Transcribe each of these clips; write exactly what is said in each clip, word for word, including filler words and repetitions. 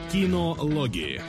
Кинологии.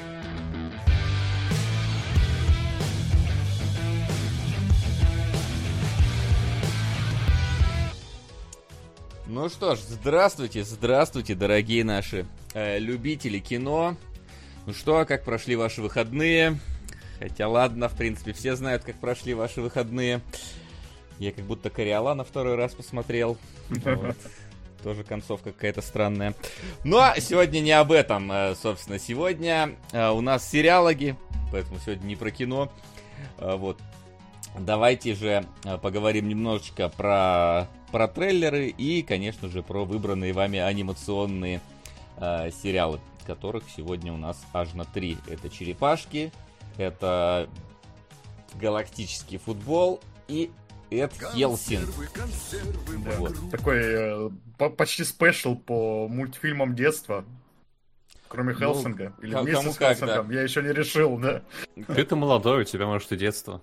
Ну что ж, здравствуйте, здравствуйте, дорогие наши э, любители кино. Ну что, как прошли ваши выходные? Хотя ладно, в принципе, все знают, как прошли ваши выходные. Я как будто Кориолана второй раз посмотрел. Вот. Тоже концовка какая-то странная. Но сегодня не об этом, собственно. Сегодня у нас сериалоги, поэтому сегодня не про кино. Вот. Давайте же поговорим немножечко про, про трейлеры и, конечно же, про выбранные вами анимационные э, сериалы, которых сегодня у нас аж на три. Это «Черепашки», это «Галактический футбол» и «Эд Хелсинг». Да. Вот. Такой э, по- почти спешл по мультфильмам детства. Кроме ну, Хелсинга. Или кому вместе с как, Хелсингом. да. Я еще не решил, да. Ты-то молодой, у тебя, может, и детство.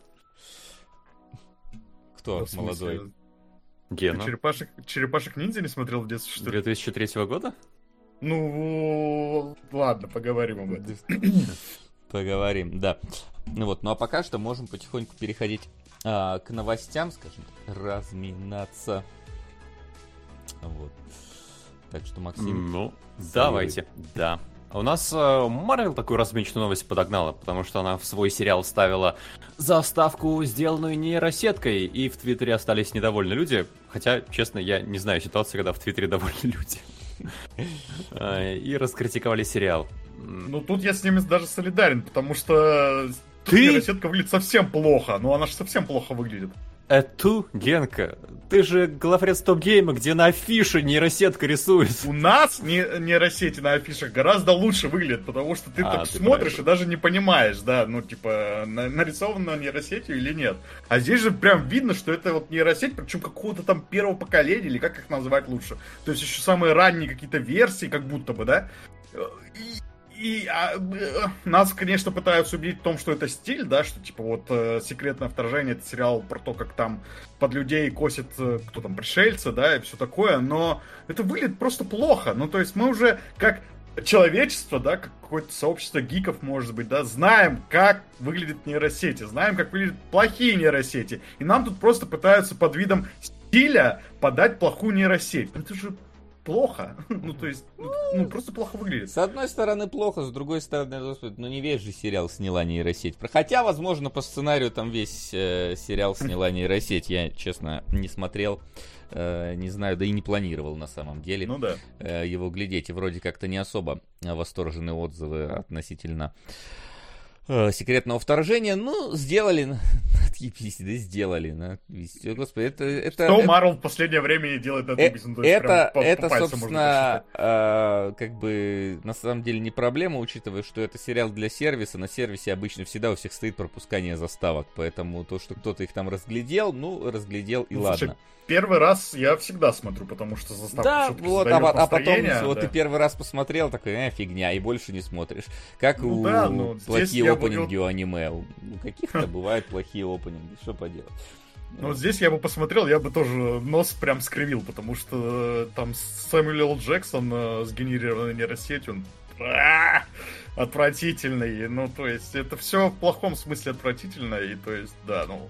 Кто да, молодой? Гена. Черепашек, черепашек-ниндзя не смотрел в детстве, что ли? две тысячи третьего года? Ну, ладно, поговорим об этом. Поговорим, да. Ну вот, ну а пока что можем потихоньку переходить а, к новостям, скажем так, разминаться. Вот. Так что, Максим... Ну, давайте, да. У нас Марвел э, такую размеченную новость подогнала, потому что она в свой сериал ставила заставку, сделанную нейросеткой, и в Твиттере остались недовольны люди. Хотя, честно, я не знаю ситуации, когда в Твиттере довольны люди. И раскритиковали сериал. Ну, тут я с ними даже солидарен, потому что Ты? нейросетка выглядит совсем плохо. Ну, она же совсем плохо выглядит. Эту, Генка, ты же главред Стоп-гейма, где на афише нейросетка рисует. У нас не, нейросети на афишах гораздо лучше выглядят, потому что ты а, так ты смотришь и даже не понимаешь, да, ну, типа, на, нарисовано нейросетью или нет. А здесь же прям видно, что это вот нейросеть, причем какого-то там первого поколения, или как их назвать лучше. То есть еще самые ранние какие-то версии, как будто бы, да. И... И а, нас, конечно, пытаются убедить в том, что это стиль, да, что типа вот э, «Секретное вторжение» — это сериал про то, как там под людей косят, э, кто там, пришельцы, да, и все такое, но это выглядит просто плохо. Ну, то есть мы уже как человечество, да, как какое-то сообщество гиков, может быть, да, знаем, как выглядят нейросети, знаем, как выглядят плохие нейросети, и нам тут просто пытаются под видом стиля подать плохую нейросеть. Это же плохо. Ну, то есть, ну, просто плохо выглядит. С одной стороны, плохо, с другой стороны, господи, ну, не весь же сериал сняла нейросеть. Хотя, возможно, по сценарию там весь э, сериал сняла нейросеть. Я, честно, не смотрел, э, не знаю, да и не планировал на самом деле ну, да. э, его глядеть. И вроде как-то не особо восторженные отзывы относительно «Секретного вторжения». Ну, сделали, отъебись, да сделали. На... Господи, это... это Что Марвел в последнее время делает это? Это, это, по, это по собственно, э, как бы, на самом деле не проблема, учитывая, что это сериал для сервиса. На сервисе обычно всегда у всех стоит пропускание заставок. Поэтому то, что кто-то их там разглядел, ну, разглядел и ну, ладно. Слушай, первый раз я всегда смотрю, потому что заставка да, все-таки вот, а, а потом, да. вот ты первый раз посмотрел, такой, э, фигня, и больше не смотришь. Как ну, у да, ну, плохие опенинги у аниме. У каких-то бывают плохие опенинги, что поделать. Ну вот здесь я бы посмотрел, я бы тоже нос прям скривил, потому что там Сэмюэл Л. Джексон сгенерированной нейросетью, он отвратительный. Ну, то есть, это все в плохом смысле отвратительно, и то есть, да, ну...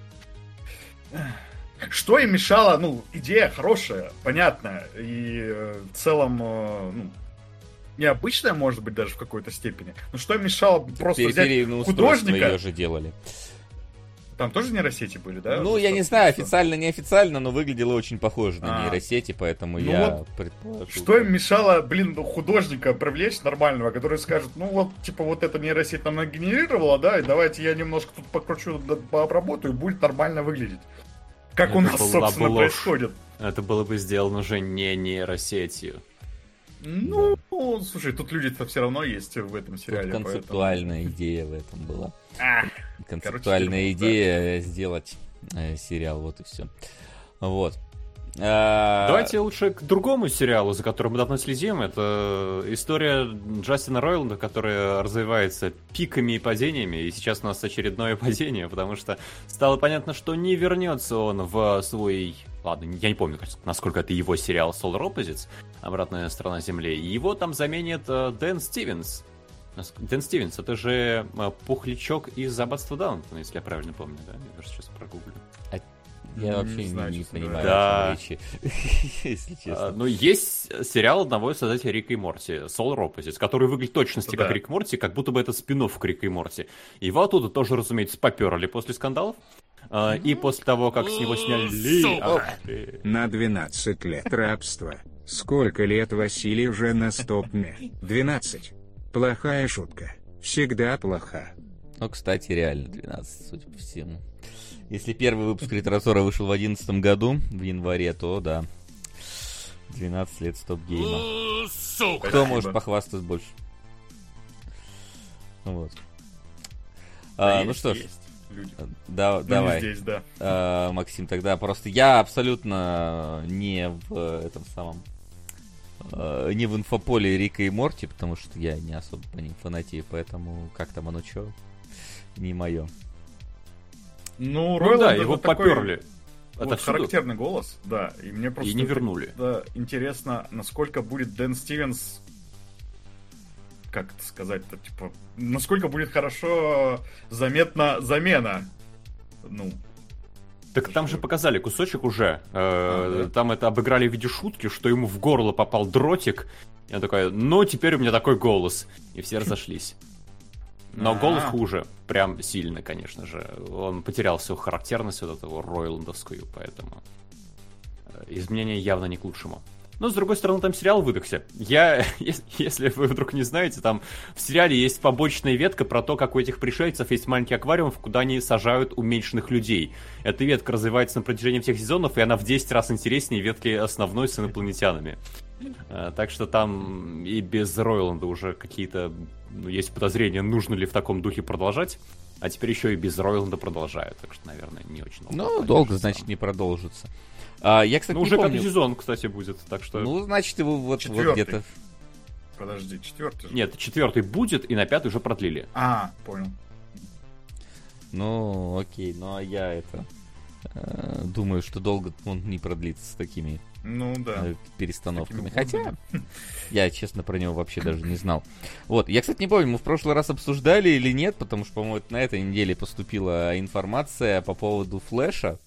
Что им мешало, ну, идея хорошая, понятная, и э, в целом, э, ну, необычная, может быть, даже в какой-то степени. Но что им мешало просто взять художника... ее же делали. Там тоже нейросети были, да? Ну, я не знаю, официально, неофициально, но выглядело очень похоже на а. нейросети, поэтому ну я вот предположу. Что им мешало, блин, художника привлечь нормального, который скажет, ну вот, типа, вот эта нейросеть нам нагенерировала, да, и давайте я немножко тут покручу, пообработаю, и будет нормально выглядеть. Как это у нас, собственно, ложь. Происходит. Это было бы сделано уже не нейросетью. Ну, да. Слушай, тут люди-то все равно есть в этом сериале. Тут концептуальная поэтому... идея в этом была. А, концептуальная короче, идея да. сделать э, сериал, вот и все. Вот. Давайте лучше к другому сериалу, за которым мы давно следим. Это история Джастина Ройланда, которая развивается пиками и падениями. И сейчас у нас очередное падение, потому что стало понятно, что не вернется он в свой... Ладно, я не помню, насколько это его сериал Solar Opposites, «Обратная сторона Земли». И его там заменит Дэн Стивенс. Дэн Стивенс, это же пухлячок из Аббатства Даунтона, если я правильно помню, да? Я даже сейчас прогуглю. А я Не вообще не, знаю, не честно понимаю, говоря. о чем речи, если честно. А, ну, есть сериал одного из создателей Рика и Морти, Solar Opposites, который выглядит точности Да. как Рик и Морти, как будто бы это спин-офф к Рика и Морти. Его оттуда тоже, разумеется, поперли после скандалов. А, и после того, как с него сняли... Ах ты. На двенадцать лет рабства. Сколько лет Василий уже на стопме? двенадцать. Плохая шутка. Всегда плоха. Ну, кстати, реально двенадцать, судя по всему. Если первый выпуск Ретросора вышел в одиннадцатом году, в январе, то да. двенадцать лет стоп-гейма. Кто Спасибо. может похвастаться больше? Вот. Да, А, ну есть, что ж, есть люди. да, Ну, не давай. здесь, да. А, Максим, тогда просто я абсолютно не в этом самом э, не в инфополе Рика и Морти, потому что я не особо по ним фанатею, поэтому как там оно чё, не мое. Ну, Ну Ройланд да, это его такой поперли. вот Это всюду. характерный голос, да, и мне просто И не вернули. да, интересно, насколько будет Дэн Стивенс, как это сказать-то, типа, насколько будет хорошо заметна замена, ну, Так там же показали кусочек уже. Э, А, да? Там это обыграли в виде шутки, что ему в горло попал дротик. Я такой, ну теперь у меня такой голос. И все разошлись. Но А. голос хуже. Прям сильно, конечно же. Он потерял всю характерность вот этого ройландовскую, поэтому э, изменения явно не к лучшему. Но, с другой стороны, там сериал выдохся. Я, ес- если вы вдруг не знаете, там в сериале есть побочная ветка про то, как у этих пришельцев есть маленький аквариум, куда они сажают уменьшенных людей. Эта ветка развивается на протяжении всех сезонов, и она в десять раз интереснее ветки основной с инопланетянами. А, Так что там и без Ройланда уже какие-то, ну, есть подозрения, нужно ли в таком духе продолжать. А теперь еще и без Ройланда продолжают. Так что, наверное, не очень долго. Ну, продержится. долго, значит, не продолжится. А, я, кстати, Ну, не уже помню. пятый сезон, кстати, будет. Так что... Ну, значит, его вот, вот Четвертый. где-то... подожди, четвертый же. Нет, четвертый будет, и на пятый уже продлили. А, понял. Ну, окей, ну а я это... э, думаю, что долго он не продлится с такими Ну, да. э, перестановками. С такими Хотя, я, честно, про него вообще даже не знал. Вот, я, кстати, не помню, мы в прошлый раз обсуждали или нет, потому что, по-моему, на этой неделе поступила информация по поводу Флэша.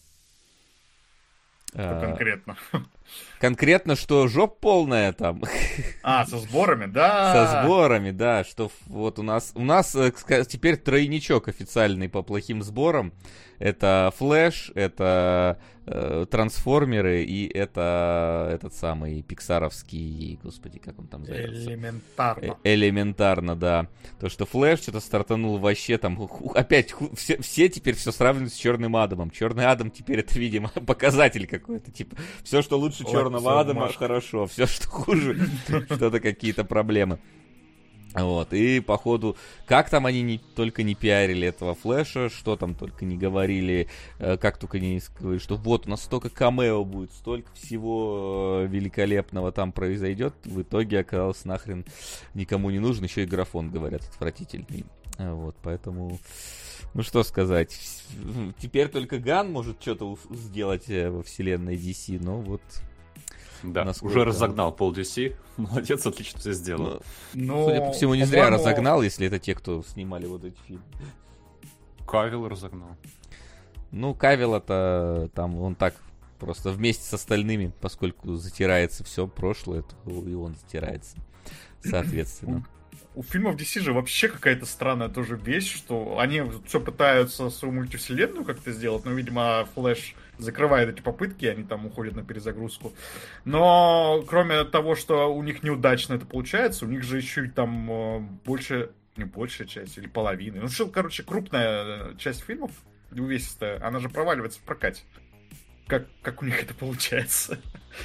Что Э, конкретно. Конкретно, что жоп полная там. А, со сборами, да. Со сборами, да, что ф- вот у нас, у нас э, ска- теперь тройничок официальный по плохим сборам. Это Флэш, это э, Трансформеры и это этот самый пиксаровский, господи, как он там зовется? Элементарно. Э, Элементарно, да. То, что Флэш что-то стартанул вообще там, ху- опять ху- все, все теперь все сравнивают с Черным Адамом. Черный Адам теперь это, видимо, показатель какой-то, типа, все, что лучше Ой, Черного всё, Адама, Машка. хорошо, все, что хуже, что-то какие-то проблемы. Вот, и походу, как там они не, только не пиарили этого Флэша, что там только не говорили, э, как только не сказали, что вот у нас столько камео будет, столько всего э, великолепного там произойдет, в итоге оказалось нахрен никому не нужен, еще и графон, говорят, отвратительный. А Вот, поэтому, ну что сказать, вс- теперь только Ган может что-то у- сделать э, во вселенной ди си, но вот... Да, Насколько- уже разогнал пол ди си. Молодец, отлично все сделал. Ну, Ну, судя по всему, не зря по-моему, разогнал, если это те, кто снимали вот эти фильмы. Кавилл разогнал. Ну, Кавилл-то там, он так просто вместе с остальными, поскольку затирается все прошлое, то и он затирается, соответственно. У фильмов ди си же вообще какая-то странная тоже вещь, что они все пытаются свою мультивселенную как-то сделать, но, видимо, Флэш закрывает эти попытки, они там уходят на перезагрузку. Но, кроме того, что у них неудачно это получается, у них же еще и там э, больше, не большая часть, или половина. Ну, что, короче, крупная часть фильмов, увесистая, она же проваливается в прокате. Как, как у них это получается?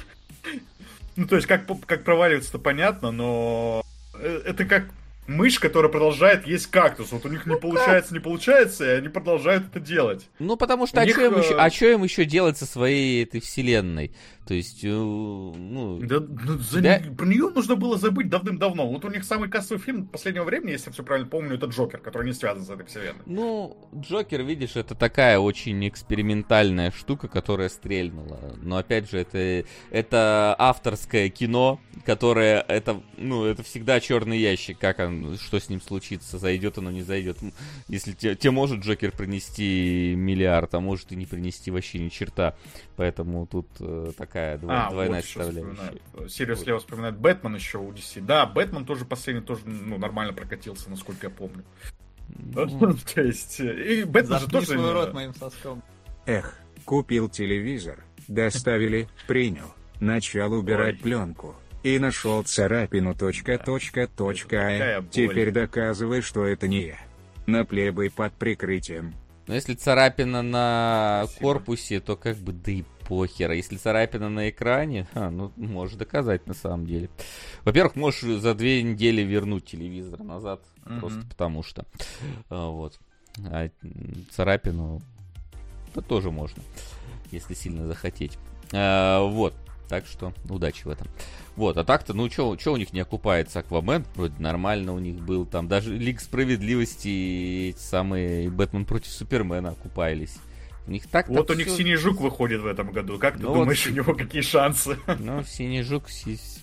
Ну, то есть, как, как проваливается-то понятно, но это как мышь, которая продолжает есть кактус. Вот у них не получается, не получается, и они продолжают это делать. Ну, потому что У а них, что им, э, еще, а чё им еще делать со своей этой вселенной? То есть, э, ну... Да, ну, за Да. не- Про нее нужно было забыть давным-давно. Вот у них самый кассовый фильм последнего времени, если я все правильно помню, это Джокер, который не связан с этой вселенной. Ну, Джокер, видишь, это такая очень экспериментальная штука, которая стрельнула. Но опять же, это, это авторское кино, которое это, ну, это всегда черный ящик, как оно он, что с ним случится, зайдет оно, не зайдет. Если тебе, тебе может Джокер принести миллиард, а может и не принести вообще ни черта. Поэтому тут э, такая дво, а, двойная вот составляющая. Серию слева вспоминает Бэтмен еще у ди си. Да, Бэтмен тоже последний тоже ну, нормально прокатился, насколько я помню. Ну, то есть, и Бэтмен же тоже... свой рот моим соском. Эх, купил телевизор, доставили, принял, начал убирать Ой. пленку. И нашел царапину точка, точка, точка, а. Теперь доказывай, что это не я. На плебой под прикрытием. Но если царапина на Спасибо. корпусе, то как бы да и похер. А если царапина на экране, а, ну, можешь доказать на самом деле. Во-первых, можешь за две недели вернуть телевизор назад. Mm-hmm. Просто потому что. А, вот. А царапину то тоже можно, если сильно захотеть. А, вот. Так что удачи в этом. Вот, а так-то, ну, что у них не окупается? Аквамен вроде нормально у них был. Там даже Лига Справедливости и эти самые Бэтмен против Супермена окупались. У них так Вот у них все... Синий Жук выходит в этом году. Как ты ну думаешь, вот... у него какие шансы? Ну, Синий Жук... С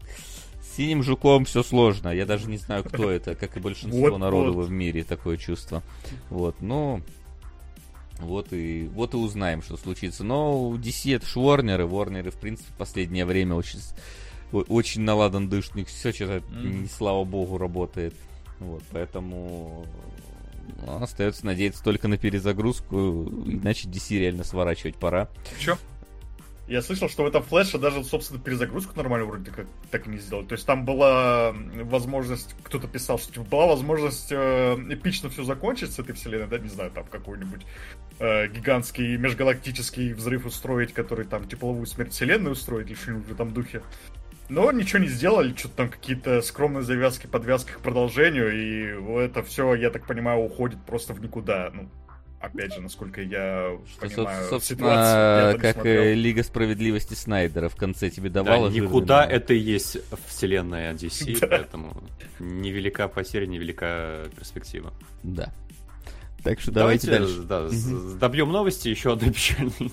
Синим Жуком все сложно. Я даже не знаю, кто это. Как и большинство вот, народу вот. в мире. Такое чувство. Вот, ну... Вот и, вот и узнаем, что случится. Но у ди си это ж Warner, и Warner, в принципе, в последнее время очень, очень наладан дышит. У них все что-то, mm. не слава богу, работает. Вот, поэтому ну, остается надеяться только на перезагрузку, иначе ди си реально сворачивать пора. Чё? Я слышал, что в этом флеше даже, собственно, перезагрузку нормально вроде как так и не сделали. То есть там была возможность, кто-то писал, что типа, была возможность э, эпично все закончить с этой вселенной, да, не знаю, там какой-нибудь э, гигантский межгалактический взрыв устроить, который там тепловую смерть вселенной устроить, или что-нибудь в этом духе. Но ничего не сделали, что-то там какие-то скромные завязки, подвязки к продолжению, и это все, я так понимаю, уходит просто в никуда, ну. Опять же, насколько я что, понимаю собственно, ситуацию, я как и Лига Справедливости Снайдера в конце тебе давала. Да, никуда это и есть вселенная ди си, поэтому невелика потеря, невелика перспектива. Да. Так что давайте, давайте дальше. Да, добьем новости, еще одной печальной.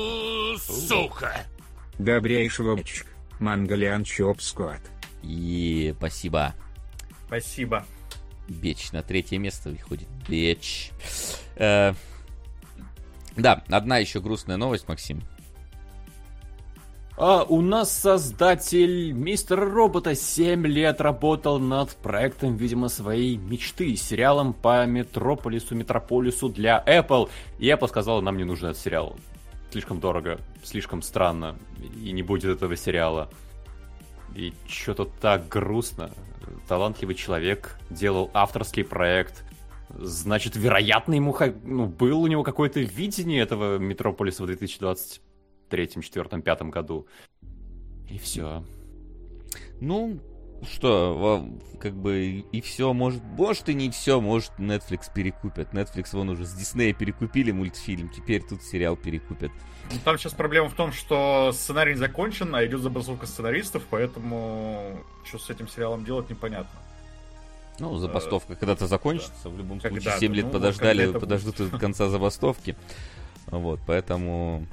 Сука! Добрейшего Мангалян Чоп Сквад. И спасибо. Спасибо. Беч на третье место выходит. Беч. Э, да, одна еще грустная новость, Максим. А у нас создатель Мистера Робота семь лет работал над проектом, видимо, своей мечты, сериалом по Метрополису, Метрополису для Apple. И Apple сказала, нам не нужен этот сериал. Слишком дорого, слишком странно, и не будет этого сериала. И что-то так грустно. Талантливый человек делал авторский проект. Значит, вероятно, ему ну, был у него какое-то видение этого Метрополиса в две тысячи двадцать третьем, четвёртом, пятом году. И все. Ну, что, как бы и все, может, может и не все, может Netflix перекупят. Netflix вон уже с Disney перекупили мультфильм, теперь тут сериал перекупят. Там сейчас проблема в том, что сценарий не закончен, а идет забастовка сценаристов, поэтому что с этим сериалом делать непонятно. Ну, забастовка а, когда-то закончится, да. В любом случае когда-то. семь лет ну, подождали, подождут до конца забастовки. Вот, поэтому...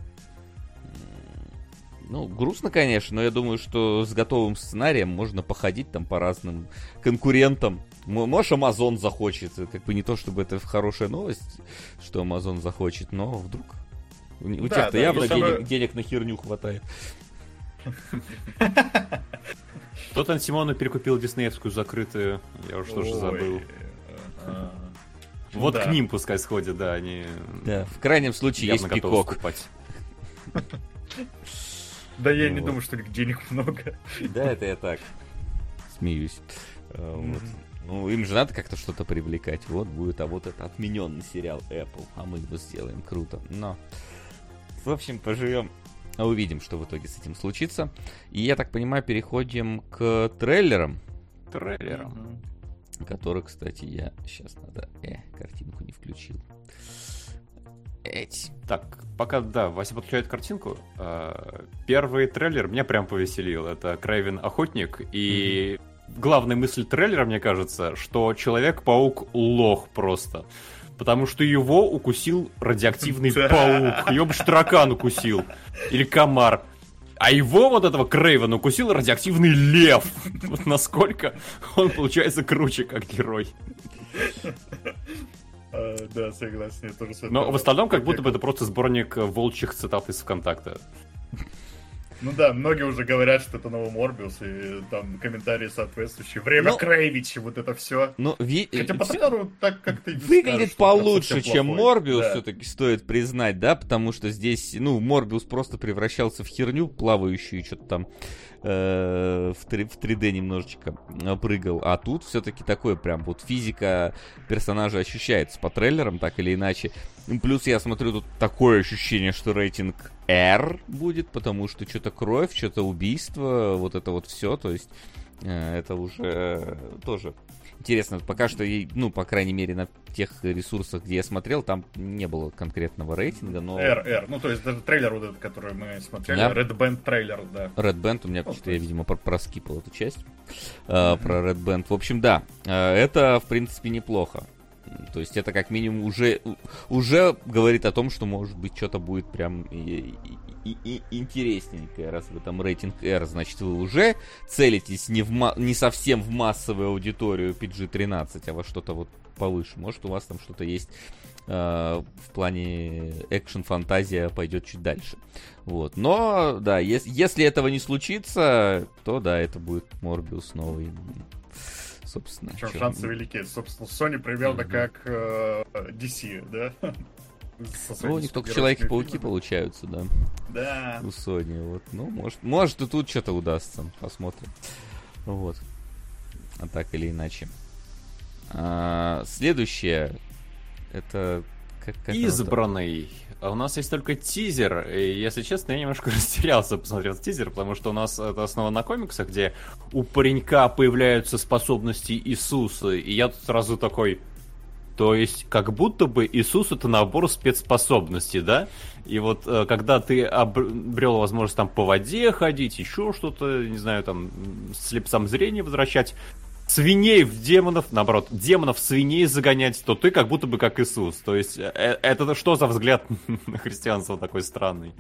Ну, грустно, конечно, но я думаю, что с готовым сценарием можно походить там по разным конкурентам. Может, Amazon захочет. Как бы не то, чтобы это хорошая новость, что Amazon захочет, но вдруг... У, у да, тех-то да, явно денег, самое... денег на херню хватает. Тот Симону перекупил диснеевскую закрытую. Я уж тоже забыл. Вот к ним пускай сходят, да, они... Да, в крайнем случае есть Пикок. Да я не думаю, что у них денег много. Да, это я так смеюсь. Ну, им же надо как-то что-то привлекать. Вот будет, а вот это отмененный сериал Apple, а мы его сделаем круто. Но, в общем, поживем, а увидим, что в итоге с этим случится. И я так понимаю, переходим к трейлерам. Трейлерам. Который, кстати, я сейчас надо... Э, картинку не включил. Эть. Так, пока, да, Вася подключает картинку. Первый трейлер меня прям повеселил. Это Крейвен Охотник. И mm-hmm. главная мысль трейлера, мне кажется, что Человек-паук лох просто. Потому что его укусил радиоактивный паук. Его бы таракан укусил. Или комар. А его, вот этого Крейвена, укусил радиоактивный лев. Вот насколько он получается круче, как герой. Да, согласен, я тоже. Но в остальном, как будто бы это просто сборник волчьих цитат из ВКонтакта. Ну да, многие уже говорят, что это новый Морбиус, и там комментарии соответствующие. Время ну, Крейвича, вот это все. Ну, ви... Хотя по трейлеру так как-то... Выглядит скажешь, получше, чем Морбиус, да. Все-таки стоит признать, да, потому что здесь, ну, Морбиус просто превращался в херню плавающую, что-то там э, в, три, в три дэ немножечко прыгал. А тут все-таки такое прям вот физика персонажа ощущается по трейлерам, так или иначе. Плюс я смотрю, тут такое ощущение, что рейтинг R будет, потому что что-то кровь, что-то убийство, вот это вот все, то есть э, это уже э, тоже интересно. Пока что, ну, по крайней мере, на тех ресурсах, где я смотрел, там не было конкретного рейтинга, но... R, R, ну, то есть даже трейлер вот этот, который мы смотрели, да? Red Band трейлер, да. Red Band, у меня, что-то я, видимо, проскипал эту часть, mm-hmm. э, про Red Band. В общем, да, э, это, в принципе, неплохо. То есть это как минимум уже, уже говорит о том, что может быть что-то будет прям и, и, и интересненькое. Раз вы там рейтинг R, значит вы уже целитесь не, в ма- не совсем в массовую аудиторию пи джи тринадцать, а во что-то вот повыше. Может у вас там что-то есть э, в плане экшен-фантазия пойдет чуть дальше. Вот. Но да, если, если этого не случится, то да, это будет Морбиус новый. Собственно, Причем чё? Шансы велики. Собственно, Sony примерно mm-hmm. как э, ди си, да? Ну, у них только Человеки-пауки получаются, да. Да. У Sony, вот. Ну, может, может и тут что-то удастся. Посмотрим. Вот. А так или иначе. А, следующее. Это... Как, как Избранный. А у нас есть только тизер, и, если честно, я немножко растерялся, посмотрев тизер, потому что у нас это основано на комиксах, где у паренька появляются способности Иисуса, и я тут сразу такой, то есть, как будто бы Иисус — это набор спецспособностей, да? И вот, когда ты обрел возможность там по воде ходить, еще что-то, не знаю, там, слепцам зрение возвращать, свиней в демонов, наоборот, демонов в свиней загонять, то ты как будто бы как Иисус. То есть, это что за взгляд на христианство такой странный?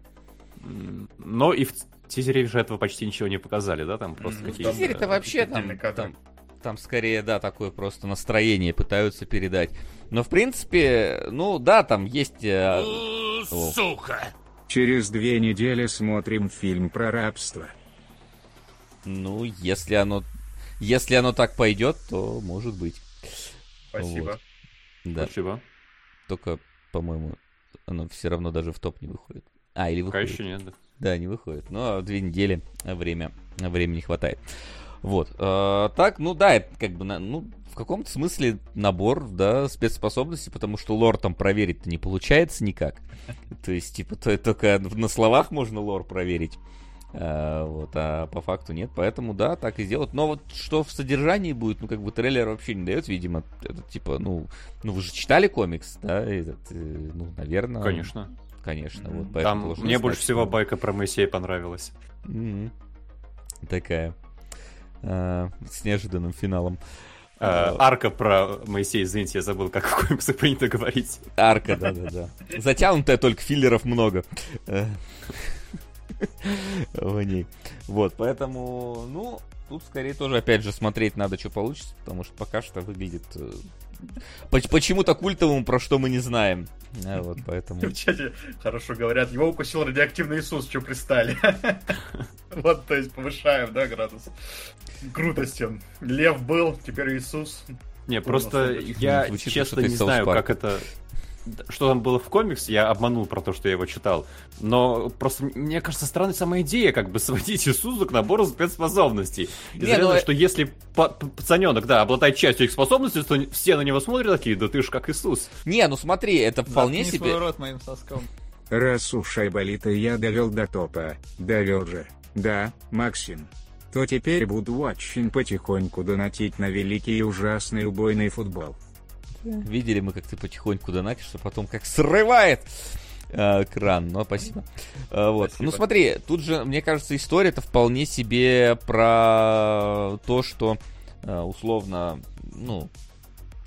Но и в тизере же этого почти ничего не показали, да? Там просто mm-hmm. какие-то... В тизере-то вообще там, там, там скорее, да, такое просто настроение пытаются передать. Но, в принципе, ну, да, там есть... Э... Сука! Через две недели смотрим фильм про рабство. Ну, если оно... Если оно так пойдет, то может быть. Спасибо. Вот. Да. Спасибо. Только, по-моему, оно все равно даже в топ не выходит. А, или выходит. Пока еще нет, да. Да, не выходит. Но две недели время, времени хватает. Вот. А, так, ну да, это как бы, ну, в каком-то смысле набор, да, спецспособностей, потому что лор там проверить-то не получается никак. То есть, типа, только на словах можно лор проверить. А, вот, а по факту нет, поэтому да, так и сделают. Но вот что в содержании будет, ну как бы трейлер вообще не дает, видимо, это типа, ну, ну вы же читали комикс, да, этот, ну, наверное. Конечно. Конечно, mm-hmm. вот. Там мне знать, больше всего байка про Моисея понравилась. Mm-hmm. Такая, а, с неожиданным финалом. А, арка про Моисея, извините, я забыл, как в комиксах принято говорить. Арка, да-да-да. Затянутая, только филлеров много. В ней. Вот, поэтому, ну, тут скорее тоже, опять же, смотреть надо, что получится, потому что пока что выглядит почему-то культовым, про что мы не знаем. А, вот, поэтому... В чате хорошо говорят, его укусил радиоактивный Иисус, что пристали. Вот, то есть повышаем, да, градус крутости. Лев был, теперь Иисус. Не, просто я честно не знаю, как это... Что там было в комиксе, я обманул про то, что я его читал. Но просто, мне кажется, странной сама идея, как бы сводить Иисуса к набору спецспособностей. Известно, ну... что если пацаненок, да, обладает частью их способностей, то все на него смотрят такие, да ты ж как Иисус. Не, ну смотри, это вполне себе... свой рот моим соском. Раз уж Айболита я довел до топа, довел же, да, Максим, то теперь буду очень потихоньку донатить на великий и ужасный убойный футбол. Видели мы, как ты потихоньку донатишь, а потом как срывает э, кран. Но спасибо. Э, вот. Спасибо. Ну смотри, тут же, мне кажется, история-то вполне себе про то, что э, условно, ну,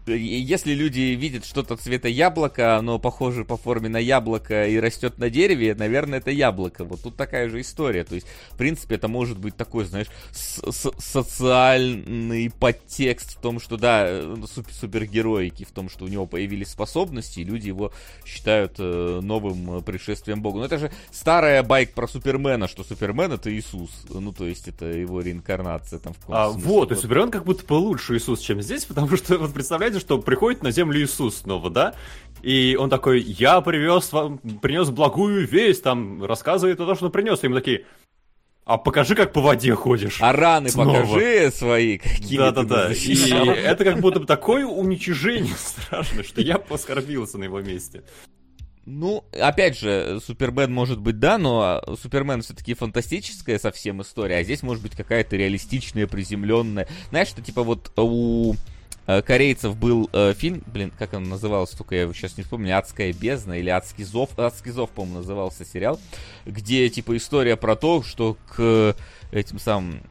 если люди видят что-то цвета яблока, оно похоже по форме на яблоко и растет на дереве, наверное, это яблоко. Вот тут такая же история. То есть, в принципе, это может быть такой, знаешь, с- социальный подтекст в том, что, да, супергероики, в том, что у него появились способности, и люди его считают э, новым пришествием Бога. Но это же старая байка про Супермена, что Супермен — это Иисус. Ну, то есть, это его реинкарнация там в каком-то а, смысле. Вот, и Супермен как будто получше Иисус, чем здесь, потому что, вот представляете, что приходит на землю Иисус снова, да? И он такой: я привез вам, принес благую весть, там, рассказывает о том, что принес. И ему такие: а покажи, как по воде ходишь. А раны снова. Покажи свои, какие Да-да-да. ты И это как будто бы такое уничижение страшное, что я поскорбился на его месте. Ну, опять же, Супермен может быть, да, но Супермен все-таки фантастическая совсем история, а здесь может быть какая-то реалистичная, приземленная. Знаешь, что типа вот у корейцев был э, фильм, блин, как он назывался, только я его сейчас не вспомню, «Адская бездна» или «Адский зов», «Адский зов», по-моему, назывался сериал, где типа история про то, что к этим самым...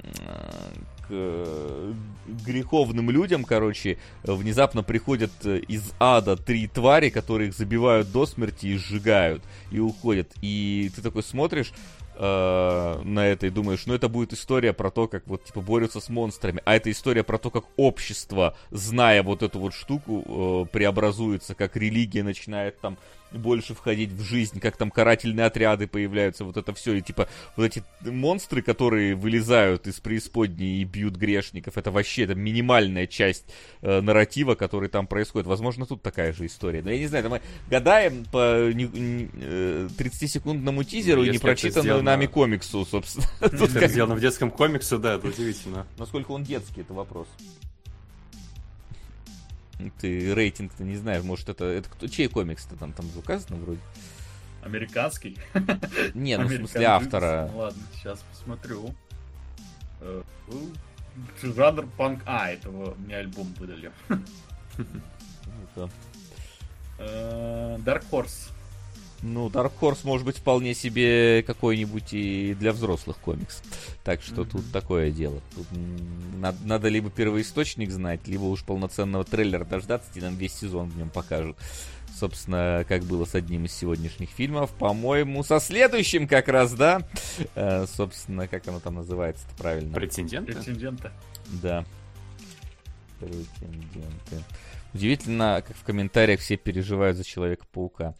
греховным людям, короче, внезапно приходят из ада три твари, которые их забивают до смерти и сжигают, и уходят. И ты такой смотришь э, на это и думаешь, ну это будет история про то, как вот типа борются с монстрами, а это история про то, как общество, зная вот эту вот штуку, э, преобразуется, как религия начинает там больше входить в жизнь, как там карательные отряды появляются, вот это все, и типа вот эти монстры, которые вылезают из преисподней и бьют грешников, это вообще это минимальная часть э, нарратива, который там происходит. Возможно, тут такая же история. Но я не знаю, это мы гадаем по не, не, э, тридцатисекундному тизеру, ну, и не прочитанную сделано... нами комиксу, собственно. Тут как сделано в детском комиксе, да, это удивительно. Насколько он детский, это вопрос. Ты рейтинг-то не знаешь, может это, это кто, чей комикс-то там, там указано вроде? Американский? Не, ну в смысле автора. Ладно, сейчас посмотрю. Жанр панк... А, этого мне альбом выдали. Dark Horse. Ну, Dark Horse может быть вполне себе какой-нибудь и для взрослых комикс. Так что mm-hmm. тут такое дело. Тут надо, надо либо первоисточник знать, либо уж полноценного трейлера дождаться, и нам весь сезон в нем покажут. Собственно, как было с одним из сегодняшних фильмов. По-моему, со следующим как раз, да? Э, собственно, как оно там называется-то правильно? Претенденты? Претенденты. Да. Претенденты. Удивительно, как в комментариях все переживают за Человека-паука.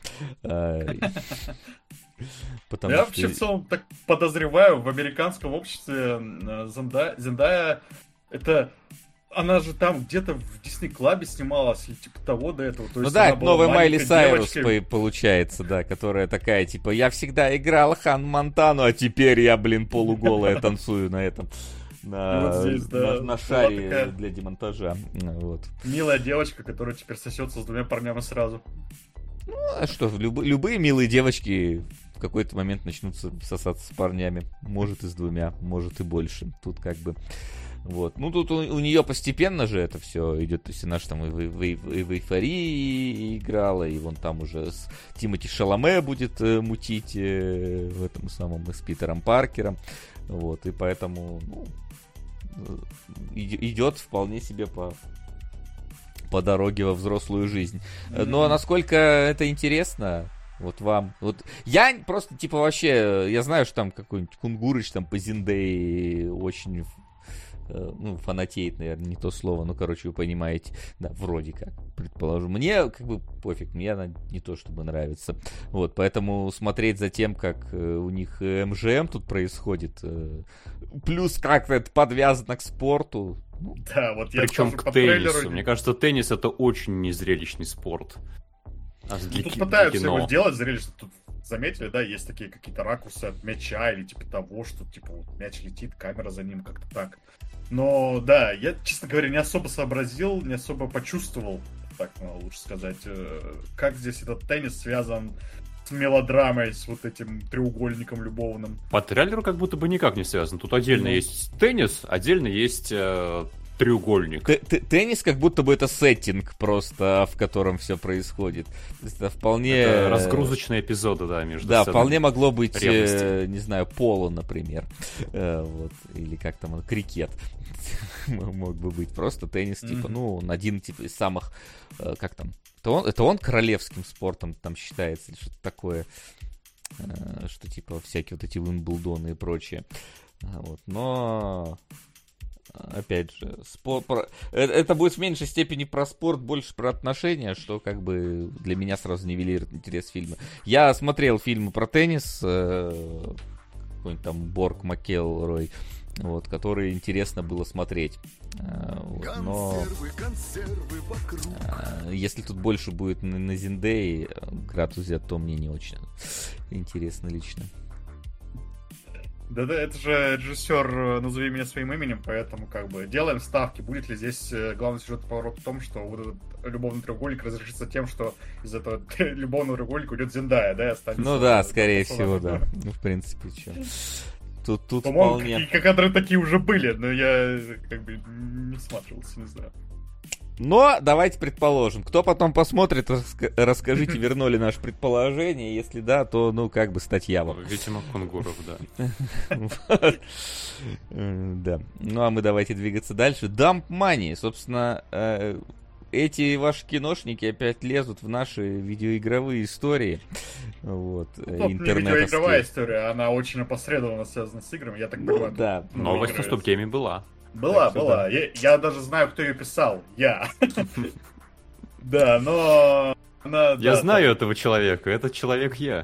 Потому Я что... вообще в целом так подозреваю, в американском обществе Зендая, это... Она же там где-то в Дисней Клабе снималась, или типа того до этого. То ну да, это новая Майли Сайрус получается, да, которая такая, типа, я всегда играла Хан Монтану, а теперь я, блин, полуголая танцую на этом. На, вот здесь, да, на, на шаре такая... для демонтажа. Вот. Милая девочка, которая теперь сосется с двумя парнями сразу. Ну, а что, люб, любые милые девочки в какой-то момент начнут сосаться с парнями. Может и с двумя, может и больше. Тут как бы... Вот. Ну, тут у, у нее постепенно же это все идет. То есть она же там и в, в, и в эйфории играла, и вон там уже с Тимоти Шаломе будет э, мутить э, в этом самом, и с Питером Паркером. Вот, и поэтому ну, идет вполне себе по, по дороге во взрослую жизнь. Mm-hmm. Но насколько это интересно... Вот вам. Вот я просто, типа, вообще, я знаю, что там какой-нибудь Кунгурыч там по Зендее очень, э, ну, фанатеет, наверное, не то слово, ну, короче, вы понимаете. Да, вроде как, предположу. Мне, как бы, пофиг, мне она не то чтобы нравится. Вот, поэтому смотреть за тем, как э, у них эм жэ эм тут происходит, э, плюс как-то это подвязано к спорту. Ну, да, вот я причем к теннису. Трейлеру... Мне кажется, теннис — это очень незрелищный спорт. А для, тут пытаются его сделать зрелищно. Тут заметили, да, есть такие какие-то ракурсы от мяча или типа того, что типа вот мяч летит, камера за ним, как-то так. Но да, я, честно говоря, не особо сообразил, не особо почувствовал, так лучше сказать, как здесь этот теннис связан с мелодрамой, с вот этим треугольником любовным. По трейлеру как будто бы никак не связан. Тут отдельно ну. есть теннис, отдельно есть... Э... треугольник. Т- т- теннис как будто бы это сеттинг просто, в котором все происходит. Это вполне... Это разгрузочные эпизоды, да, между Да, сценами. вполне могло быть, э, не знаю, поло, например. Э, вот. Или как там, крикет. Мог бы быть просто теннис, типа, mm-hmm. ну, он один типа, из самых, э, как там, это он, это он королевским спортом там считается, или что-то такое, э, что типа всякие вот эти Уимблдоны и прочее. Вот. Но, опять же, спор... это будет в меньшей степени про спорт, больше про отношения, что как бы для меня сразу нивелирует интерес фильма. Я смотрел фильмы про теннис, э, какой-нибудь там Борг Маккелрой, вот, которые интересно было смотреть. Вот, но консервы, консервы вокруг. Если тут больше будет на, на Зендее градус взять, то мне не очень интересно лично. Да-да, это же режиссер «Назови меня своим именем», поэтому как бы делаем ставки. Будет ли здесь главный сюжетный поворот в том, что вот этот любовный треугольник разрешится тем, что из этого любовного треугольника уйдет Зендая, да, и останется... Ну да, скорее всего, да. Ну, в принципе, что... Тут, тут По-моему, вполне... какие кадры такие уже были, но я как бы не всматривался, не знаю. Но давайте предположим. Кто потом посмотрит, раска- расскажите, вернули наше предположение. Если да, то, ну, как бы статья вам. Видимо, Кунгуров, да. Да. Ну, а мы давайте двигаться дальше. Dump Money. Собственно, эти ваши киношники опять лезут в наши видеоигровые истории. Вот. Ну, не видеоигровая история, она очень опосредованно связана с играми, я так понимаю. Да. Новость на Стоп-Гейме была. Была, была. Я, я даже знаю, кто ее писал. Я. Да, но... Я знаю этого человека. Этот человек я.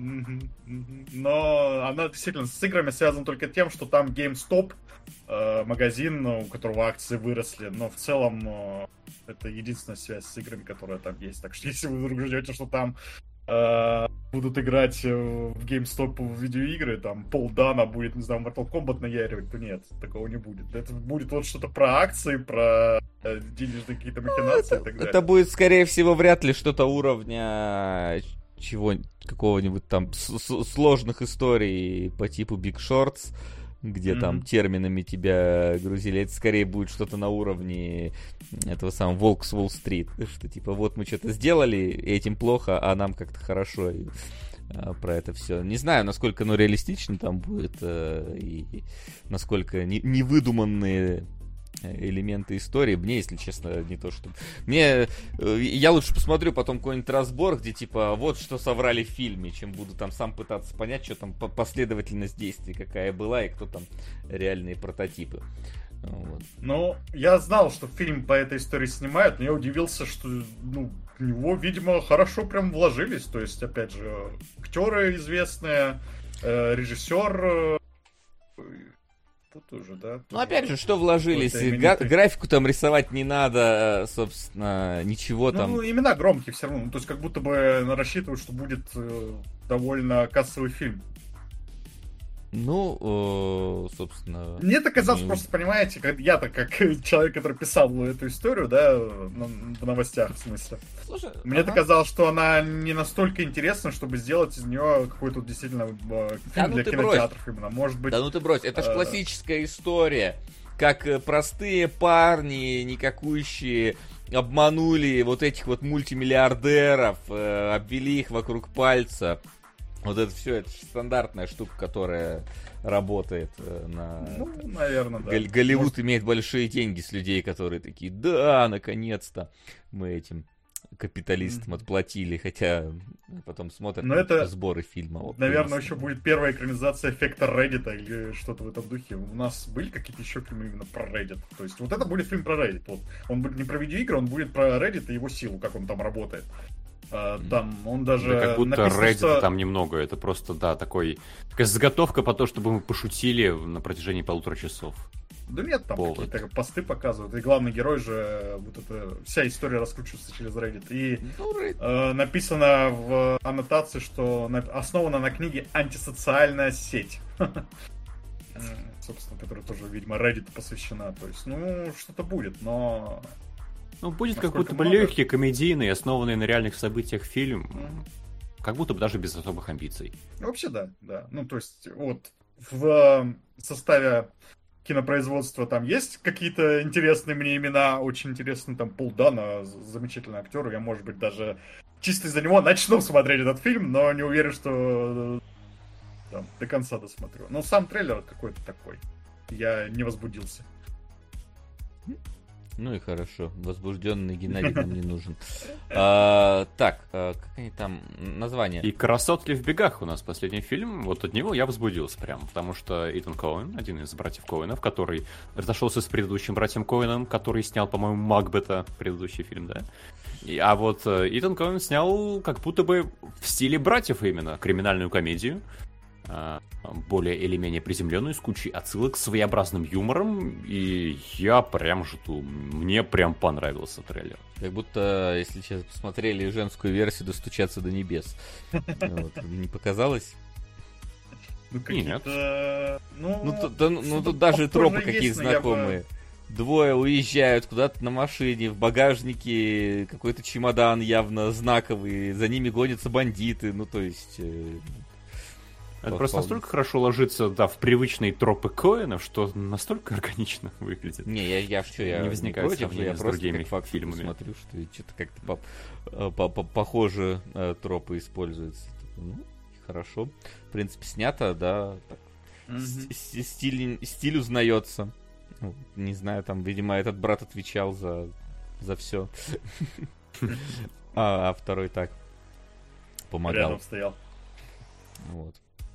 Но она действительно с играми связана только тем, что там GameStop, магазин, у которого акции выросли. Но в целом это единственная связь с играми, которая там есть. Так что если вы вдруг ждете, что там будут играть в GameStop в видеоигры, там Пол Дана будет, не знаю, Mortal Kombat наяривать, то нет, такого не будет. Это будет вот что-то про акции, про денежные какие-то махинации ну, и так далее. Это будет, скорее всего, вряд ли что-то уровня чего какого-нибудь там с- сложных историй по типу Big Shorts, где mm-hmm. там терминами тебя грузили. Это скорее будет что-то на уровне этого самого Волк с Уолл-стрит. Что типа вот мы что-то сделали, этим плохо, а нам как-то хорошо. И, а, про это все. Не знаю, насколько оно реалистично там будет, а, и, и насколько не, невыдуманные элементы истории. Мне, если честно, не то, что... Мне... Я лучше посмотрю потом какой-нибудь разбор, где типа вот что соврали в фильме, чем буду там сам пытаться понять, что там последовательность действий какая была и кто там реальные прототипы. Вот. Ну, я знал, что фильм по этой истории снимают, но я удивился, что ну, в него, видимо, хорошо прям вложились. То есть, опять же, актеры известные, э, режиссер... Э, тут уже, да? Ну, опять же, что вложились? Га- графику там рисовать не надо, собственно, ничего там. Ну, имена громкие все равно. Ну, то есть, как будто бы рассчитывают, что будет э, довольно кассовый фильм. Ну, э, собственно... Мне это казалось, просто, понимаете, как, я-то как человек, который писал эту историю, да, в новостях, в смысле. Слушай, Мне это ага. казалось, что она не настолько интересна, чтобы сделать из нее какой-то действительно фильм да, ну для кинотеатров брось. Именно. Может быть... Да ну ты брось, это же классическая история. Как простые парни, никакущие, обманули вот этих вот мультимиллиардеров, э, обвели их вокруг пальца. Вот это все, это стандартная штука, которая работает э, на... Ну, наверное, да. Гол- Голливуд Может... имеет большие деньги с людей, которые такие, да, наконец-то мы этим капиталистам mm-hmm. отплатили, хотя потом смотрят на это... сборы фильма. Вот, наверное, еще будет первая экранизация эффекта Reddit или что-то в этом духе. У нас были какие-то еще фильмы именно про Reddit. То есть вот это будет фильм про Reddit. Вот. Он будет не про видеоигры, он будет про Reddit и его силу, как он там работает. Там он даже да, как будто написано, Reddit что... там немного, это просто, да, такой такая заготовка по то, чтобы мы пошутили на протяжении полутора часов. Да нет, там Повод. Какие-то посты показывают, и главный герой же, вот эта вся история раскручивается через Reddit. И ну, э, написано в аннотации, что на... основана на книге «Антисоциальная сеть». Собственно, которая тоже, видимо, Reddit посвящена. То есть, ну, что-то будет, но... Ну, будет как будто бы легкий, комедийный, основанный на реальных событиях фильм. Mm-hmm. Как будто бы даже без особых амбиций. Вообще, да, да. Ну, то есть, вот, в составе кинопроизводства. Там есть какие-то интересные мне имена, очень интересный там Пол Дано, замечательный актер. Я, может быть, даже чисто из-за него начну смотреть этот фильм, но не уверен, что там, до конца досмотрю. Но сам трейлер какой-то такой. Я не возбудился. Ну и хорошо. Возбужденный Геннадий нам не нужен. А, так, а, как они там, название? И «Красотки в бегах» у нас последний фильм. Вот от него я возбудился прям, потому что Итан Коэн, один из братьев Коэнов, который разошелся с предыдущим братьем Коэном, который снял, по-моему, «Макбета», предыдущий фильм, да? И, а вот Итан Коэн снял как будто бы в стиле братьев именно криминальную комедию, более или менее приземленную, с кучей отсылок, своеобразным юмором, и я прям жду. Мне прям понравился трейлер. Как будто, если сейчас посмотрели женскую версию «Достучаться до небес». Не показалось? Нет. Ну тут даже тропы какие знакомые. Двое уезжают куда-то на машине, в багажнике какой-то чемодан явно знаковый, за ними гонятся бандиты, ну то есть... Это просто настолько хорошо ложится, да, в привычные тропы Коэнов, что настолько органично выглядит. Не, я, я что, я не возникает против, сомнения я с просто другими как факт фильмами. Смотрю, что что-то как-то по, по, по, похоже тропы используются. Ну, хорошо. В принципе, снято, да, так. Mm-hmm. Стиль, стиль узнается. Ну, не знаю, там, видимо, этот брат отвечал за, за все. А второй так помогал. Рядом стоял. Вот.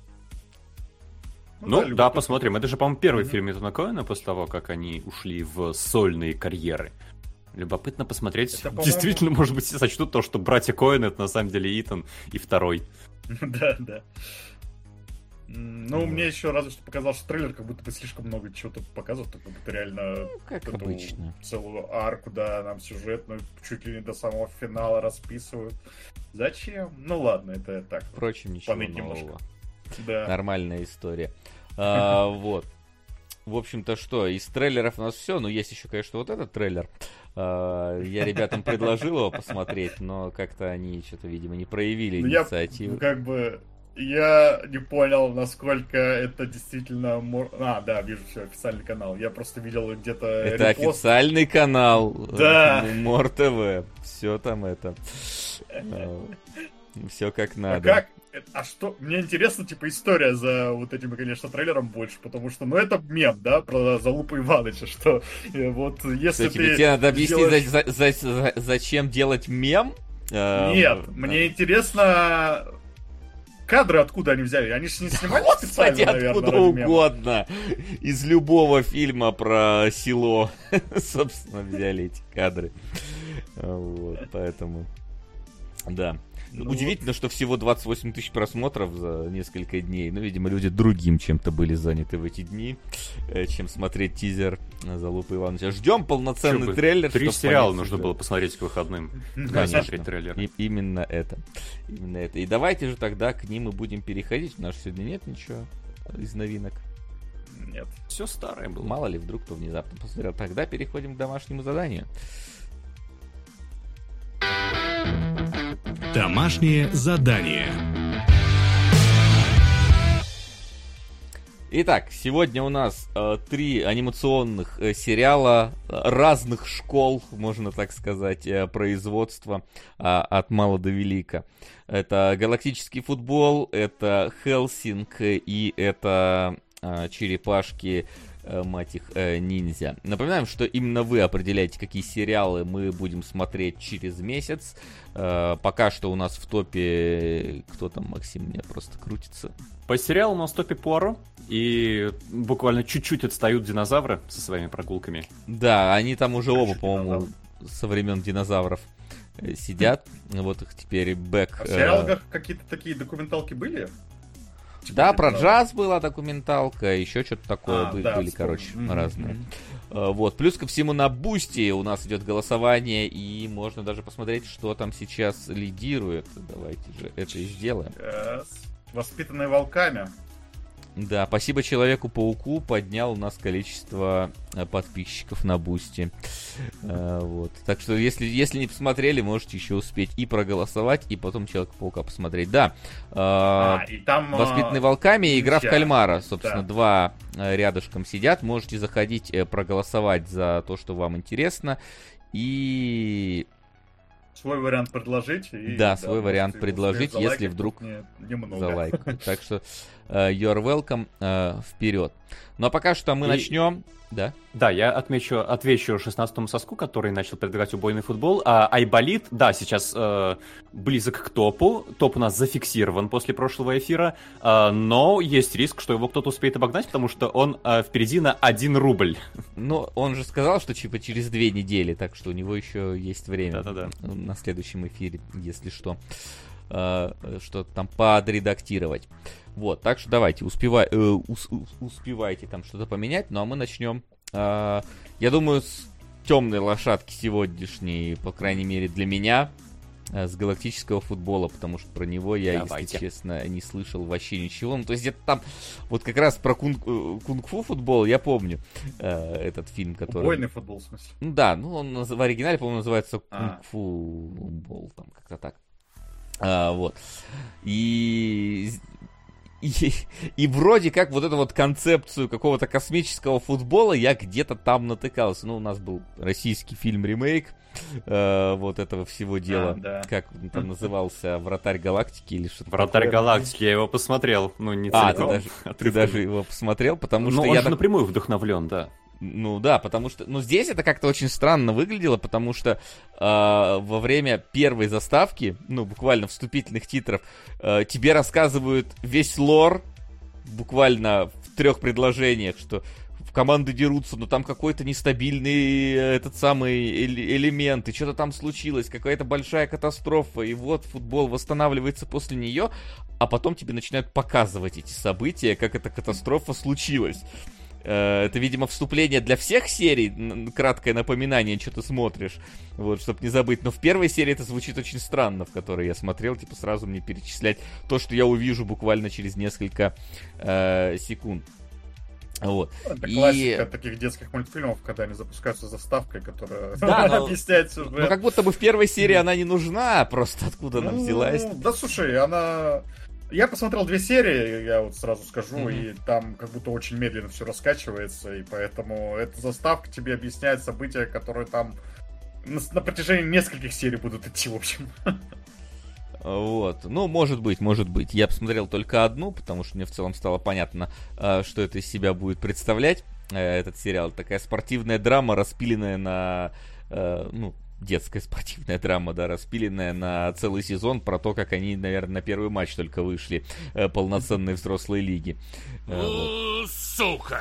Ну, ну да, да посмотрим. Это же, по-моему, первый mm-hmm. фильм Итана Коэна после того, как они ушли в сольные карьеры. Любопытно посмотреть. Это, действительно, может быть, все сочтут то, что братья Коэн — это на самом деле Итан и второй. Да, да. Ну, mm-hmm. мне еще разве что показалось, что трейлер как будто бы слишком много чего-то показывает, как будто реально ну, как обычно. Целую арку, да, нам сюжетную чуть ли не до самого финала расписывают. Зачем? Ну ладно, это так. Впрочем, ничего нового. Немножко. Да. Нормальная история. А, вот. В общем-то, что, из трейлеров у нас все, но есть еще, конечно, вот этот трейлер. А, я ребятам предложил его посмотреть, но как-то они что-то, видимо, не проявили ну, инициативу. Я, как бы, я не понял, насколько это действительно... Мор... А, да, вижу, все, официальный канал. Я просто видел где-то Это репост. Официальный канал. Да. Мор ТВ. Все там это. Все как надо. А как? А что? Мне интересно, типа, история за вот этим, конечно, трейлером больше, потому что, ну, это мем, да, про Залупу Иваныча, что вот если Кстати, ты... тебе надо объяснить, делаешь... за, за, за, зачем делать мем? Нет, а, мне а... интересно... Кадры откуда они взяли? Они же не снимали Господи, специально, наверное, откуда угодно. Из любого фильма про село, собственно, взяли эти кадры. Вот, поэтому... Да. Ну, удивительно, что всего двадцать восемь тысяч просмотров за несколько дней. Ну, видимо, люди другим чем-то были заняты в эти дни, чем смотреть тизер Залупы Ивановича. Ждем полноценный Чё, трейлер. Три сериала нужно было посмотреть к выходным. Конечно. Трейлер. И, именно это. Именно это. И давайте же тогда к ним и будем переходить. У нас сегодня нет ничего из новинок. Нет. Все старое было. Мало ли, вдруг кто внезапно посмотрел. Тогда переходим к домашнему заданию. Домашнее задание. Итак, сегодня у нас э, три анимационных э, сериала э, разных школ, можно так сказать, э, производства э, от мала до велика. Это «Галактический футбол», это «Хелсинг» и это э, «Черепашки», э, мать их, э, ниндзя. Напоминаем, что именно вы определяете, какие сериалы мы будем смотреть через месяц. Э, пока что у нас в топе... Кто там, Максим, у меня просто крутится? По сериалу у нас в топе Пуаро. И буквально чуть-чуть отстают динозавры со своими прогулками. Да, они там уже оба, по-моему, со времен динозавров сидят. Вот их теперь бэк. А в сериалах какие-то такие документалки были? Да, про джаз была документалка, еще что-то такое а, были, да, были короче, mm-hmm. разные. Mm-hmm. Вот. Плюс ко всему на Бусти у нас идет голосование, и можно даже посмотреть, что там сейчас лидирует. Давайте же это и сделаем. Yes. Воспитанные волками. Да, спасибо Человеку-пауку, поднял у нас количество подписчиков на Бусти. А, вот. Так что, если, если не посмотрели, можете еще успеть и проголосовать, и потом Человека-паука посмотреть. Да, а, и там, «Воспитанные волками» и «Игра в кальмара», собственно, да. два рядышком сидят. Можете заходить, проголосовать за то, что вам интересно, и... Свой вариант предложить. И, да, да, свой вариант предложить, если залайкать, вдруг не, не залайкают. Так что uh, you're welcome, uh, вперед. Ну а пока что мы и... начнем. Да. Да, я отмечу, отвечу шестнадцатому соску, который начал предлагать убойный футбол. А Айболит, да, сейчас э, близок к топу. Топ у нас зафиксирован после прошлого эфира. Э, но есть риск, что его кто-то успеет обогнать, потому что он э, впереди на один рубль. Но он же сказал, что типа через две недели, так что у него еще есть время. Да-да-да. На следующем эфире, если что. Э, что-то там подредактировать. Вот, так что давайте, успевай, э, ус, успевайте там что-то поменять, ну а мы начнем. Э, я думаю, с темной лошадки сегодняшней, по крайней мере для меня, э, с галактического футбола, потому что про него я, давайте. если честно, не слышал вообще ничего. Ну, то есть это там, вот как раз про кунг, э, кунг-фу футбол я помню, э, этот фильм, который... Убойный футбол, в смысле? Ну да, ну он в оригинале, по-моему, называется а. кунг-фу бол, там как-то так. А, вот. И... И, и вроде как вот эту вот концепцию какого-то космического футбола я где-то там натыкался. Ну, у нас был российский фильм-ремейк э, вот этого всего дела. А, да. Как он там назывался? «Вратарь галактики» или что-то «Вратарь такое. галактики», я его посмотрел. Ну, не а, целиком. ты даже, ты даже его посмотрел, потому что ну, я... он же так... напрямую вдохновлен, да. Ну да, потому что... Ну здесь это как-то очень странно выглядело, потому что э, во время первой заставки, ну буквально вступительных титров, э, тебе рассказывают весь лор, буквально в трех предложениях, что команды дерутся, но там какой-то нестабильный этот самый элемент, и что-то там случилось, какая-то большая катастрофа, и вот футбол восстанавливается после нее, а потом тебе начинают показывать эти события, как эта катастрофа случилась. Это, видимо, вступление для всех серий, краткое напоминание, что ты смотришь, вот, чтобы не забыть. Но в первой серии это звучит очень странно, в которой я смотрел, типа сразу мне перечислять то, что я увижу буквально через несколько э, секунд. Вот. Это и... классика таких детских мультфильмов, когда они запускаются заставкой, которая да, но... объясняет сюжет. Ну, как будто бы в первой серии она не нужна, просто откуда она ну, взялась. Да, слушай, она... Я посмотрел две серии, я вот сразу скажу, mm-hmm. и там как будто очень медленно все раскачивается, и поэтому эта заставка тебе объясняет события, которые там на, на протяжении нескольких серий будут идти, в общем. Вот, ну, может быть, может быть. Я посмотрел только одну, потому что мне в целом стало понятно, что это из себя будет представлять, этот сериал. Такая спортивная драма, распиленная на, ну, детская спортивная драма, да, распиленная на целый сезон про то, как они, наверное, на первый матч только вышли э, полноценной взрослой лиги. Э, вот. Сука!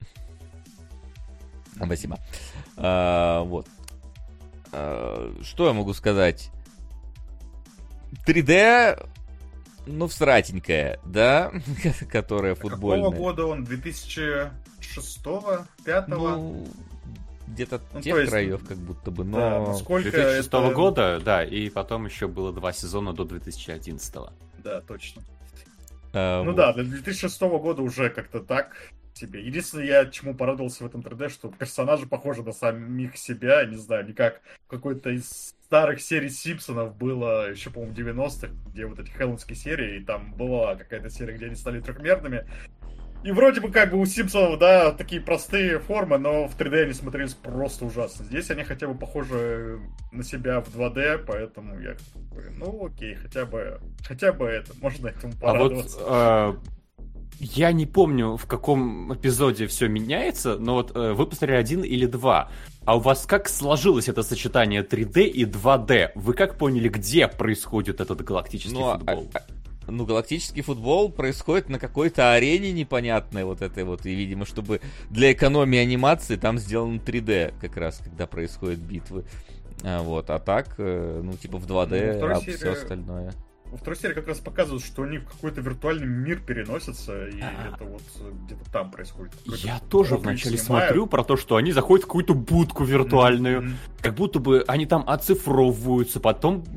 Спасибо. А, вот. А, что я могу сказать? три дэ, ну, всратенькая, да, которая футбольная. Какого года он? две тысячи шестого, пятого? Ну... Где-то ну, тех есть, краев, как будто бы, но... Да, насколько две тысячи шестого это... года, да, и потом еще было два сезона до две тысячи одиннадцатого. Да, точно. А, ну вот. да, для две тысячи шестого года уже как-то так себе. Единственное, я чему порадовался в этом три дэ, что персонажи похожи на самих себя, не знаю, не как в какой-то из старых серий Симпсонов было еще, по-моему, в девяностых, где вот эти хэллоуинские серии, и там была какая-то серия, где они стали трехмерными. И вроде бы как бы у Симпсонов, да, такие простые формы, но в три дэ они смотрелись просто ужасно. Здесь они хотя бы похожи на себя в два дэ, поэтому я ну окей, хотя бы, хотя бы это, можно этому порадоваться. А вот, э, я не помню, в каком эпизоде все меняется, но вот э, вы посмотрели один или два. А у вас как сложилось это сочетание три дэ и два дэ? Вы как поняли, где происходит этот галактический ну, футбол? А, а... Ну, галактический футбол происходит на какой-то арене непонятной вот этой вот. И, видимо, чтобы для экономии анимации там сделан три дэ как раз, когда происходят битвы. А, вот, а так, ну, типа в два дэ, ну, а серии... все остальное. Во второй серии как раз показывают, что они в какой-то виртуальный мир переносятся, и А-а-а. это вот где-то там происходит. Я тоже вначале снимают. смотрю про то, что они заходят в какую-то будку виртуальную, mm-hmm. как будто бы они там оцифровываются, потом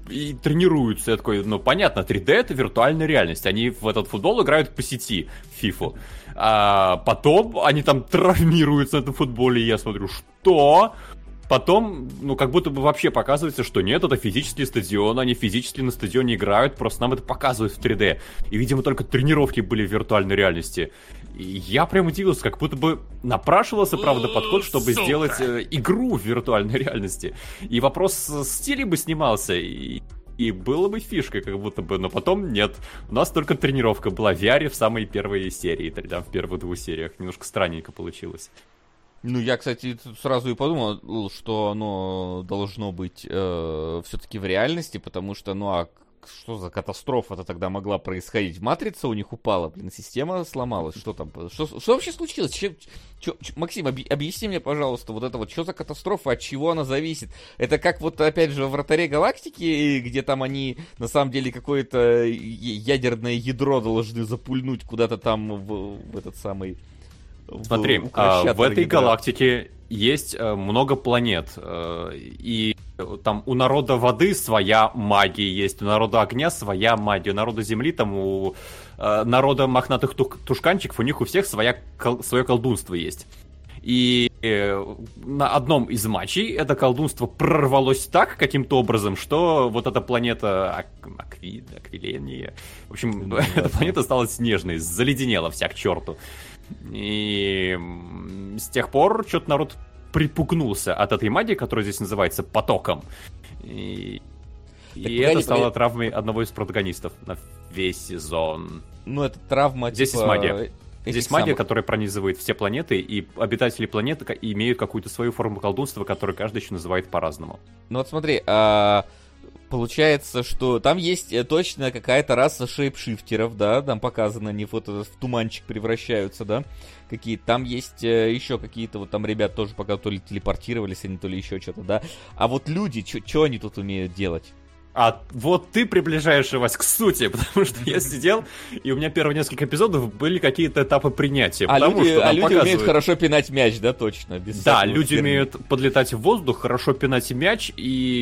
и тренируются. Я такой, ну, понятно, три дэ — это виртуальная реальность. Они в этот футбол играют по сети, в фифу. А потом они там травмируются на этом футболе, и я смотрю, что... Потом, ну, как будто бы вообще показывается, что нет, это физический стадион, они физически на стадионе играют, просто нам это показывают в три дэ. И, видимо, только тренировки были в виртуальной реальности. И я прям удивился, как будто бы напрашивался, правда, подход, чтобы Сука. сделать э, игру в виртуальной реальности. И вопрос стиля бы снимался, и, и было бы фишкой, как будто бы, но потом нет. У нас только тренировка была в ви ар в самой первой серии, там, в первых двух сериях. Немножко странненько получилось. Ну, я, кстати, сразу и подумал, что оно должно быть э, все-таки в реальности, потому что, ну, а что за катастрофа-то тогда могла происходить? Матрица у них упала, блин, система сломалась, что там, что, что вообще случилось? Че, че, че, Максим, оби, объясни мне, пожалуйста, вот это вот, что за катастрофа, от чего она зависит? Это как вот, опять же, в «Вратаре галактики», где там они, на самом деле, какое-то ядерное ядро должны запульнуть куда-то там в, в этот самый... Смотри, в, а, в этой галактике есть а, много планет, а, и там у народа воды своя магия есть, у народа огня своя магия, у народа земли, там у а, народа мохнатых тух- тушканчиков, у них у всех своя, кол- свое колдунство есть. И э, на одном из матчей это колдунство прорвалось так, каким-то образом, что вот эта планета Ак- Акви... Аквиления, в общем, да, эта планета стала снежной, заледенела вся к черту. И с тех пор что-то народ припугнулся от этой магии, которая здесь называется потоком. И, и это не... стало травмой одного из протагонистов на весь сезон. Ну, это травма, здесь типа... есть магия. Здесь магия, самых... которая пронизывает все планеты, и обитатели планеты имеют какую-то свою форму колдунства, которую каждый еще называет по-разному. Ну вот смотри, а... получается, что там есть точно какая-то раса шейпшифтеров, да, там показано, они вот в туманчик превращаются, да, какие-то, там есть еще какие-то, вот там ребят тоже пока то ли телепортировались, они то ли еще что-то, да, а вот люди, что они тут умеют делать? А вот ты приближаешь, Вась, к сути, потому что я сидел, и у меня первые несколько эпизодов были какие-то этапы принятия. А потому люди, что а люди показывают... умеют хорошо пинать мяч, да, точно? Без да, люди термина. умеют подлетать в воздух, хорошо пинать мяч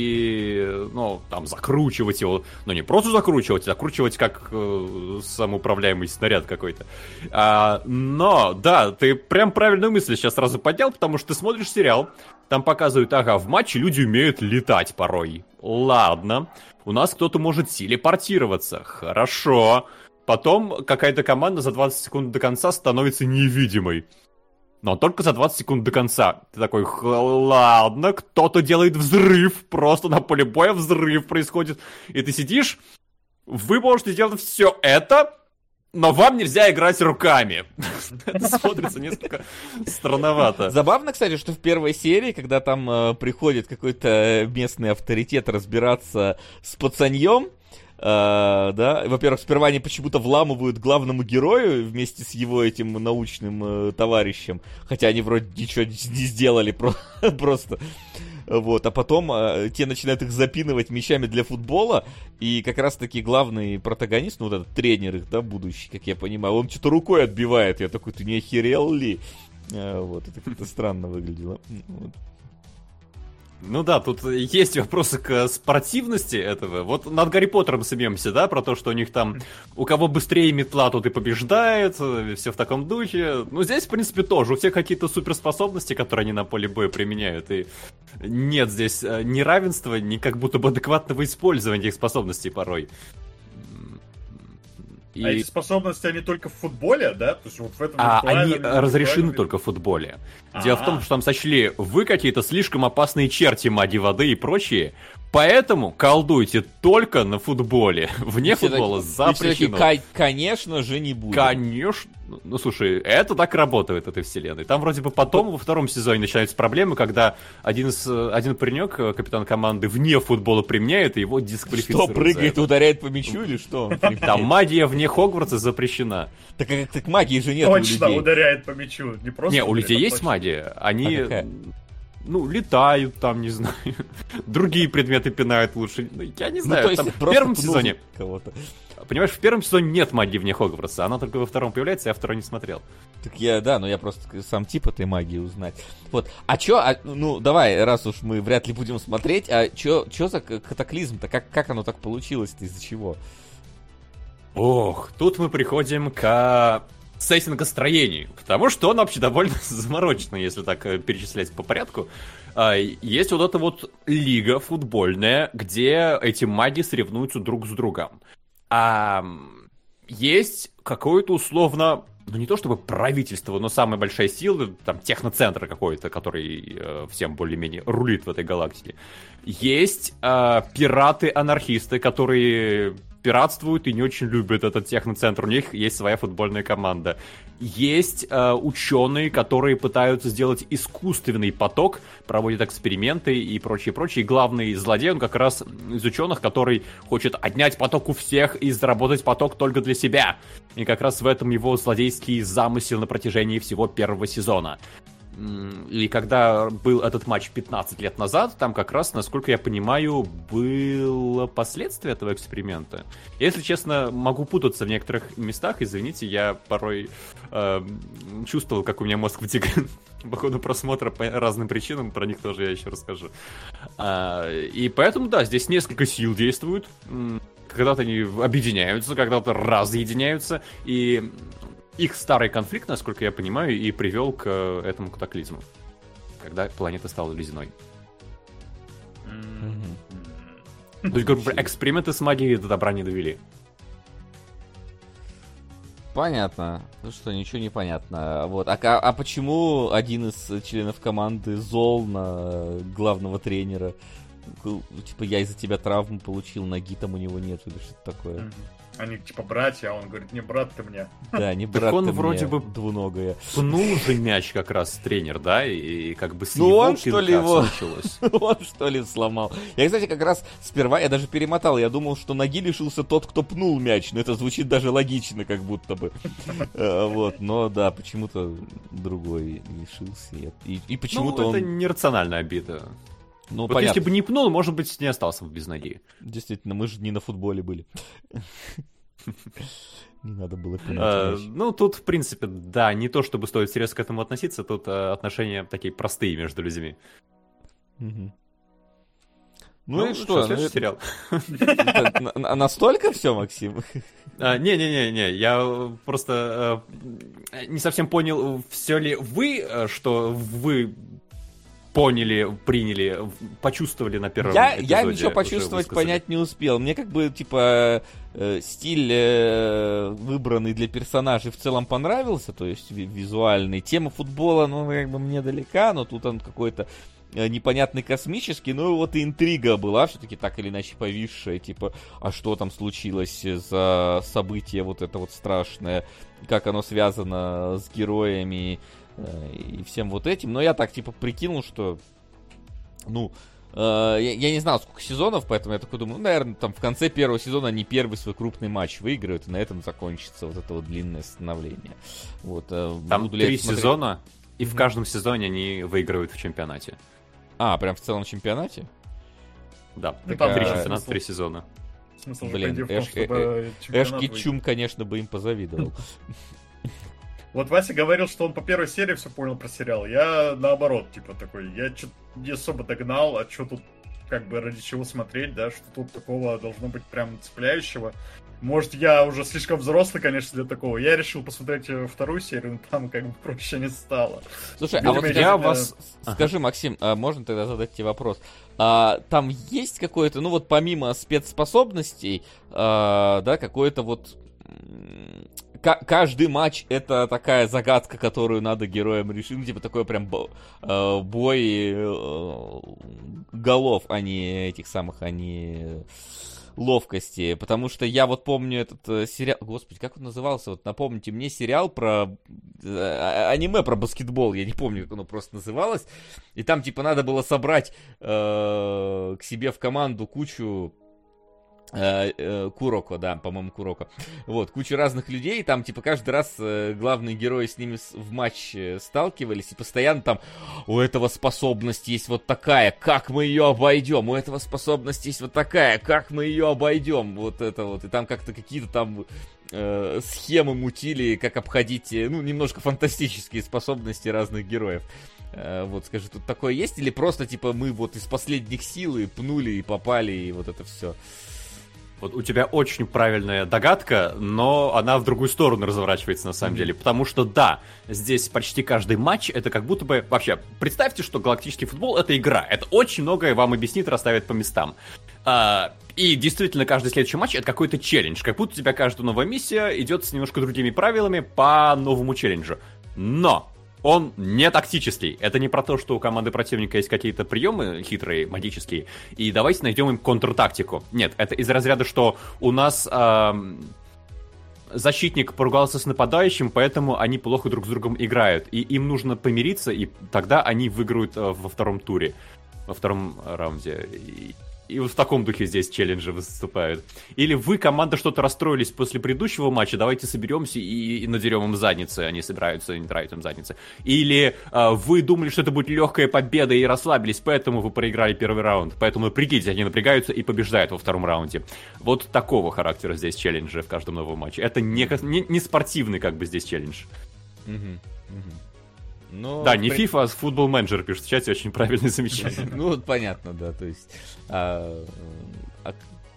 и, ну, там, закручивать его. Ну, не просто закручивать, а закручивать как э, самоуправляемый снаряд какой-то. А, но, да, ты прям правильную мысль сейчас сразу поднял, потому что ты смотришь сериал, там показывают, ага, в матче люди умеют летать порой. Ладно. У нас кто-то может телепортироваться. Хорошо. Потом какая-то команда за двадцать секунд до конца становится невидимой. Но только за двадцать секунд до конца. Ты такой, ладно, кто-то делает взрыв. Просто на поле боя взрыв происходит. И ты сидишь, вы можете делать все это, но вам нельзя играть руками. Это смотрится несколько странновато. Забавно, кстати, что в первой серии, когда там э, приходит какой-то местный авторитет разбираться с пацаньем, э, да, во-первых, сперва они почему-то вламывают главному герою вместе с его этим научным э, товарищем, хотя они вроде ничего не сделали, про- просто... Вот, а потом э, те начинают их запинывать мячами для футбола, и как раз-таки главный протагонист, ну вот этот тренер их, да, будущий, как я понимаю, он что-то рукой отбивает, я такой, ты не охерел ли? А, вот, это как-то странно выглядело. Вот. Ну да, тут есть вопросы к спортивности этого. Вот над Гарри Поттером смеемся, да, про то, что у них там у кого быстрее метла, тот и побеждает, все в таком духе. Ну здесь, в принципе, тоже. У всех какие-то суперспособности, которые они на поле боя применяют. И нет здесь ни равенства, ни как будто бы адекватного использования этих способностей порой. И... А эти способности, они только в футболе, да? То есть вот в этом а они разрешены только в футболе. А-а-а. Дело в том, что там сочли, вы какие-то слишком опасные черти, маги воды и прочие, поэтому колдуйте только на футболе. Вне футбола запрещено. К- конечно же не будет. Конечно. Ну, слушай, это так работает, этой вселенной. Там вроде бы потом, во втором сезоне начинаются проблемы, когда один, из, один паренек, капитан команды, вне футбола применяет, и его дисквалифицируют. Что, прыгает и ударяет по мячу или что? Там магия вне Хогвартса запрещена. Так, так магии же нет Точно у людей. ударяет по мячу. Не, просто не у людей есть магия. Они... А ну, летают там, не знаю, другие предметы пинают лучше. Я не знаю, ну, там в первом сезоне... Кого-то. Понимаешь, в первом сезоне нет магии вне Хогвартса, она только во втором появляется, я второй не смотрел. Так я, да, но я просто сам тип этой магии узнать. Вот, а чё, а, ну, давай, раз уж мы вряд ли будем смотреть, а чё, чё за катаклизм-то, как, как оно так получилось-то, из-за чего? Ох, тут мы приходим к сеттингостроению, потому что он вообще довольно замороченный, если так перечислять по порядку. Есть вот эта вот лига футбольная, где эти маги соревнуются друг с другом. А есть какое-то условно, ну не то чтобы правительство, но самая большая сила, там техноцентр какой-то, который э, всем более-менее рулит в этой галактике. Есть э, пираты-анархисты, которые пиратствуют и не очень любят этот техноцентр. У них есть своя футбольная команда. Есть э, ученые, которые пытаются сделать искусственный поток, проводят эксперименты и прочее, прочее. И главный злодей, он как раз из ученых, который хочет отнять поток у всех и заработать поток только для себя. И как раз в этом его злодейский замысел на протяжении всего первого сезона. И когда был этот матч пятнадцать лет назад, там как раз, насколько я понимаю, было последствие этого эксперимента. Если честно, могу путаться в некоторых местах, извините, я порой э, чувствовал, как у меня мозг вытекает по ходу просмотра по разным причинам, про них тоже я еще расскажу. А, и поэтому, да, здесь несколько сил действуют. Когда-то они объединяются, когда-то разъединяются, и... Их старый конфликт, насколько я понимаю, и привел к этому катаклизму, когда планета стала ледяной. Mm-hmm. То есть, говорю, эксперименты с магией до добра не довели. Понятно. Ну что, ничего не понятно. Вот. А, а, а почему один из членов команды зол на главного тренера? Типа, я из-за тебя травму получил, ноги там у него нет, или что-то такое. Mm-hmm. Они типа братья, а он говорит, не брат ты мне. Да, не брат он ты вроде мне, бы двуногая. Пнул же мяч как раз тренер, да, и, и как бы с ну его он что ли его, случилось. Он что ли сломал. Я, кстати, как раз сперва, я даже перемотал, я думал, что ноги лишился тот, кто пнул мяч, но это звучит даже логично, как будто бы. Вот, но да, почему-то другой лишился. И почему-то он... Ну, это нерациональная обида. Ну, вот понятно. Если бы не пнул, может быть, не остался бы без ноги. Действительно, мы же не на футболе были. Не надо было пинать а, мяч. Ну, тут, в принципе, да, не то, чтобы стоит серьезно к этому относиться, тут а, отношения такие простые между людьми. Угу. Ну, ну и что? Следующий сериал. Настолько все, Максим? Не-не-не, я просто не совсем понял, все ли вы, что вы... поняли, приняли, почувствовали на первом я, эпизоде. Я ничего почувствовать, понять не успел. Мне как бы, типа, э, стиль, э, выбранный для персонажей в целом понравился, то есть ви- визуальный. Тема футбола, ну, как бы мне далека, но тут он какой-то э, непонятный космический, ну, вот и интрига была все-таки так или иначе повисшая, типа, а что там случилось за событие вот это вот страшное, как оно связано с героями, и всем вот этим, но я так, типа, прикинул, что, ну, э, я, я не знал, сколько сезонов, поэтому я такой думаю, ну, наверное, там в конце первого сезона они первый свой крупный матч выиграют, и на этом закончится вот это вот длинное становление. Вот, э, там буду ли три я смотреть... сезона, и в каждом сезоне они выигрывают в чемпионате. А, прям в целом чемпионате? Да, Ну, там три да, чемпионата, смысл. три сезона. Смысл же, Блин, по идее, в том, Эш, чтобы э, чемпионат Эшки выиграть. Чум, конечно, бы им позавидовал. Вот Вася говорил, что он по первой серии все понял про сериал. Я наоборот, типа, такой, я что-то не особо догнал, а что тут, как бы, ради чего смотреть, да, что тут такого должно быть прям цепляющего. Может, я уже слишком взрослый, конечно, для такого. Я решил посмотреть вторую серию, но там как бы проще не стало. Слушай, Видимо, а вот я я тебя- вас... Скажи, Максим, а можно тогда задать тебе вопрос? А, там есть какое-то, ну вот помимо спецспособностей, а, да, какое-то вот... м, ка- каждый матч это такая загадка, которую надо героям решить. Ну, типа такой прям бо- э, бой э, голов, а не этих самых, а не... ловкости, потому что я вот помню этот э, сериал, господи, как он назывался, вот напомните мне сериал про э, аниме про баскетбол, я не помню, как оно просто называлось, и там типа надо было собрать э, к себе в команду кучу Э, э, Куроко, да, по-моему, Куроко. Вот, куча разных людей, там, типа, каждый раз э, главные герои с ними с, в матч э, сталкивались, и постоянно там, у этого способность есть вот такая, как мы ее обойдем, у этого способность есть вот такая, как мы ее обойдем, вот это вот, и там как-то какие-то там э, схемы мутили, как обходить, ну, немножко фантастические способности разных героев. Э, вот, скажи, тут такое есть, или просто, типа, мы вот из последних сил и пнули, и попали, и вот это все? Вот у тебя очень правильная догадка, но она в другую сторону разворачивается на самом mm-hmm. деле. Потому что да, здесь почти каждый матч это как будто бы... Вообще, представьте, что галактический футбол — это игра. Это очень многое вам объяснит, расставит по местам. А, и действительно, каждый следующий матч — это какой-то челлендж. Как будто у тебя каждая новая миссия идет с немножко другими правилами по новому челленджу. Но... он не тактический. Это не про то, что у команды противника есть какие-то приемы хитрые, магические, и давайте найдем им контртактику. Нет, это из разряда, что у нас эм, защитник поругался с нападающим, поэтому они плохо друг с другом играют. И им нужно помириться, и тогда они выиграют э, во втором туре, во втором раунде. И, и вот в таком духе здесь челленджи выступают. Или вы, команда, что-то расстроились после предыдущего матча, давайте соберемся и, и надерем им задницы, они собираются и не тратят им задницы. Или э, вы думали, что это будет легкая победа и расслабились, поэтому вы проиграли первый раунд. Поэтому напрягитесь, они напрягаются и побеждают во втором раунде. Вот такого характера здесь челленджи в каждом новом матче. Это не, не, не спортивный как бы здесь челлендж. Угу, угу. Но да, не при... FIFA, а Football Manager пишет в чате, очень правильное замечание. Ну, вот понятно, да, то есть... А, а,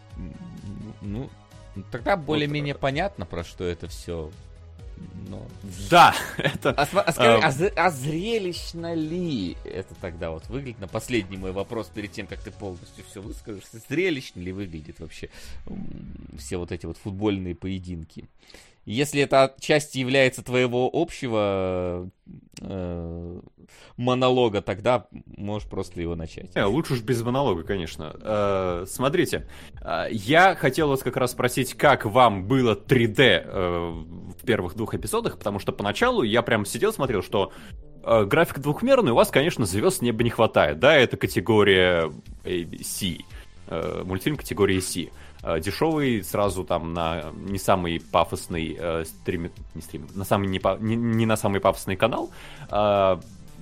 ну, тогда более-менее понятно, про что это все. Но... Да, это... А, а, скажи, а, а зрелищно ли это тогда вот выглядит? На последний мой вопрос, перед тем, как ты полностью все выскажешь. Зрелищно ли выглядит вообще все вот эти вот футбольные поединки? Если это отчасти является твоего общего э, монолога, тогда можешь просто его начать. Не, лучше уж без монолога, конечно. Э, смотрите, э, я хотел вас как раз спросить, как вам было три дэ э, в первых двух эпизодах, потому что поначалу я прям сидел, смотрел, что э, график двухмерный, у вас, конечно, звезд неба не хватает, да, это категория C, э, мультфильм категории C. Дешевый, сразу там на не самый пафосный э, стрим, не стрим, на самый не, не, не на самый пафосный канал, э,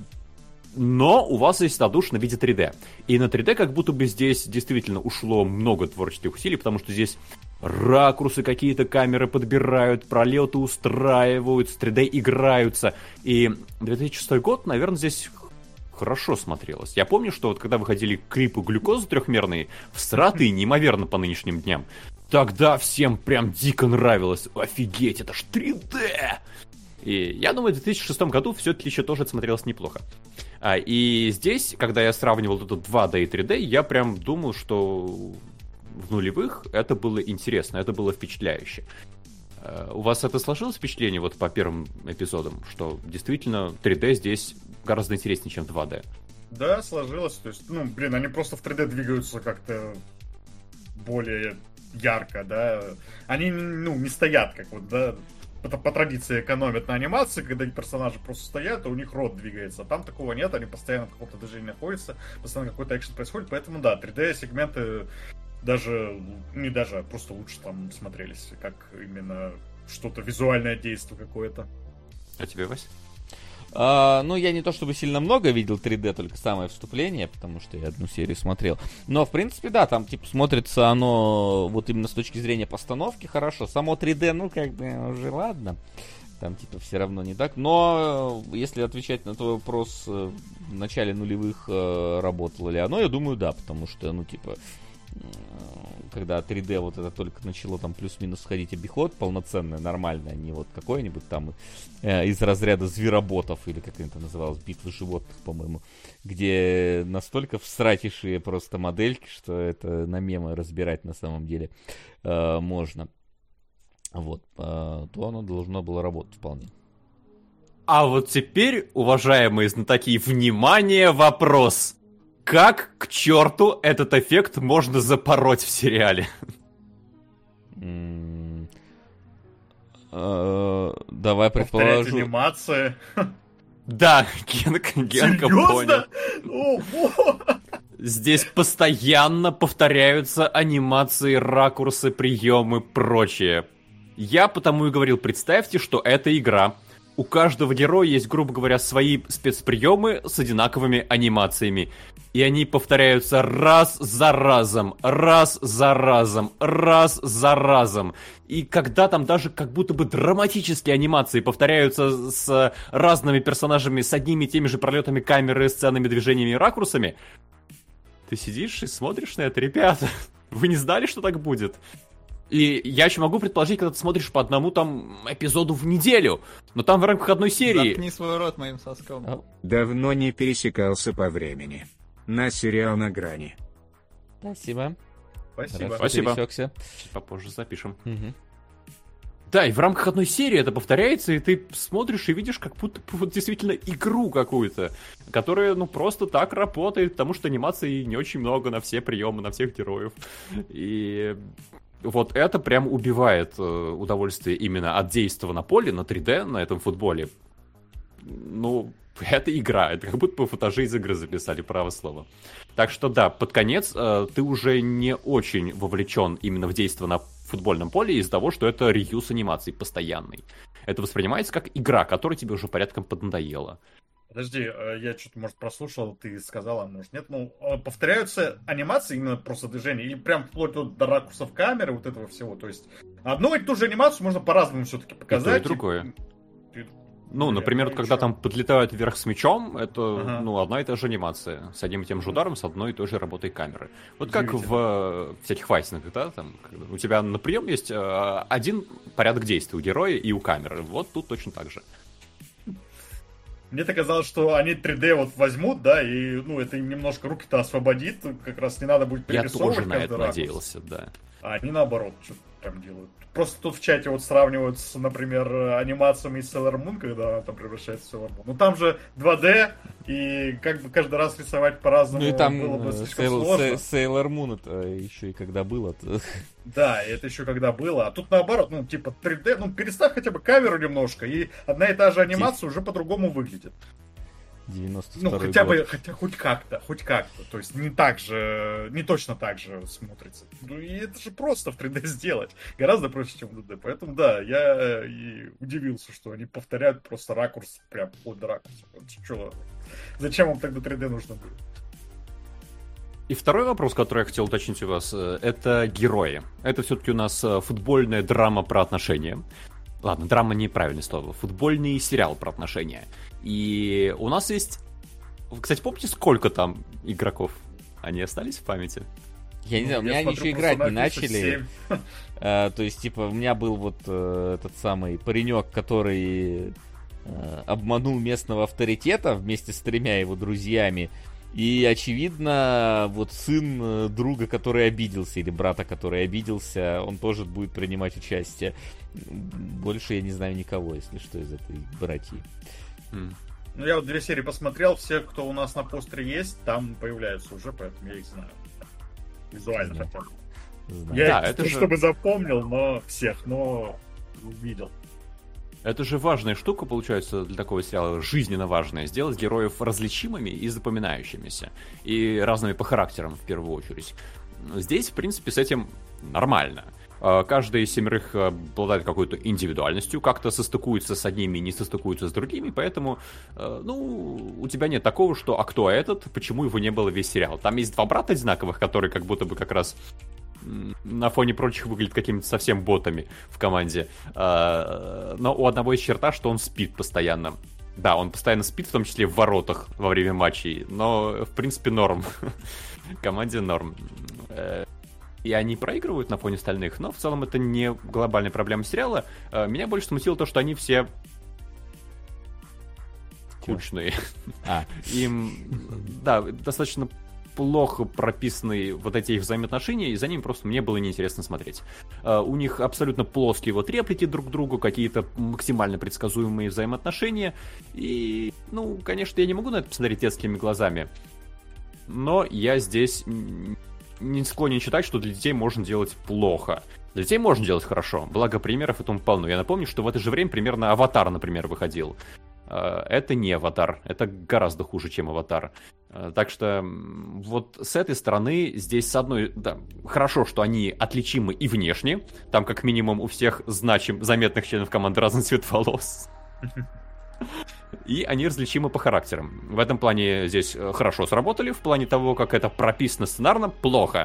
но у вас есть отдушина в виде три дэ. И на три дэ как будто бы здесь действительно ушло много творческих усилий, потому что здесь ракурсы какие-то камеры подбирают, пролеты устраивают, с три дэ играются. И две тысячи шестой год, наверное, здесь... хорошо смотрелось. Я помню, что вот когда выходили клипы глюкозы трехмерные, всратые неимоверно по нынешним дням, тогда всем прям дико нравилось. Офигеть, это ж три дэ! И я думаю, в две тысячи шестом году все-таки еще тоже смотрелось неплохо. А, и здесь, когда я сравнивал это два дэ и три дэ, я прям думал, что в нулевых это было интересно, это было впечатляюще. У вас это сложилось впечатление вот по первым эпизодам, что действительно три дэ здесь гораздо интереснее, чем два дэ? Да, сложилось. То есть, ну, блин, они просто в три дэ двигаются как-то более ярко, да. Они, ну, не стоят, как вот, да, по, по традиции экономят на анимации, когда персонажи просто стоят, а у них рот двигается. Там такого нет, они постоянно в каком-то движении находятся, постоянно какой-то экшен происходит, поэтому, да, три дэ-сегменты даже, не даже, а просто лучше там смотрелись, как именно что-то, визуальное действие какое-то. А тебе, Вась? А, ну, я не то чтобы сильно много видел три дэ, только самое вступление, потому что я одну серию смотрел. Но, в принципе, да, там, типа, смотрится оно вот именно с точки зрения постановки хорошо. Само три дэ, ну, как бы, уже ладно. Там, типа, все равно не так. Но, если отвечать на твой вопрос, в начале нулевых работало ли оно, я думаю, да, потому что, ну, типа... когда три дэ вот это только начало там плюс-минус входить обиход полноценное, нормальное, не вот какое-нибудь там э, из разряда звероботов, или как это называлось, битвы животных, по-моему, где настолько всратишие просто модельки, что это на мемы разбирать на самом деле э, можно. Вот, э, то оно должно было работать вполне. А вот теперь, уважаемые знатоки, внимание, вопрос! Как к черту этот эффект можно запороть в сериале? Mm. Uh, давай предположу. Анимация. Да, Генка, Генка понял. Ого! Здесь постоянно повторяются анимации, ракурсы, приемы, прочее. Я потому и говорил, представьте, что это игра. У каждого героя есть, грубо говоря, свои спецприемы с одинаковыми анимациями. И они повторяются раз за разом, раз за разом, раз за разом. И когда там даже как будто бы драматические анимации повторяются с разными персонажами, с одними и теми же пролетами камеры, сценами, движениями и ракурсами, ты сидишь и смотришь на это, ребята, вы не знали, что так будет? И я еще могу предположить, когда ты смотришь по одному там эпизоду в неделю, но там в рамках одной серии... Заткни свой рот моим соском. Давно не пересекался по времени. На сериал «На грани». Спасибо. Спасибо. Спасибо. Пересекся. Чуть попозже запишем. Угу. Да, и в рамках одной серии это повторяется, и ты смотришь и видишь как будто бы вот действительно игру какую-то, которая, ну, просто так работает, потому что анимаций не очень много на все приемы, на всех героев. И вот это прям убивает э, удовольствие именно от действия на поле, на три дэ, на этом футболе. Ну, это игра, это как будто бы футажи из игры записали, право слово. Так что да, под конец э, ты уже не очень вовлечен именно в действие на футбольном поле из-за того, что это реюз анимаций постоянный. Это воспринимается как игра, которая тебе уже порядком поднадоела. Подожди, я что-то, может, прослушал, ты сказала, может, нет. Ну, повторяются анимации именно просто движения, или прям вплоть до ракурсов камеры, вот этого всего. То есть одну и ту же анимацию можно по-разному все-таки показать. И то, и другое. И... Ну, Блин, например, ну, когда там подлетают вверх с мячом, это, ага. ну, одна и та же анимация. С одним и тем же ударом, с одной и той же работой камеры. Вот как в э, всяких файтингах, да, там, когда у тебя на прием есть э, один порядок действий у героя и у камеры. Вот тут точно так же. Мне-то казалось, что они три дэ вот возьмут, да, и, ну, это им немножко руки-то освободит, как раз не надо будет перерисовывать. Я тоже на это ракурс. надеялся, да. А они наоборот что-то прям делают. Просто тут в чате вот сравнивают с, например, анимациями из Sailor Moon, когда она там превращается в Sailor Moon. Ну там же два дэ, и как бы каждый раз рисовать по-разному ну, и там было бы слишком Sailor, сложно. Sailor Moon это еще и когда было. Да, это еще когда было. А тут наоборот, ну типа три дэ, ну переставь хотя бы камеру немножко, и одна и та же анимация уже по-другому выглядит. девяносто Ну, второй хотя год. бы, хотя хоть как-то, хоть как-то. То есть не так же, не точно так же смотрится. Ну, и это же просто в три дэ сделать. Гораздо проще, чем в два дэ. Поэтому, да, я и удивился, что они повторяют просто ракурс, прям вплоть до ракурса. Вот что, зачем вам тогда три дэ нужно было? И второй вопрос, который я хотел уточнить у вас, это герои. Это все-таки у нас футбольная драма про отношения. Ладно, драма неправильное слово. Футбольный сериал про отношения. И у нас есть... Кстати, помните, сколько там игроков? Они остались в памяти? Я не знаю, у меня они еще играть не начали. А, то есть, типа, у меня был вот а, этот самый паренек, который а, обманул местного авторитета вместе с тремя его друзьями. И, очевидно, вот сын друга, который обиделся, или брата, который обиделся, он тоже будет принимать участие. Больше я не знаю никого, если что, из этой братьи. Mm. Ну, я вот две серии посмотрел, все, кто у нас на постере есть, там появляются уже, поэтому я их знаю. Визуально Знаю. хотя бы. Знаю. Я Да, их, это же... чтобы запомнил, но всех, но увидел. Это же важная штука, получается, для такого сериала, жизненно важная, сделать героев различимыми и запоминающимися, и разными по характерам, в первую очередь. Здесь, в принципе, с этим нормально. Каждый из семерых обладает какой-то индивидуальностью, как-то состыкуется с одними и не состыкуется с другими, поэтому, ну, у тебя нет такого, что «а кто этот?», почему его не было весь сериал. Там есть два брата одинаковых, которые как будто бы как раз на фоне прочих выглядят какими-то совсем ботами в команде. Но у одного есть черта, что он спит постоянно. Да, он постоянно спит, в том числе в воротах во время матчей, но, в принципе, норм. Команде норм. И они проигрывают на фоне остальных, но в целом это не глобальная проблема сериала. Меня больше смутило то, что они все скучные. А. Им, да, достаточно плохо прописаны вот эти их взаимоотношения, и за ними просто мне было неинтересно смотреть. Uh, у них абсолютно плоские вот реплики друг к другу, какие-то максимально предсказуемые взаимоотношения. И, ну, конечно, я не могу на это посмотреть детскими глазами, но я здесь не склонен считать, что для детей можно делать плохо. Для детей можно делать хорошо, благо примеров этому полно. Я напомню, что в это же время примерно «Аватар», например, выходил. Это не «Аватар», это гораздо хуже, чем «Аватар». Так что вот с этой стороны здесь с одной... Да, хорошо, что они отличимы и внешне. Там как минимум у всех значим, заметных членов команды разный цвет волос. И они различимы по характерам. В этом плане здесь хорошо сработали. В плане того, как это прописано сценарно, плохо.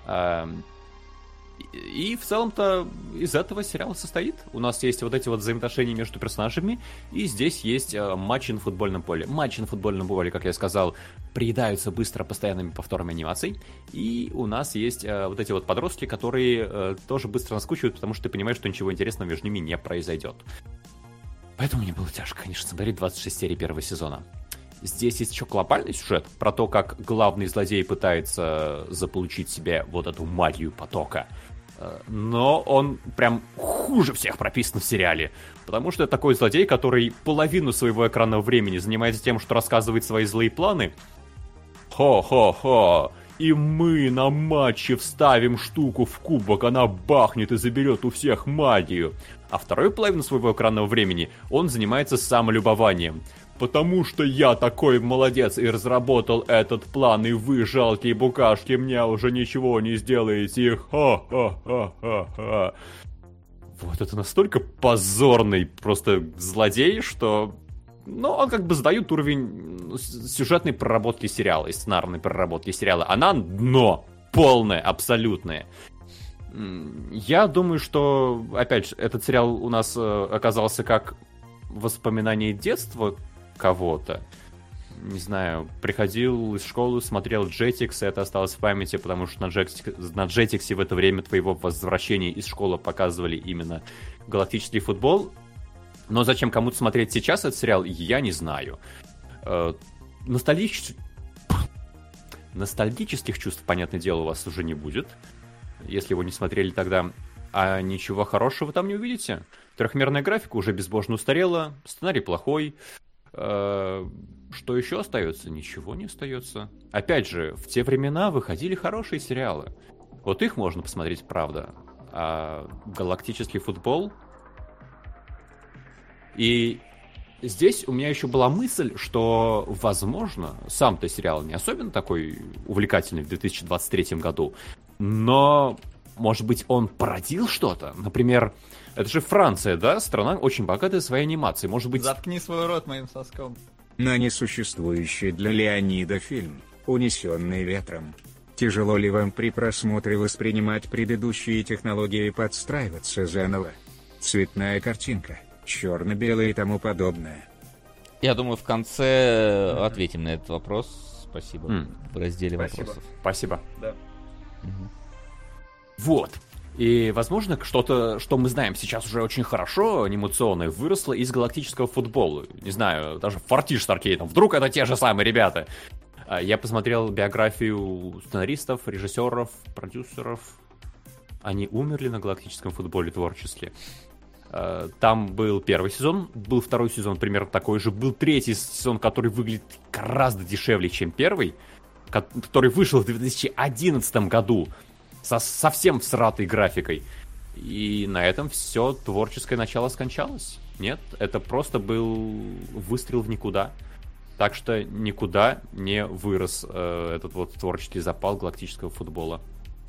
И в целом-то из этого сериал состоит. У нас есть вот эти вот взаимоотношения между персонажами, и здесь есть э, матчи на футбольном поле. Матчи на футбольном поле, как я сказал, приедаются быстро постоянными повторами анимаций. И у нас есть э, вот эти вот подростки, которые э, тоже быстро наскучивают, потому что ты понимаешь, что ничего интересного между ними не произойдет. Поэтому мне было тяжко, конечно, смотреть двадцать шесть серий первого сезона. Здесь есть еще глобальный сюжет про то, как главный злодей пытается заполучить себе вот эту магию потока. Но он прям хуже всех прописан в сериале. Потому что это такой злодей, который половину своего экранного времени занимается тем, что рассказывает свои злые планы. Хо-хо-хо. И мы на матче вставим штуку в кубок, она бахнет и заберет у всех магию. А вторую половину своего экранного времени он занимается самолюбованием. Потому что я такой молодец и разработал этот план, и вы, жалкие букашки, мне уже ничего не сделаете. Ха-ха-ха-ха-ха. Вот это настолько позорный просто злодей, что... Ну, он как бы задает уровень сюжетной проработки сериала и сценарной проработки сериала. Она дно полное, абсолютное. Я думаю, что, опять же, этот сериал у нас оказался как воспоминание детства кого-то. Не знаю, приходил из школы, смотрел Jetix, и это осталось в памяти, потому что на Jetix, на Jetix в это время твоего возвращения из школы показывали именно галактический футбол. Но зачем кому-то смотреть сейчас этот сериал, я не знаю. Э, ностальгич... Ностальгических чувств, понятное дело, у вас уже не будет. Если его не смотрели тогда, а ничего хорошего там не увидите. Трехмерная графика уже безбожно устарела, сценарий плохой. Э, что еще остается? Ничего не остается. Опять же, в те времена выходили хорошие сериалы. Вот их можно посмотреть, правда. А галактический футбол... И здесь у меня еще была мысль, что, возможно, сам-то сериал не особенно такой увлекательный в две тысячи двадцать третьем году, но, может быть, он породил что-то? Например, это же Франция, да? Страна очень богатая своей анимацией. Может быть... Заткни свой рот моим соском. На несуществующий для Леонида фильм, унесенный ветром. Тяжело ли вам при просмотре воспринимать предыдущие технологии и подстраиваться заново? Цветная картинка. Черно-белое и тому подобное. Я думаю, в конце ответим на этот вопрос. Спасибо. Mm. В разделе Спасибо. вопросов. Спасибо. Да. Угу. Вот. И, возможно, что-то, что мы знаем сейчас уже очень хорошо, анимационное, выросло из галактического футбола. Не знаю, даже Фортиш с Аркейдом. Вдруг это те же самые ребята. Я посмотрел биографию сценаристов, режиссеров, продюсеров. Они умерли на галактическом футболе творчески. Там был первый сезон, был второй сезон примерно такой же, был третий сезон, который выглядит гораздо дешевле, чем первый, который вышел в две тысячи одиннадцатом году со совсем всратой графикой. И на этом все творческое начало скончалось. Нет, это просто был выстрел в никуда. Так что никуда не вырос э, этот вот творческий запал галактического футбола.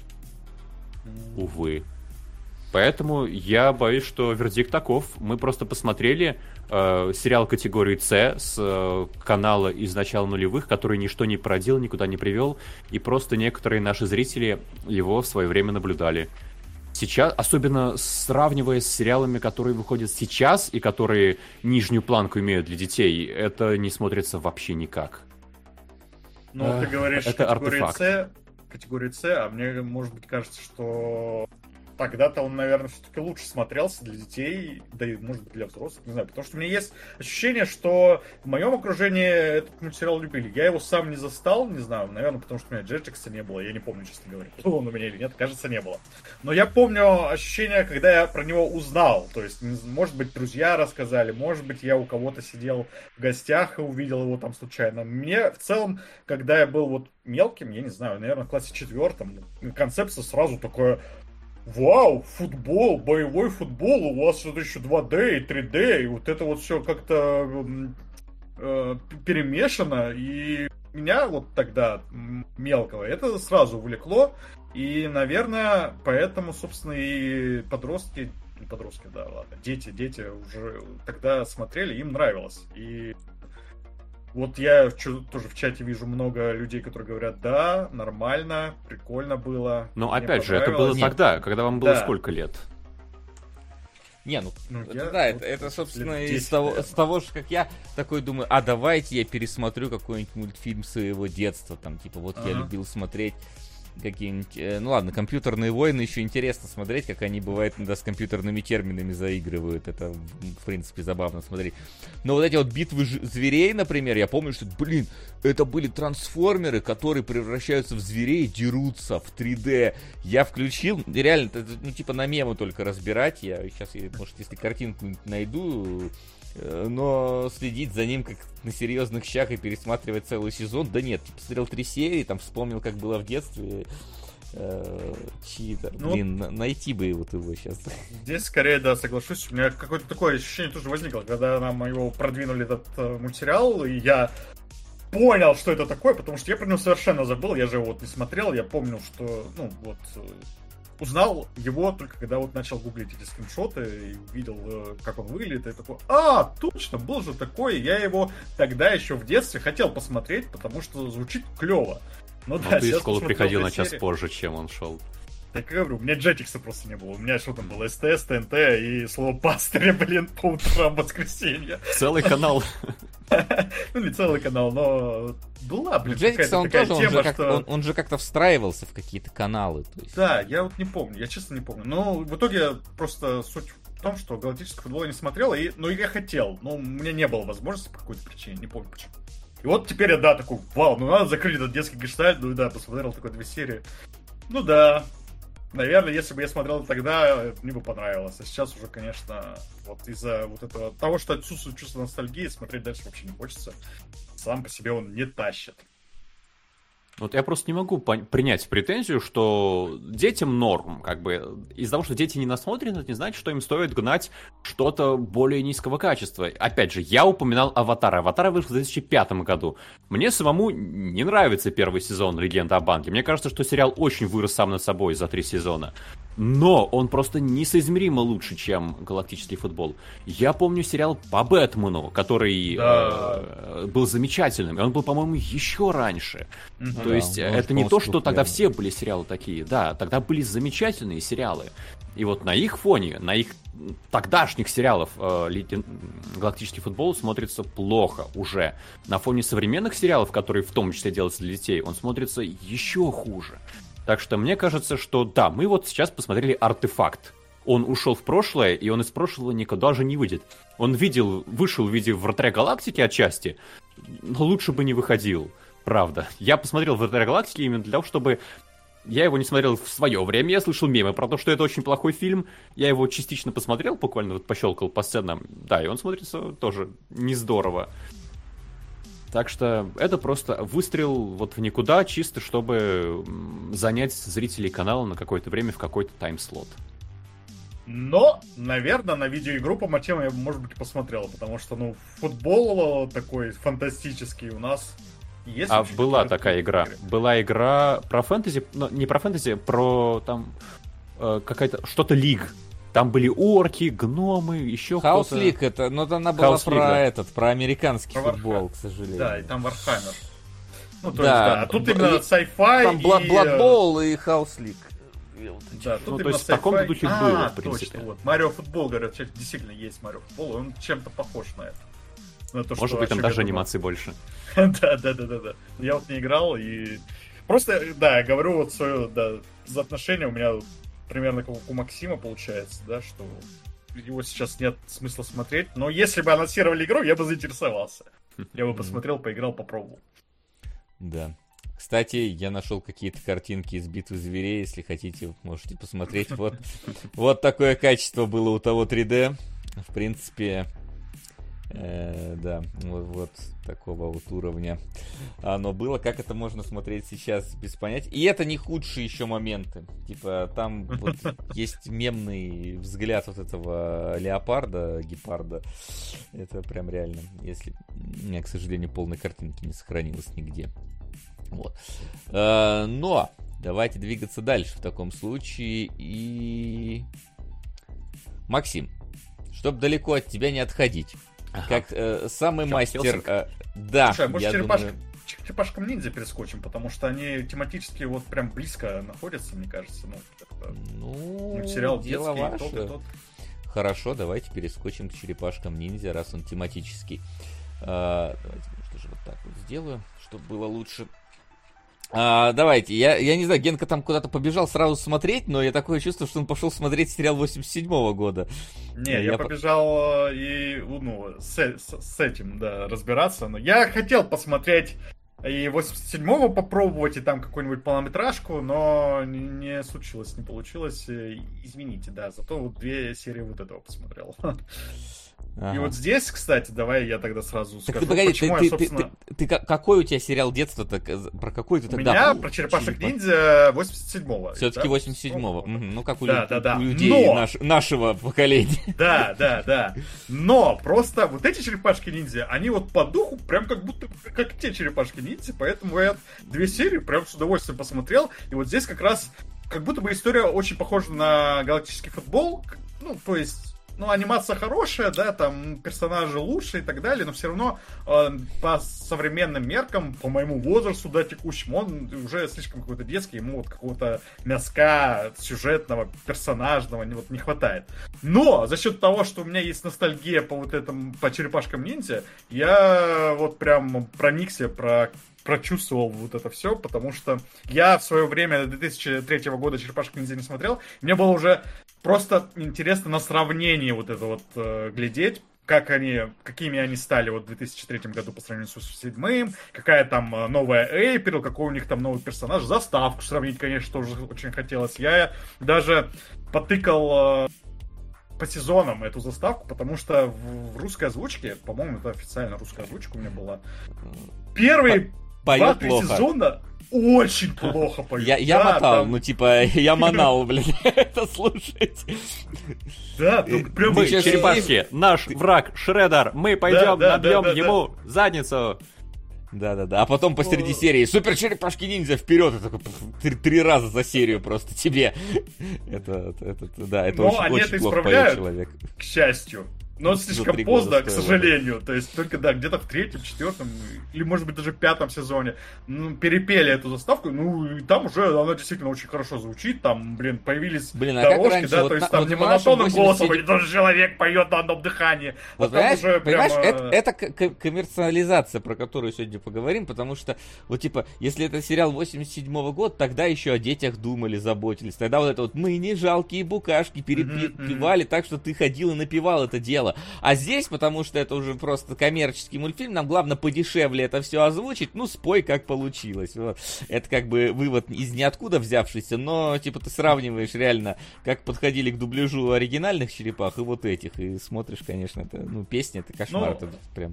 Увы. Поэтому я боюсь, что вердикт таков. Мы просто посмотрели э, сериал категории С с э, канала из начала нулевых, который ничто не породил, никуда не привел, и просто некоторые наши зрители его в свое время наблюдали. Сейчас, особенно сравнивая с сериалами, которые выходят сейчас и которые нижнюю планку имеют для детей, это не смотрится вообще никак. Ну, э, ты говоришь это категория артефакт. С, категория С, а мне, может быть, кажется, что тогда-то он, наверное, все-таки лучше смотрелся для детей, да и, может быть, для взрослых, не знаю. Потому что у меня есть ощущение, что в моем окружении этот мультсериал любили. Я его сам не застал, не знаю, наверное, потому что у меня Jetix не было. Я не помню, честно говоря, был он у меня или нет, кажется, не было. Но я помню ощущение, когда я про него узнал. То есть, может быть, друзья рассказали, может быть, я у кого-то сидел в гостях и увидел его там случайно. Мне в целом, когда я был вот мелким, я не знаю, наверное, в классе четвертом, концепция сразу такое... Вау, футбол, боевой футбол, у вас это еще два дэ и три дэ, и вот это вот все как-то э, перемешано, и меня вот тогда, мелкого, это сразу увлекло. И, наверное, поэтому, собственно, и подростки, подростки, да, ладно, дети, дети уже тогда смотрели, им нравилось. И вот я тоже в чате вижу много людей, которые говорят, да, нормально, прикольно было. Но опять же, это было тогда, когда вам было да. сколько лет? Не, ну, ну это, я, да, вот, это, это собственно, из того, с того же, как я такой думаю, а давайте я пересмотрю какой-нибудь мультфильм своего детства, там, типа, вот ага. я любил смотреть какие-нибудь, э, ну ладно, компьютерные войны еще интересно смотреть, как они, бывает, иногда с компьютерными терминами заигрывают, это, в принципе, забавно смотреть. Но вот эти вот битвы ж- зверей, например, я помню, что, блин, это были трансформеры, которые превращаются в зверей, дерутся в три дэ. Я включил, реально, это, ну, типа, на мемы только разбирать, я сейчас, может, если картинку найду... Но следить за ним как на серьезных щах и пересматривать целый сезон, да нет, посмотрел три серии, там вспомнил, как было в детстве. Э, читер. Ну, блин, на- найти бы вот его сейчас. Здесь скорее, да, соглашусь. У меня какое-то такое ощущение тоже возникло, когда нам его продвинули, этот э, мультсериал, и я понял, что это такое, потому что я про него совершенно забыл, я же его вот не смотрел, я помнил, что, ну, вот... Узнал его только когда вот начал гуглить эти скриншоты и увидел, как он выглядит, и такой, а, точно, был же такой, я его тогда еще в детстве хотел посмотреть, потому что звучит клево. Ну, ну да, ты в школу приходил на час позже, чем он шел. Так я говорю, у меня джетикса просто не было. У меня что там было, СТС, ТНТ и слово пастыря, блин, по утрам воскресенья. Целый канал. Ну, не целый канал, но была, блин, Джетикса, он тоже, он же, как, он, он же как-то встраивался в какие-то каналы. То есть. Да, я вот не помню, я честно не помню. Но в итоге просто суть в том, что галактический футбол я не смотрел, и, но я хотел, но у меня не было возможности по какой-то причине, не помню почему. И вот теперь я, да, такой, вау, ну надо закрыть этот детский гештальт, ну да, посмотрел такой две серии. Ну да, наверное, если бы я смотрел тогда, мне бы понравилось. А сейчас уже, конечно, вот из-за вот этого того, что отсутствует чувство ностальгии, смотреть дальше вообще не хочется. Сам по себе он не тащит. Вот я просто не могу пон- принять претензию, что детям норм, как бы, из-за того, что дети не насмотрены, это не значит, что им стоит гнать что-то более низкого качества. Опять же, я упоминал «Аватар». «Аватар» вышел в две тысячи пятом году. Мне самому не нравится первый сезон «Легенда об Аанге». Мне кажется, что сериал очень вырос сам над собой за три сезона. Но он просто несоизмеримо лучше, чем «Галактический футбол». Я помню сериал по Бэтмену, который да. э, был замечательным. И он был, по-моему, еще раньше. Mm-hmm. То есть да, это не то, что тогда все были сериалы такие. Да, тогда были замечательные сериалы. И вот на их фоне, на их тогдашних сериалов э, «Галактический футбол» смотрится плохо уже. На фоне современных сериалов, которые в том числе делаются для детей, он смотрится еще хуже. Так что мне кажется, что да, мы вот сейчас посмотрели «Артефакт». Он ушел в прошлое, и он из прошлого никуда же не выйдет. Он видел, вышел в виде «Вратаря галактики» отчасти, но лучше бы не выходил. Правда. Я посмотрел «Вратаря галактики» именно для того, чтобы... Я его не смотрел в свое время, я слышал мемы про то, что это очень плохой фильм. Я его частично посмотрел, буквально вот пощелкал по сценам. Да, и он смотрится тоже не здорово. Так что это просто выстрел вот в никуда, чисто чтобы занять зрителей канала на какое-то время в какой-то тайм-слот. Но, наверное, на видеоигру по мотивам я, может быть, посмотрел, потому что, ну, футбол такой фантастический у нас есть. А была такая игра. Игры? Была игра про фэнтези, ну, не про фэнтези, про там э, какая-то, что-то лиг. Там были орки, гномы, еще House кто-то. House League, это, но она была House про League, да. этот, про американский про футбол, Warhammer. К сожалению. Да, и там Warhammer. Ну, то да, есть, да. А тут б- именно sci-fi там и... Blood Bowl и House League. Да, тут ну, именно то есть sci-fi. в таком духе а, было, в принципе. Точно, вот. Марио Футбол, говорят, действительно есть Марио Футбол, и он чем-то похож на это. На то, Может что быть, там даже было. анимации больше. Да, да, да, да, да. Я вот не играл, и... Просто, да, я говорю вот свое, да, за отношение у меня примерно как у Максима получается, да, что его сейчас нет смысла смотреть, но если бы анонсировали игру, я бы заинтересовался. Я бы посмотрел, поиграл, попробовал. Да. Кстати, я нашел какие-то картинки из «Битвы зверей», если хотите, можете посмотреть. Вот, вот такое качество было у того три дэ. В принципе, Э, да, вот, вот такого вот уровня оно было. Как это можно смотреть сейчас без понятия? И это не худшие еще моменты. Типа, там вот есть мемный взгляд вот этого леопарда, гепарда. Это прям реально. Если у меня, к сожалению, полной картинки не сохранилось нигде. Вот. Э, но давайте двигаться дальше в таком случае. И... Максим, чтобы далеко от тебя не отходить. Ага. Как э, самый Чё, мастер... Э, да, Слушай, может, я черепашка, думаю... черепашкам ниндзя перескочим, потому что они тематически вот прям близко находятся, мне кажется. Ну, это, ну, ну сериал дело детский, ваше. тот и тот. Хорошо, давайте перескочим к черепашкам ниндзя, раз он тематический. А, давайте, может, даже вот так вот сделаю, чтобы было лучше. А, давайте, я, я не знаю, Генка там куда-то побежал сразу смотреть, но я такое чувство, что он пошел смотреть сериал восемьдесят седьмого года. Не, я, я побежал по... и, ну, с, с, с этим, да, разбираться. Но я хотел посмотреть и восемьдесят седьмого попробовать, и там какую-нибудь полнометражку, но не, не случилось, не получилось. Извините, да, зато вот две серии вот этого посмотрел. Ага. И вот здесь, кстати, давай я тогда сразу так скажу, ты, погоди, почему ты, я, собственно... Ты, ты, ты, какой у тебя сериал детства-то? Про какой ты у тогда... меня про черепашек-ниндзя восемьдесят седьмого. Все-таки да? восемьдесят седьмого. Угу. Ну, как у, да, лю... да, да. у людей Но... наш... нашего поколения. Да, да, да. Но просто вот эти черепашки-ниндзя, они вот по духу прям как будто как те черепашки-ниндзя, поэтому я две серии прям с удовольствием посмотрел. И вот здесь как раз как будто бы история очень похожа на галактический футбол. Ну, то есть... Ну, анимация хорошая, да, там персонажи лучше и так далее, но все равно э, по современным меркам, по моему возрасту, да, текущему, он уже слишком какой-то детский, ему вот какого-то мяска сюжетного, персонажного не, вот, не хватает. Но за счет того, что у меня есть ностальгия по вот этому, по черепашкам ниндзя, я вот прям проникся, про прочувствовал вот это все, потому что я в свое время две тысячи третьего года черепашек ниндзя не смотрел, мне было уже просто интересно на сравнение вот это вот э, глядеть, как они, какими они стали вот в две тысячи третьем году по сравнению с две тысячи седьмым, какая там э, новая Эйприл, какой у них там новый персонаж, заставку сравнить, конечно, тоже очень хотелось. Я даже потыкал э, по сезонам эту заставку, потому что в, в русской озвучке, по-моему, это официально русская озвучка у меня была, первые два-три сезона очень плохо поют. Я, я да, мотал, там... ну типа, я манал, блин, это слушать. Да, ну прям... Мы, черепашки, наш враг Шреддер, мы пойдем, да, да, набьем да, да, ему да. задницу. Да-да-да, а потом посреди серии супер черепашки ниндзя вперед, и такой, три, три раза за серию просто тебе. Это, это, это да, это но очень, они очень это плохо исправляют, человек. К счастью. Но слишком поздно, к сожалению. То есть только, да, где-то в третьем, четвертом, или, может быть, даже в пятом сезоне ну, перепели эту заставку. Ну, и там уже она действительно очень хорошо звучит. Там, блин, появились блин, а дорожки, да, вот то есть на, там вот не монотонным голосом, а тоже человек поет на одном дыхании. Вот, а понимаешь, уже понимаешь прямо... это, это к- коммерциализация, про которую сегодня поговорим, потому что, вот, типа, если это сериал восемьдесят седьмого года, тогда еще о детях думали, заботились. Тогда вот это вот «мы не жалкие букашки» перепевали mm-hmm. так, что ты ходил и напевал это дело. А здесь, потому что это уже просто коммерческий мультфильм, нам главное подешевле это все озвучить, ну, спой, как получилось. Вот. Это как бы вывод из ниоткуда взявшийся, но, типа, ты сравниваешь реально, как подходили к дубляжу оригинальных черепах и вот этих, и смотришь, конечно, это, ну, песня, это кошмар, ну, это прям...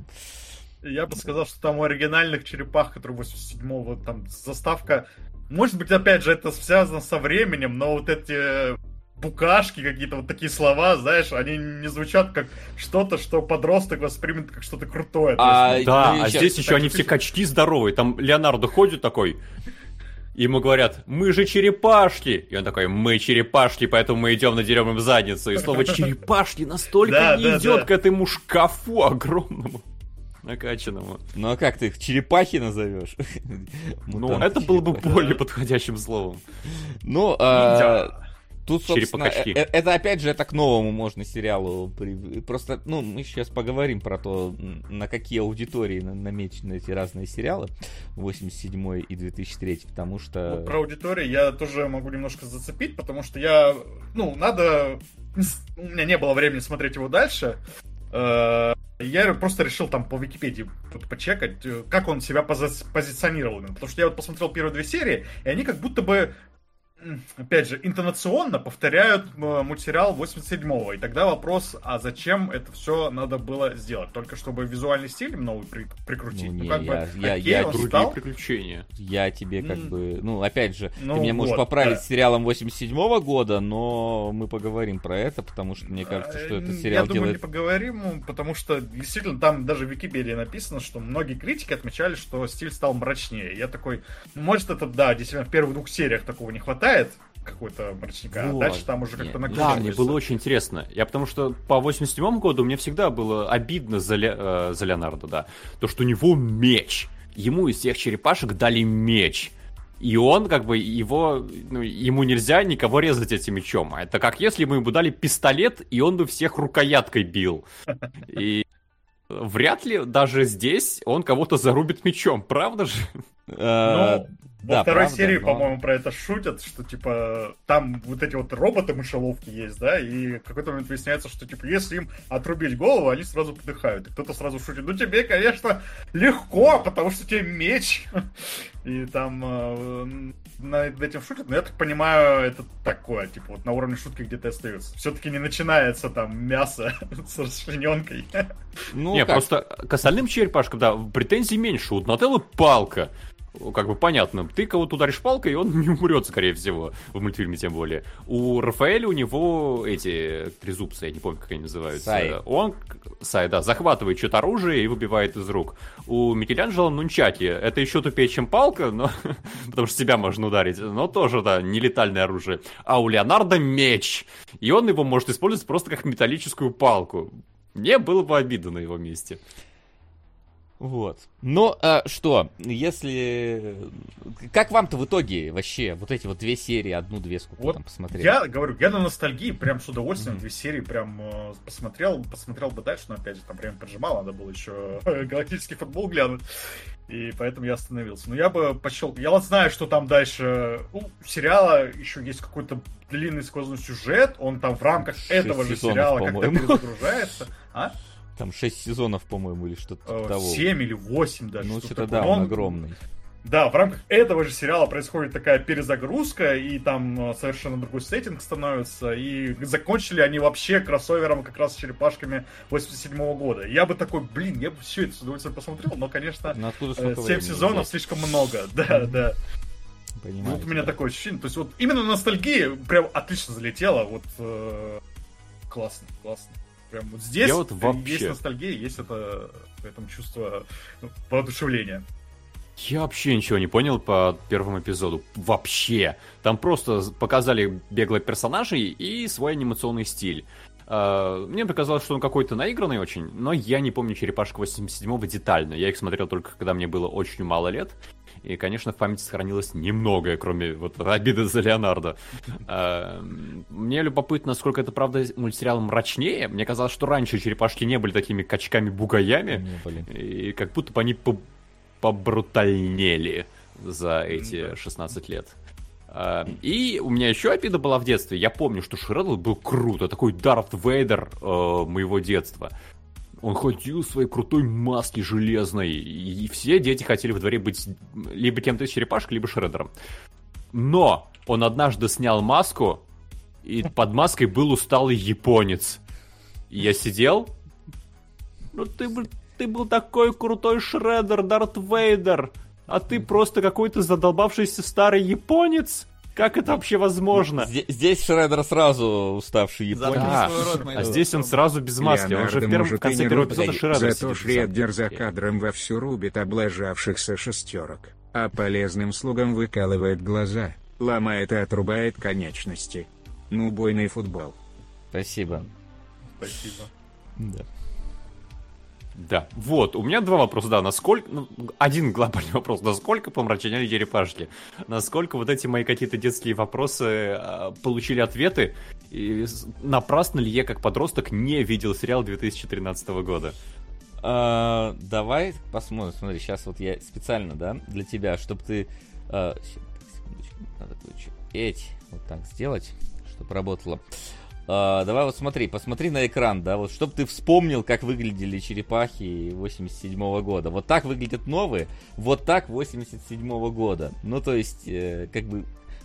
Я бы сказал, что там у оригинальных черепах, которые восемьдесят седьмого, там заставка, может быть, опять же, это связано со временем, но вот эти... букашки, какие-то вот такие слова, знаешь, они не звучат как что-то, что подросток воспримет как что-то крутое. А, есть, да, а здесь еще они все качки здоровые. Там Леонардо ходит такой, и ему говорят, мы же черепашки. И он такой, мы черепашки, поэтому мы идем надерем им задницу. И слово черепашки настолько не идет к этому шкафу огромному. Накачанному. Ну а как ты их черепахи назовешь? Ну, это было бы более подходящим словом. Ну, тут, собственно, это опять же, это к новому можно сериалу. Просто, ну, мы сейчас поговорим про то, на какие аудитории намечены эти разные сериалы, восемьдесят седьмой и две тысячи третий, потому что... Ну, про аудиторию я тоже могу немножко зацепить, потому что я, ну, надо... У меня не было времени смотреть его дальше. Я просто решил там по Википедии почекать, как он себя пози- позиционировал. Потому что я вот посмотрел первые две серии, и они как будто бы опять же, интонационно повторяют мультсериал восемьдесят седьмого. И тогда вопрос, а зачем это все надо было сделать? Только чтобы визуальный стиль новый при- прикрутить? Ну, Ну, не, как я- бы, я- окей, я он Другие стал. приключения. Я тебе как М. бы... Ну, опять же, Ну ты меня можешь вот, поправить да. с сериалом восемьдесят седьмого года, но мы поговорим про это, потому что мне кажется, что этот Э, сериал Я думаю, делает... не поговорим, потому что действительно там даже в Википедии написано, что многие критики отмечали, что стиль стал мрачнее. Я такой, ну, может это, да, действительно в первых двух сериях такого не хватает, какой-то мрачника, Вот. а дальше там уже как-то Нет, Да, накручивается. мне было очень интересно. Я потому что по восемьдесят седьмому году мне всегда было обидно за, Ле- э, за Леонардо, да. То, что у него меч. Ему из всех черепашек дали меч. И он, как бы, его, ну, ему нельзя никого резать этим мечом. А это как если бы ему дали пистолет, и он бы всех рукояткой бил. И вряд ли даже здесь он кого-то зарубит мечом, правда же? Э, Ну, да, во второй правда, серии, но- по-моему, про это шутят, что, типа, там вот эти вот роботы-мышеловки есть, да, и в какой-то момент выясняется, что, типа, если им отрубить голову, они сразу подыхают. И кто-то сразу шутит, ну, тебе, конечно, легко, потому что тебе меч. И там э, над этим шутят, но я так понимаю, это такое, типа, вот на уровне шутки где-то остается. Все-таки не начинается там мясо с расчлененкой. Ну, Не, как? просто к остальным черепашкам, да, претензий меньше. У Нателлы палка. Как бы понятно, ты кого-то ударишь палкой, и он не умрет, скорее всего, в мультфильме тем более. У Рафаэля у него эти трезубцы, я не помню, как они называются. Саи. Он, Сай, да, захватывает что-то оружие и выбивает из рук. У Микеланджело нунчаки. Это еще тупее, чем палка, но потому что себя можно ударить. Но тоже, да, нелетальное оружие. А у Леонардо меч. И он его может использовать просто как металлическую палку. Мне было бы обидно на его месте. Вот. Ну, а, что, если... Как вам-то в итоге вообще вот эти вот две серии, одну-две, сколько вы Вот там посмотрели? Я говорю, я на ностальгии прям с удовольствием две серии прям э, посмотрел, посмотрел бы дальше, но опять же там время поджимало, надо было еще галактический футбол глянуть, и поэтому я остановился. Но я бы пощелкал. Я вот знаю, что там дальше у сериала еще есть какой-то длинный сквозной сюжет, он там в рамках Шесть этого же сезонов, сериала как-то по-моему. перезагружается. А? Там шесть сезонов, по-моему, или что-то типа Э, того. Семь или восемь даже. Ну, что-то что-то такое. да, он Он- огромный. Да, в рамках этого же сериала происходит такая перезагрузка, и там э, совершенно другой сеттинг становится, и закончили они вообще кроссовером как раз с черепашками восемьдесят седьмого года. Я бы такой, блин, я бы все это с удовольствием посмотрел, но, конечно, Ну, откуда э, столько семь времени сезонов взять? слишком много, да, да. Понимаете, Вот у меня да. такое ощущение, то есть вот именно ностальгия прям отлично залетела, вот э, классно, классно. Прям вот здесь Я вот есть вообще- ностальгия, есть это, поэтому чувство ну, воодушевления. Я вообще ничего не понял по первому эпизоду. Вообще. Там просто показали бегло персонажей и свой анимационный стиль. А, Мне показалось, что он какой-то наигранный очень, но я не помню черепашек восемьдесят седьмого детально. Я их смотрел только когда мне было очень мало лет. И, конечно, в памяти сохранилось немногое, кроме вот обиды за Леонардо. А, Мне любопытно, насколько это, правда, мультсериал мрачнее. Мне казалось, что раньше черепашки не были такими качками-бугаями. Не, блин. И как будто бы они по- побрутальнели за эти шестнадцать лет. А, И у меня еще обида была в детстве. Я помню, что Шреддл был круто, такой Дарт Вейдер э, моего детства. Он ходил в своей крутой маске железной, и все дети хотели во дворе быть либо кем-то из черепашек, либо Шреддером. Но он однажды снял маску, и под маской был усталый японец. И я сидел... Ну ты, бы- ты был такой крутой Шреддер, Дарт Вейдер, а ты просто какой-то задолбавшийся старый японец? Как это вообще возможно? Здесь, здесь Шреддер сразу уставший японец. Заткни Да. свой рот, мой А друг. здесь он сразу без маски. Он же в Леонардо первом в может и конце не первого рубит, эпизода Шреддер зато сидит Шреддер без за маски. кадром вовсю рубит облажавшихся шестерок, а полезным слугам выкалывает глаза, ломает и отрубает конечности. Ну, бойный футбол. Спасибо. Спасибо. Да. Да, вот, у меня два вопроса, да, насколько, ну, один глобальный вопрос, насколько помрачнели черепашки, насколько вот эти мои какие-то детские вопросы э, получили ответы, и с- напрасно ли я как подросток не видел сериал две тысячи тринадцатого года? А, давай посмотрим. Смотри, сейчас вот я специально, да, для тебя, чтобы ты... а, ща, так, секундочку, надо кое-что эть, вот так сделать, чтобы работало. А, давай вот смотри, посмотри на экран, да, вот чтобы ты вспомнил, как выглядели черепахи восемьдесят седьмого года. Вот так выглядят новые, вот так восемьдесят седьмого года. Ну, то есть, э, как бы,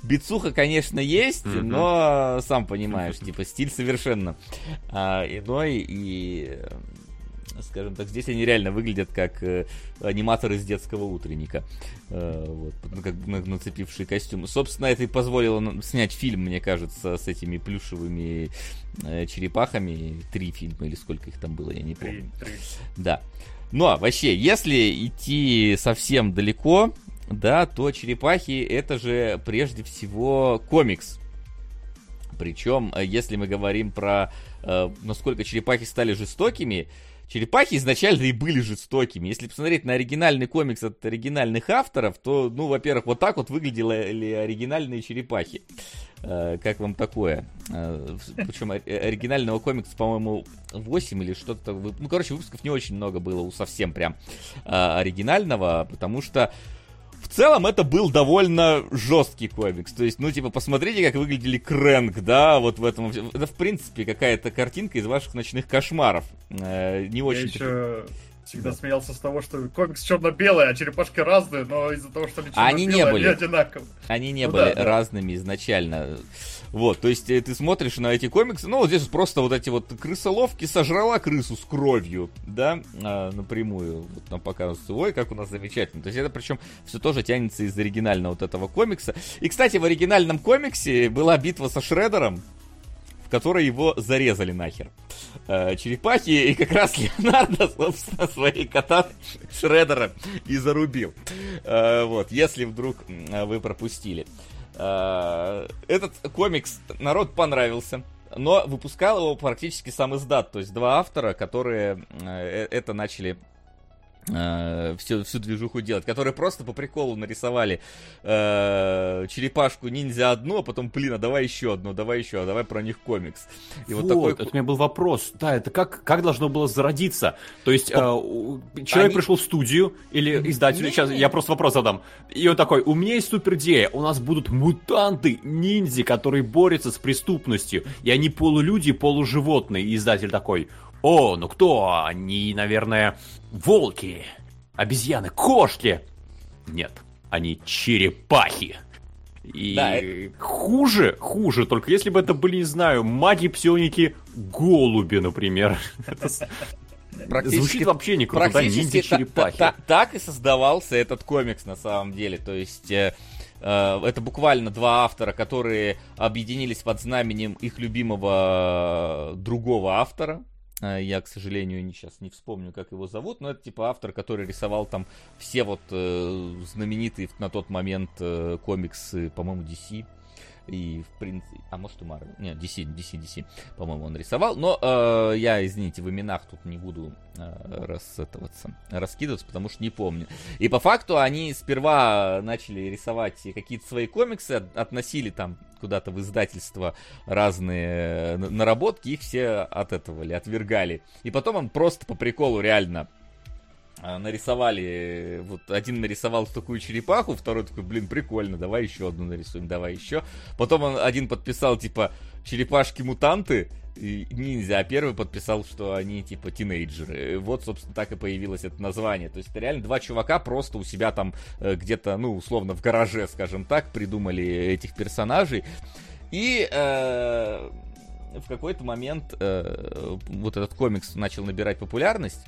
бицуха, конечно, есть, Mm-hmm. но, сам понимаешь, типа, стиль совершенно а, иной, и, скажем так, здесь они реально выглядят как э, аниматоры из детского утренника, э, вот, ну, как на, нацепившие костюмы. Собственно, это и позволило нам снять фильм, мне кажется, с этими плюшевыми э, черепахами. Три фильма, или сколько их там было, я не помню. Три, три. Да. Но, вообще, если идти совсем далеко, да, то черепахи — это же прежде всего комикс. Причем, если мы говорим про э, насколько черепахи стали жестокими, черепахи изначально и были жестокими. Если посмотреть на оригинальный комикс от оригинальных авторов, то, ну, во-первых, вот так вот выглядели оригинальные черепахи. Э, как вам такое? Э, причем оригинального комикса, по-моему, восемь или что-то. Ну, короче, выпусков не очень много было у совсем прям э, оригинального, потому что в целом это был довольно жесткий комикс. То есть, ну, типа, посмотрите, как выглядели Крэнк, да, вот в этом. Это, в принципе, какая-то картинка из ваших ночных кошмаров. Э, не очень... Я еще всегда да. смеялся с того, что комикс черно-белый, а черепашки разные, но из-за того, что они черно-белые, они, они одинаковые. Они не ну, были да, разными да. изначально. Вот, то есть ты смотришь на эти комиксы, ну, вот здесь просто вот эти вот крысоловки сожрала крысу с кровью, да, а, напрямую. Вот нам показывается, ой, как у нас замечательно. То есть это причем все тоже тянется из оригинального вот этого комикса. И, кстати, в оригинальном комиксе была битва со Шреддером, в которой его зарезали нахер. А, черепахи, и как раз Леонардо, собственно, своей катаной Шреддера и зарубил. А, вот, если вдруг вы пропустили. Этот комикс народ понравился, но выпускал его практически сам издат, то есть два автора, которые это начали э, всю, всю движуху делать, которые просто по приколу нарисовали э, черепашку ниндзя одну, а потом, блин, а давай еще одну, давай еще, а давай про них комикс. И вот, вот такой... это у меня был вопрос, да, это как, как должно было зародиться? То есть э, человек Они... пришел в студию, или издатель, не, сейчас не. я просто вопрос задам, и он такой, у меня есть супер идея, у нас будут мутанты, ниндзя, которые борются с преступностью, и они полулюди, полуживотные, и издатель такой... О, ну кто? Они, наверное, волки, обезьяны, кошки. Нет, они черепахи. И да, это... хуже, хуже, только если бы это были, не знаю, маги-псионики, голуби, например. Звучит вообще не круто, да, ниндзя-черепахи. Так и создавался этот комикс на самом деле, то есть... Это буквально два автора, которые объединились под знаменем их любимого другого автора. Я, к сожалению, не, сейчас не вспомню, как его зовут, но это типа автор, который рисовал там все вот э, знаменитые на тот момент э, комиксы, по-моему, ди си. И, в принципе, а может и Marvel. Нет, ди си, ди си, ди си, по-моему, он рисовал. Но э, я, извините, в именах тут не буду э, рассетоваться, раскидываться, потому что не помню. И по факту они сперва начали рисовать какие-то свои комиксы, относили там куда-то в издательство разные наработки, их все отэтовали, отвергали. И потом он просто по приколу реально... нарисовали, вот один нарисовал такую черепаху, второй такой, блин, прикольно, давай еще одну нарисуем, давай еще. Потом он один подписал, типа, черепашки-мутанты, и ниндзя, а первый подписал, что они, типа, тинейджеры. Вот, собственно, так и появилось это название. То есть, это реально два чувака просто у себя там где-то, ну, условно, в гараже, скажем так, придумали этих персонажей. И... Э- в какой-то момент э- вот этот комикс начал набирать популярность.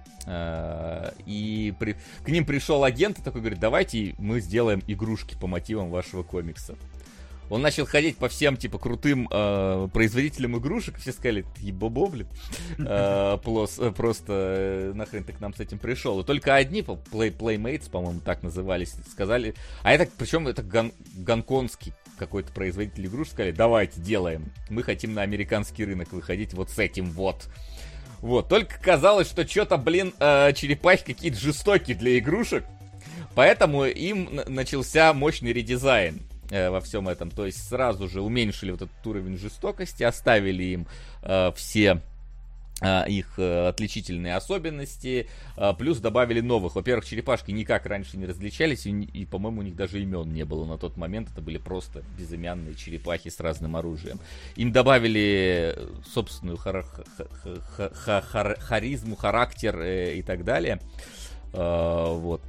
И при... к ним пришел агент и такой говорит, давайте мы сделаем игрушки по мотивам вашего комикса. Он начал ходить по всем, типа, крутым э, производителям игрушек, все сказали, ебобо, блин, э, просто э, нахрен ты к нам с этим пришел. И только одни, Play, Playmates, по-моему, так назывались, сказали, а это, причем это гон, гонконгский какой-то производитель игрушек, сказали, давайте, делаем, мы хотим на американский рынок выходить вот с этим вот. Вот, только казалось, что что-то, блин, э, черепахи какие-то жестокие для игрушек, поэтому им начался мощный редизайн э, во всем этом. То есть сразу же уменьшили вот этот уровень жестокости, оставили им э, все э, их э, отличительные особенности, э, плюс добавили новых. Во-первых, черепашки никак раньше не различались, и, и, по-моему, у них даже имен не было на тот момент. Это были просто безымянные черепахи с разным оружием. Им добавили собственную хар- ха- ха- ха- харизму, характер э, и так далее. Э, вот.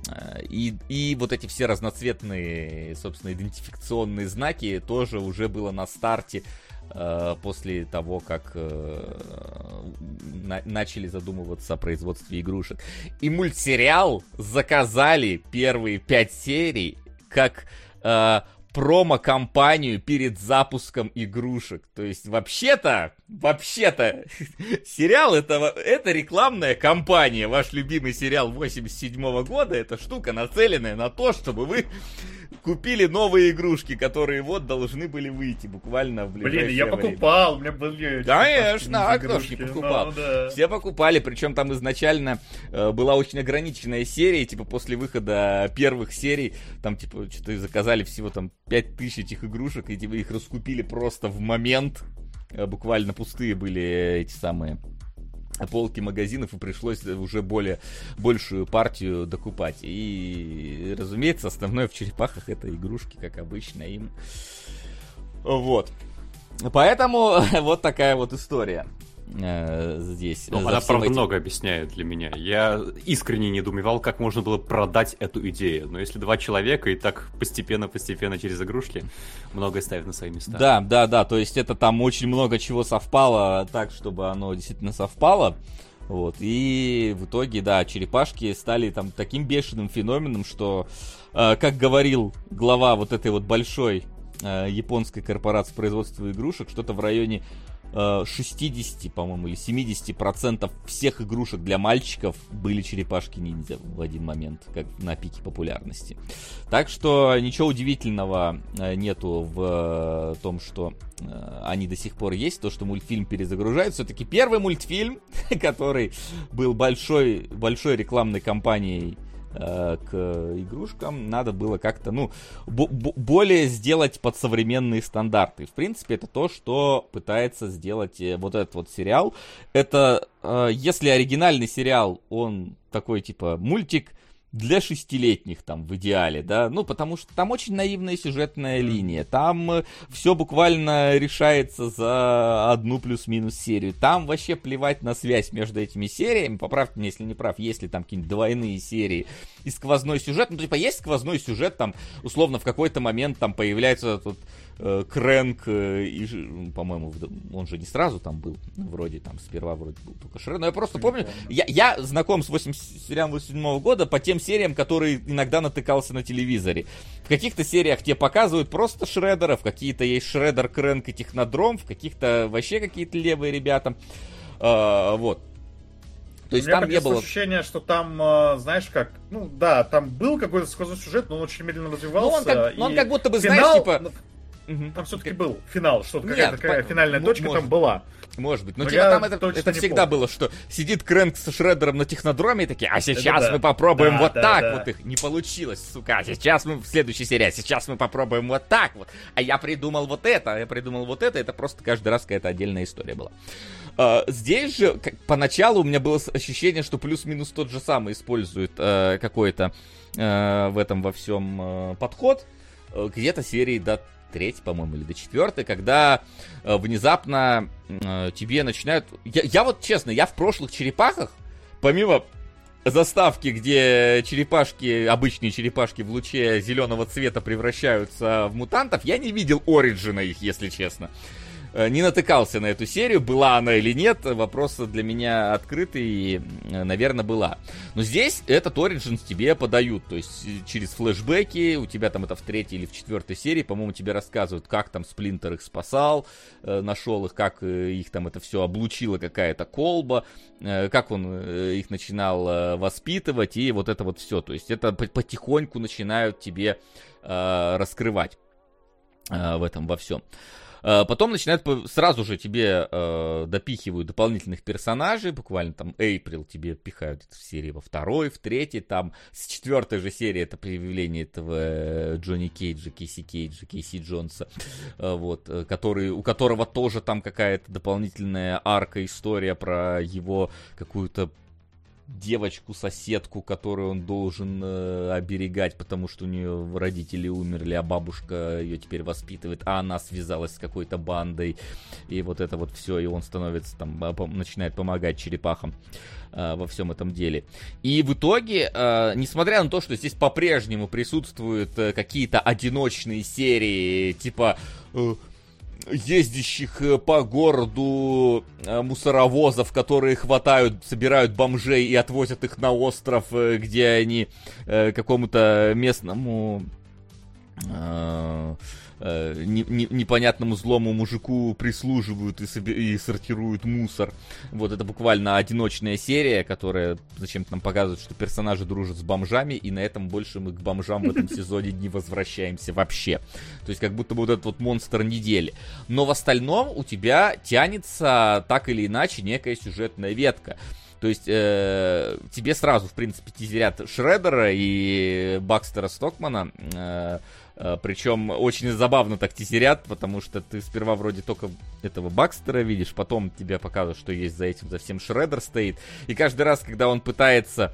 И, и вот эти все разноцветные, собственно, идентификационные знаки тоже уже было на старте э, после того, как э, на, начали задумываться о производстве игрушек. И мультсериал заказали первые пять серий как э, промо-компанию перед запуском игрушек. То есть, вообще-то, вообще-то, сериал это, это рекламная кампания. Ваш любимый сериал восемьдесят седьмого года, это штука, нацеленная на то, чтобы вы купили новые игрушки, которые вот должны были выйти буквально в ближайшее Блин, я время. покупал, у меня были... Конечно, а кто ж не покупал? Ну, да. Все покупали, причем там изначально э, была очень ограниченная серия, типа после выхода первых серий, там типа что-то заказали всего там пять тысяч этих игрушек, и типа их раскупили просто в момент, э, буквально пустые были эти самые полки магазинов, и пришлось уже более большую партию докупать. И, разумеется, основное в черепахах это игрушки, как обычно, им. Вот. Поэтому вот такая вот история э, здесь. Ну, она, правда, этим... много объясняет для меня. Я искренне недоумевал, как можно было продать эту идею. Но если два человека и так постепенно-постепенно через игрушки многое ставят на свои места. Да, да, да. То есть это там очень много чего совпало так, чтобы оно действительно совпало. Вот. И в итоге, да, черепашки стали там таким бешеным феноменом, что, э, как говорил глава вот этой вот большой э, японской корпорации производства игрушек, что-то в районе шестьдесят, по-моему, или семьдесят процентов всех игрушек для мальчиков были черепашки-ниндзя в один момент, как на пике популярности. Так что ничего удивительного нету в том, что они до сих пор есть, то, что мультфильм перезагружают. Все-таки первый мультфильм, который был большой, большой рекламной кампанией к игрушкам, надо было как-то, ну, б- б- более сделать под современные стандарты. В принципе, это то, что пытается сделать вот этот вот сериал. Это, э, если оригинальный сериал, он такой, типа, мультик для шестилетних, там, в идеале, да, ну, потому что там очень наивная сюжетная линия, там все буквально решается за одну плюс-минус серию, там вообще плевать на связь между этими сериями, поправьте меня, если не прав, есть ли там какие-нибудь двойные серии и сквозной сюжет, ну, типа, есть сквозной сюжет, там, условно, в какой-то момент там появляется тут э, Крэнк, э, и, по-моему, он же не сразу там был, вроде там, сперва вроде был только Шреддер, но я просто помню, я, я знаком с сериалом восемьдесят седьмого года по тем сериям, которые иногда натыкался на телевизоре. В каких-то сериях тебе показывают просто Шреддера, в какие-то есть Шреддер, Крэнк и Технодром, в каких-то вообще какие-то левые ребята. А, вот. То есть у меня там не было ощущение, что там, знаешь, как, ну да, там был какой-то сквозной сюжет, но он очень медленно развивался. Ну он как, ну, он как будто бы, финал, знаешь, типа... Там угу. все-таки был финал, что-то Нет, какая-то такая по... финальная м- точка может, там была. Может быть, но, но типа там это, это всегда помню. было, что сидит Крэнк со Шреддером на Технодроме и такие, а сейчас да, мы попробуем да, вот да, так да. вот их. Не получилось, сука, а сейчас мы в следующей серии, а сейчас мы попробуем вот так вот. А я придумал вот это, а я придумал вот это, это просто каждый раз какая-то отдельная история была. Uh, здесь же, как, поначалу у меня было ощущение, что плюс-минус тот же самый использует uh, какой-то uh, в этом во всем uh, подход. Uh, где-то серии до третьей, по-моему, или до четвертой, когда uh, внезапно uh, тебе начинают... Я, я вот, честно, я в прошлых черепахах, помимо заставки, где черепашки, обычные черепашки в луче зеленого цвета превращаются в мутантов, я не видел ориджина их, если честно. Не натыкался на эту серию, была она или нет, вопрос для меня открытый, и, наверное, была. Но здесь этот Origins тебе подают, то есть через флешбеки, у тебя там это в третьей или в четвертой серии, по-моему, тебе рассказывают, как там Сплинтер их спасал, нашел их, как их там это все облучила какая-то колба, как он их начинал воспитывать, и вот это вот все. То есть это потихоньку начинают тебе раскрывать в этом во всем. Потом начинают, сразу же тебе э, допихивают дополнительных персонажей, буквально там Эйприл тебе пихают в серии во второй, в третьей, там с четвертой же серии это появление этого Джонни Кейджа, Кейси Кейджа, Кейси Джонса, э, вот, который, у которого тоже там какая-то дополнительная арка, история про его какую-то девочку-соседку, которую он должен э, оберегать, потому что у нее родители умерли, а бабушка ее теперь воспитывает, а она связалась с какой-то бандой, и вот это вот все, и он становится там, начинает помогать черепахам э, во всем этом деле. И в итоге, э, несмотря на то, что здесь по-прежнему присутствуют э, какие-то одиночные серии, типа... Э, ездящих по городу мусоровозов, которые хватают, собирают бомжей и отвозят их на остров, где они какому-то местному не, не, непонятному злому мужику прислуживают и, соби- и сортируют мусор. Вот это буквально одиночная серия, которая зачем-то нам показывает, что персонажи дружат с бомжами, и на этом больше мы к бомжам в этом сезоне не возвращаемся вообще. То есть как будто бы вот этот вот монстр недели. Но в остальном у тебя тянется так или иначе некая сюжетная ветка. То есть э, тебе сразу, в принципе, тизерят Шреддера и Бакстера Стокмана. Э, э, причем очень забавно так тизерят, потому что ты сперва вроде только этого Бакстера видишь, потом тебе показывают, что есть за этим, за всем Шреддер стоит. И каждый раз, когда он пытается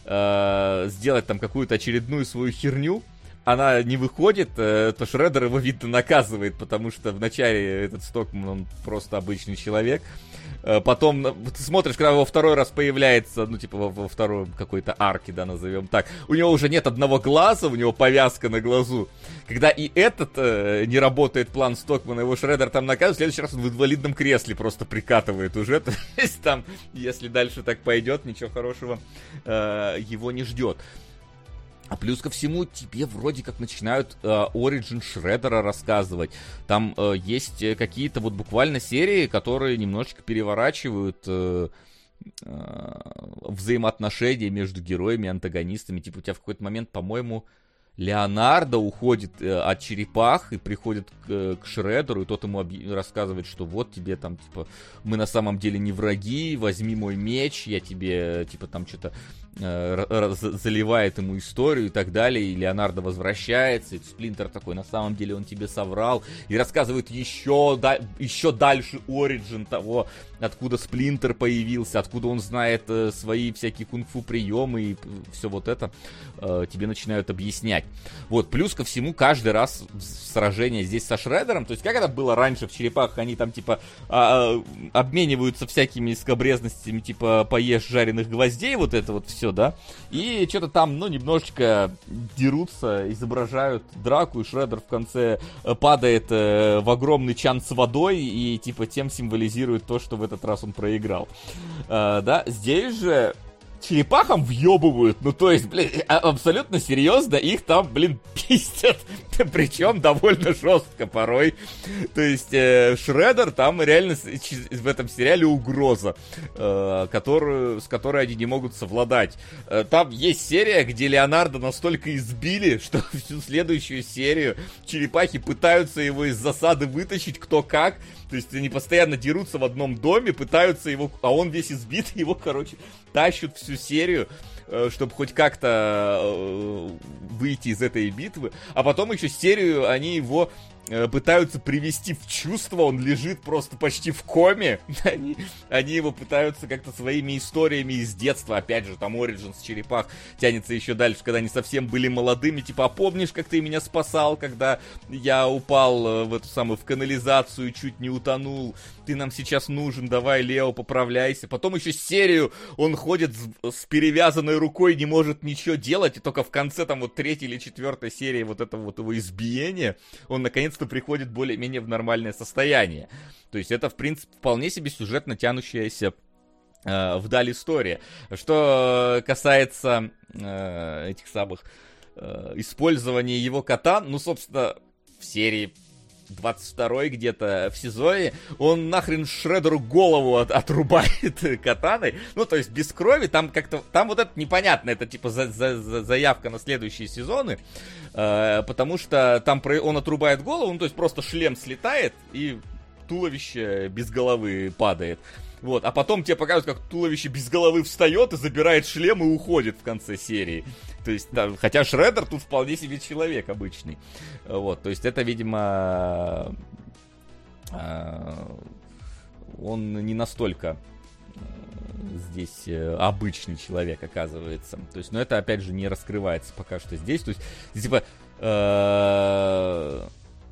э, сделать там какую-то очередную свою херню, она не выходит, э, то Шреддер его, видно, наказывает, потому что вначале этот Стокман, он просто обычный человек. Потом ты смотришь, когда его второй раз появляется, ну, типа, во, во второй какой-то арке, да, назовем так, у него уже нет одного глаза, у него повязка на глазу. Когда и этот э, не работает план Стокмана, его Шреддер там наказывает, в следующий раз он в инвалидном кресле просто прикатывает уже. То есть там, если дальше так пойдет, ничего хорошего э, его не ждет. А плюс ко всему, тебе вроде как начинают Origin э, Шреддера рассказывать. Там э, есть какие-то вот буквально серии, которые немножечко переворачивают э, э, взаимоотношения между героями и антагонистами. Типа у тебя в какой-то момент, по-моему, Леонардо уходит э, от черепах и приходит к, к Шреддеру, и тот ему объ... рассказывает, что вот тебе там, типа, мы на самом деле не враги, возьми мой меч, я тебе, типа, там что-то э, заливает ему историю и так далее, и Леонардо возвращается, и Сплинтер такой, на самом деле он тебе соврал, и рассказывает еще, да... еще дальше Origin того, откуда Сплинтер появился, откуда он знает э, свои всякие кунг-фу приемы, и все вот это э, тебе начинают объяснять. Вот, плюс ко всему, каждый раз сражение здесь со Шреддером, то есть как это было раньше в черепахах, они там типа а, обмениваются всякими скабрезностями, типа поешь жареных гвоздей, вот это вот все, да, и что-то там, ну, немножечко дерутся, изображают драку, и Шреддер в конце падает э, в огромный чан с водой, и типа тем символизирует то, что в этот раз он проиграл. А, да, здесь же черепахам въебывают, ну то есть, блин, абсолютно серьезно, их там, блин, пиздят, причем довольно жестко порой. То есть э, Шреддер там реально в этом сериале угроза, э, которую, с которой они не могут совладать. Э, там есть серия, где Леонардо настолько избили, что всю следующую серию черепахи пытаются его из засады вытащить кто как. То есть они постоянно дерутся в одном доме, пытаются его, а он весь избит, его, короче, тащат всю серию, чтобы хоть как-то выйти из этой битвы. А потом еще серию они его пытаются привести в чувство, он лежит просто почти в коме. Они, они его пытаются как-то своими историями из детства, опять же, там Origins черепах тянется еще дальше, когда они совсем были молодыми, типа, а помнишь, как ты меня спасал, когда я упал в эту самую, в канализацию, чуть не утонул, ты нам сейчас нужен, давай, Лео, поправляйся. Потом еще серию он ходит с, с перевязанной рукой, не может ничего делать, и только в конце там вот третьей или четвертой серии вот этого вот его избиения он наконец-то приходит более-менее в нормальное состояние. То есть это, в принципе, вполне себе сюжетно тянущаяся э, вдаль история. Что касается э, этих самых э, использования его кота, ну, собственно, в серии двадцать второй где-то в сезоне, он нахрен Шреддеру голову от, отрубает катаной. Ну, то есть без крови, там как-то, там вот это непонятно, это типа за, за, за, заявка на следующие сезоны, э, потому что там про, он отрубает голову, ну, то есть просто шлем слетает, и туловище без головы падает. Вот, а потом тебе показывают, как туловище без головы встает и забирает шлем и уходит в конце серии. То есть, да, хотя Шреддер тут вполне себе человек обычный. Вот, то есть это, видимо, он не настолько здесь э, обычный человек оказывается. То есть, но это опять же не раскрывается пока что здесь. То есть, типа, э,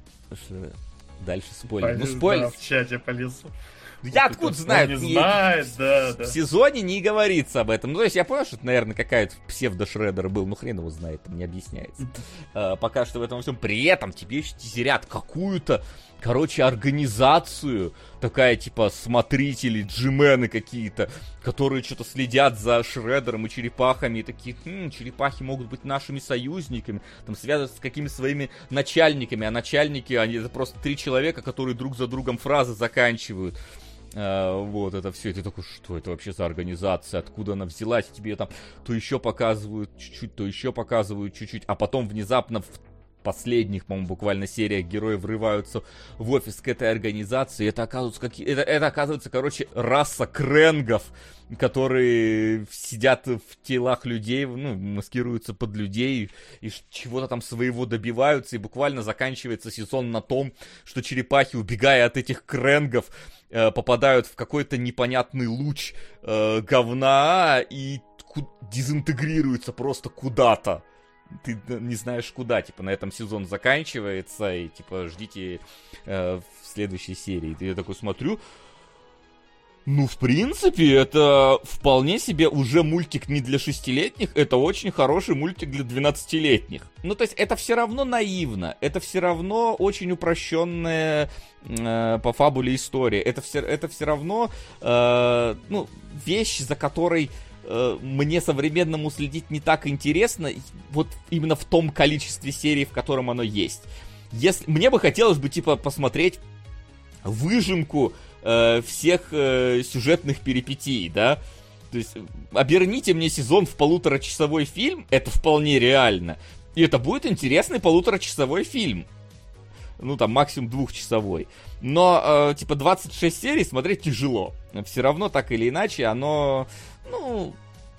дальше спойлер. Полез, ну спойлер. Да, в чате полез. Я откуда знаю? Не знает, да, да. В сезоне не говорится об этом. Ну, то есть я понял, что это, наверное, какая-то псевдо-шредер был. Ну, хрен его знает, там не объясняется. А, пока что в этом всем. При этом тебе еще тизерят какую-то, короче, организацию. Такая, типа, смотрители, джимены какие-то, которые что-то следят за Шреддером и черепахами. И такие, хм, черепахи могут быть нашими союзниками. Там связываются с какими-то своими начальниками. А начальники, они это просто три человека, которые друг за другом фразы заканчивают. Uh, вот это все, и ты такой, что это вообще за организация, откуда она взялась, тебе там то еще показывают чуть-чуть, то еще показывают чуть-чуть, а потом внезапно в последних, по-моему, буквально сериях герои врываются в офис к этой организации, это оказывается, какие... это, это оказывается, короче, раса кренгов, которые сидят в телах людей, ну, маскируются под людей и чего-то там своего добиваются, и буквально заканчивается сезон на том, что черепахи, убегая от этих кренгов, э, попадают в какой-то непонятный луч э, говна и ку- дезинтегрируются просто куда-то. Ты не знаешь куда, типа, на этом сезон заканчивается, и, типа, ждите э, в следующей серии. И я такой смотрю, ну, в принципе, это вполне себе уже мультик не для шестилетних, это очень хороший мультик для двенадцатилетних. Ну, то есть, это все равно наивно, это все равно очень упрощенная э, по фабуле история, это все, это все равно, э, ну, вещь, за которой мне современному следить не так интересно, вот именно в том количестве серий, в котором оно есть. Если... Мне бы хотелось бы, типа, посмотреть выжимку э, всех э, сюжетных перипетий, да? То есть, оберните мне сезон в полуторачасовой фильм, это вполне реально, и это будет интересный полуторачасовой фильм. Ну, там, максимум двухчасовой. Но, э, типа, двадцать шесть серий смотреть тяжело. Все равно, так или иначе, оно... Ну,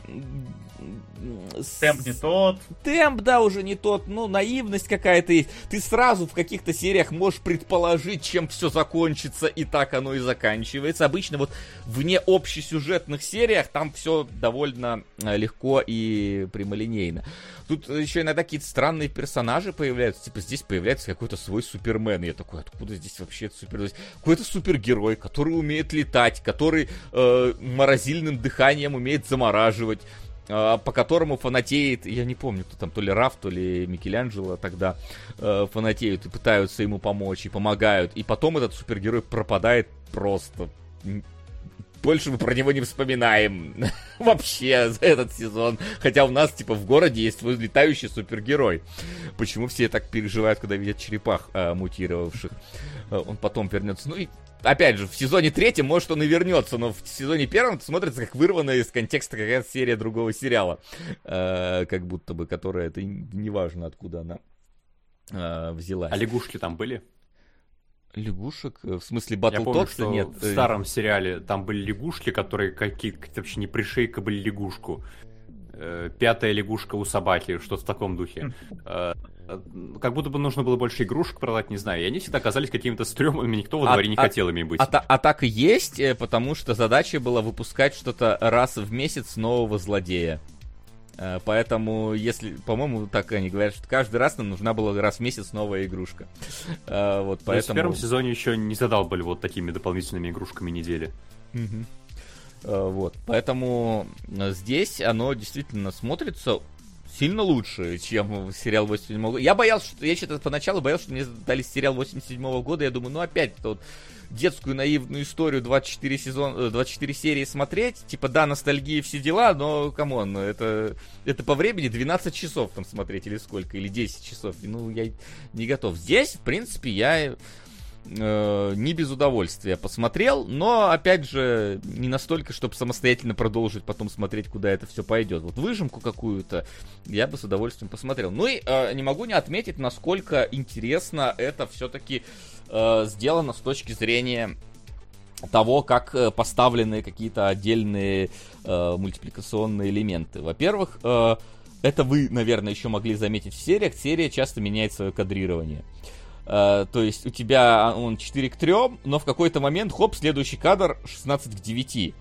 темп не тот. Темп, да, уже не тот. Ну, наивность какая-то есть. Ты сразу в каких-то сериях можешь предположить, чем все закончится, и так оно и заканчивается. Обычно вот вне общесюжетных сериях там все довольно легко и прямолинейно. Тут еще иногда какие-то странные персонажи появляются. Типа здесь появляется какой-то свой Супермен. Я такой, откуда здесь вообще это супер... Какой-то супергерой, который умеет летать, который э, морозильным дыханием умеет замораживать, э, по которому фанатеет, я не помню, кто там, то ли Раф, то ли Микеланджело тогда э, фанатеют и пытаются ему помочь, и помогают. И потом этот супергерой пропадает просто... Больше мы про него не вспоминаем вообще за этот сезон. Хотя у нас, типа, в городе есть летающий супергерой. Почему все так переживают, когда видят черепах э, мутировавших? Э, он потом вернется. Ну и, опять же, в сезоне третьем, может, он и вернется, но в сезоне первом это смотрится как вырванная из контекста какая-то серия другого сериала. Э, как будто бы, которая, это неважно, откуда она э, взялась. А лягушки там были? Лягушек? В смысле, Баттлтокса нет? В старом сериале там были лягушки, которые какие-то вообще не пришейка были лягушку. Пятая лягушка у собаки, что-то в таком духе. Как будто бы нужно было больше игрушек продать, не знаю. И они всегда казались какими-то стрёмными, никто во дворе а, не а, хотел ими быть. А, а, а так и есть, потому что задача была выпускать что-то раз в месяц нового злодея. Поэтому, если, по-моему, так они говорят, что каждый раз нам нужна была раз в месяц новая игрушка. Вот, поэтому... В первом сезоне еще не задалбали вот такими дополнительными игрушками недели. Угу. Вот, поэтому здесь оно действительно смотрится сильно лучше, чем сериал восемьдесят седьмого года. Я боялся, что... Я что-то поначалу боялся, что мне дали сериал восемьдесят седьмого года. Я думаю, ну опять это вот детскую наивную историю двадцать четыре сезон, двадцать четыре серии смотреть. Типа, да, ностальгия, все дела, но, камон, это, это по времени двенадцать часов там смотреть или сколько, или десять часов. Ну, я не готов. Здесь, в принципе, я... не без удовольствия посмотрел, но, опять же, не настолько, чтобы самостоятельно продолжить потом смотреть, куда это все пойдет. Вот выжимку какую-то я бы с удовольствием посмотрел. Ну и э, не могу не отметить, насколько интересно это все-таки э, сделано с точки зрения того, как э, поставлены какие-то отдельные э, мультипликационные элементы. Во-первых, э, это вы, наверное, еще могли заметить в сериях. Серия часто меняет свое кадрирование. Uh, то есть у тебя он четыре к трем, но в какой-то момент, хоп, следующий кадр шестнадцать к девяти.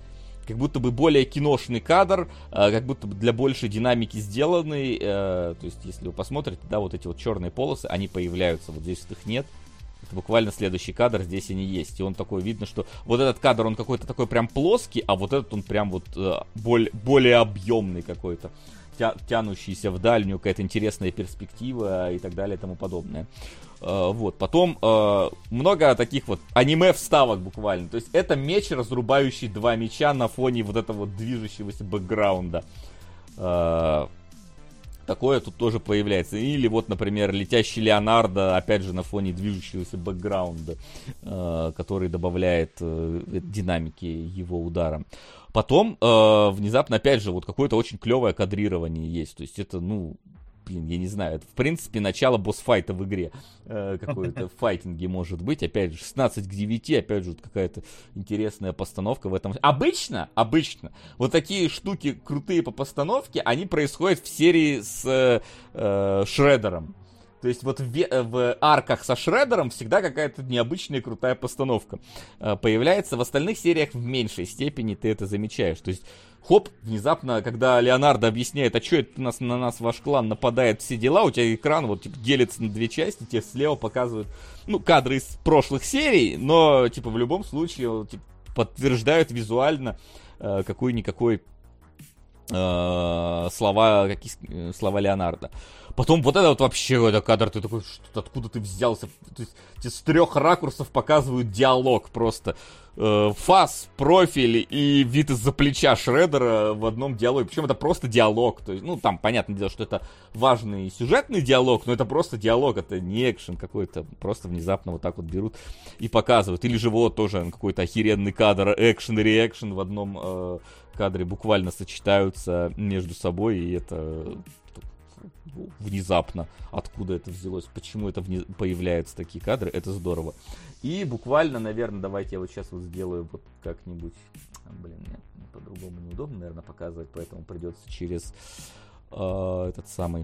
как будто бы более киношный кадр, э, как будто бы для большей динамики сделанный. Э, то есть, если вы посмотрите, да, вот эти вот черные полосы, они появляются, вот здесь их нет. Это буквально следующий кадр, здесь они есть. И он такой, видно, что вот этот кадр, он какой-то такой прям плоский, а вот этот он прям вот э, более, более объемный какой-то, тя, тянущийся в дальнюю, какая-то интересная перспектива и так далее и тому подобное. Э, вот, потом э, много таких вот аниме-вставок буквально. То есть это меч, разрубающий два меча на фоне вот этого вот движущегося бэкграунда. Э, Такое тут тоже появляется. Или вот, например, летящий Леонардо, опять же, на фоне движущегося бэкграунда, э, который добавляет э, динамики его удара. Потом, э, внезапно, опять же, вот какое-то очень клевое кадрирование есть. То есть это, ну, блин, я не знаю, это, в принципе, начало босс-файта в игре. Э, какой-то в файтинге может быть. Опять же, шестнадцать к девяти, опять же, вот какая-то интересная постановка в этом. Обычно, обычно, вот такие штуки крутые по постановке, они происходят в серии с э, Шреддером. То есть вот в, в арках со Шреддером всегда какая-то необычная крутая постановка э, появляется. В остальных сериях в меньшей степени ты это замечаешь. То есть, хоп, внезапно, когда Леонардо объясняет, а что это нас, на нас ваш клан нападает, все дела, у тебя экран вот типа делится на две части, тебе слева показывают, ну, кадры из прошлых серий, но, типа, в любом случае типа, подтверждают визуально э, какой-никакой э, слова, какие, слова Леонардо. Потом вот это вот вообще, это кадр, ты такой, что, откуда ты взялся? То есть, тебе с трех ракурсов показывают диалог просто. Э, фас, профиль и вид из-за плеча Шреддера в одном диалоге. Причем это просто диалог. То есть, ну, там, понятное дело, что это важный сюжетный диалог, но это просто диалог, это не экшен какой-то. Просто внезапно вот так вот берут и показывают. Или же вот тоже какой-то охеренный кадр, экшен и реакшен в одном э, кадре буквально сочетаются между собой, и это... внезапно, откуда это взялось, почему это вниз... появляются такие кадры, это здорово. И буквально, наверное, давайте я вот сейчас вот сделаю вот как-нибудь, блин, нет, по-другому неудобно, наверное, показывать, поэтому придется через э, этот самый,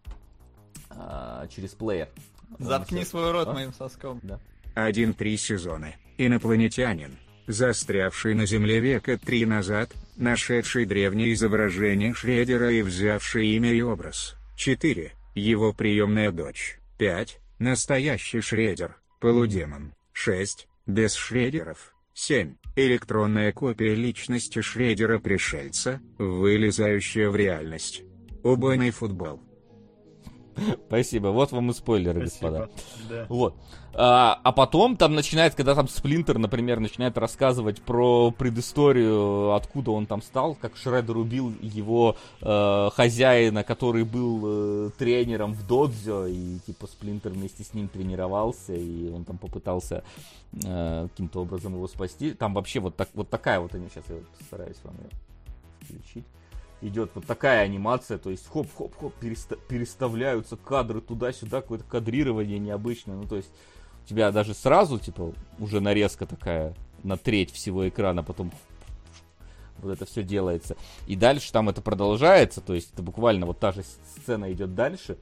э, через плеер. Заткни сейчас... свой рот а? моим соском. Да. Один-три сезоны. Инопланетянин, застрявший на Земле века три назад, нашедший древнее изображение Шреддера и взявший имя и образ. четыре. Его приемная дочь. пять. Настоящий Шреддер, полудемон. шесть. Без Шреддеров. семь. Электронная копия личности Шреддера-пришельца, вылезающая в реальность. Убойный футбол. Спасибо, вот вам и спойлеры, Спасибо. господа. Да. Вот. А, а потом там начинает, когда там Сплинтер, например, начинает рассказывать про предысторию, откуда он там стал, как Шреддер убил его э, хозяина, который был э, тренером в додзё, и типа Сплинтер вместе с ним тренировался, и он там попытался э, каким-то образом его спасти. Там вообще вот, так, вот такая вот, они сейчас я постараюсь вам ее включить. Идет вот такая анимация, то есть хоп-хоп-хоп, переста- переставляются кадры туда-сюда, какое-то кадрирование необычное, ну то есть у тебя даже сразу, типа, уже нарезка такая на треть всего экрана, потом вот это все делается. И дальше там это продолжается, то есть это буквально вот та же сцена идет дальше,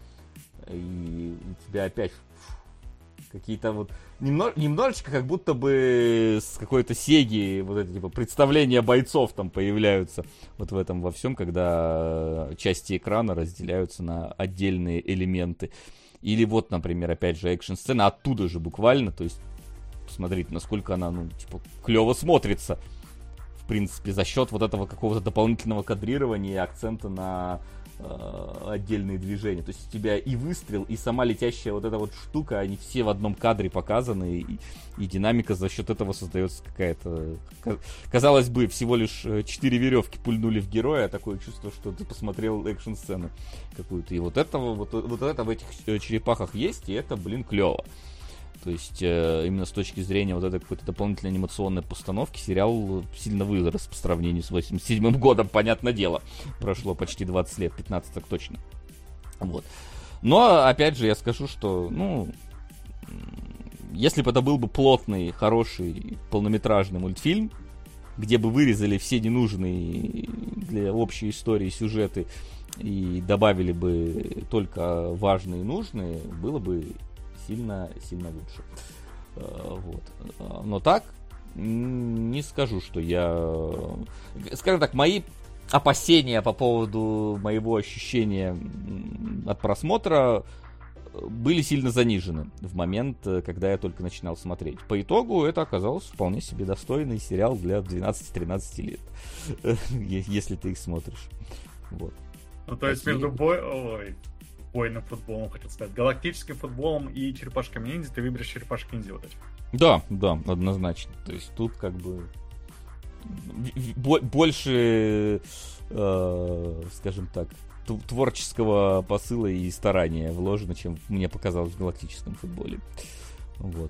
и у тебя опять какие-то вот немно, немножечко как будто бы с какой-то Сеги вот это типа представления бойцов там появляются вот в этом во всем, когда части экрана разделяются на отдельные элементы. Или вот, например, опять же экшн-сцена оттуда же буквально, то есть посмотрите, насколько она, ну, типа, клево смотрится. В принципе, за счет вот этого какого-то дополнительного кадрирования и акцента на э, отдельные движения. То есть у тебя и выстрел, и сама летящая вот эта вот штука, они все в одном кадре показаны, и, и динамика за счет этого создается какая-то... Казалось бы, всего лишь четыре веревки пульнули в героя, а такое чувство, что ты посмотрел экшн-сцену какую-то. И вот этого, вот, вот это в этих черепахах есть, и это, блин, клево. То есть, э, именно с точки зрения вот этой какой-то дополнительной анимационной постановки, сериал сильно вырос по сравнению с восемьдесят седьмым годом, понятное дело. Прошло почти двадцать лет, пятнадцать так точно. Вот. Но, опять же, я скажу, что, ну, если бы это был бы плотный, хороший, полнометражный мультфильм, где бы вырезали все ненужные для общей истории сюжеты и добавили бы только важные и нужные, было бы сильно, сильно лучше. Вот. Но так, не скажу, что я... Скажем так, мои опасения по поводу моего ощущения от просмотра были сильно занижены в момент, когда я только начинал смотреть. По итогу это оказалось вполне себе достойный сериал для двенадцати-тринадцати лет, если ты их смотришь. Вот. Ну, то есть между бой... Ой, бойным футболом, хотел сказать, галактическим футболом и черепашками ниндзя ты выберешь черепашки ниндзя вот эти. Да, да, однозначно. То есть тут как бы больше, э, скажем так, творческого посыла и старания вложено, чем мне показалось в галактическом футболе. Вот.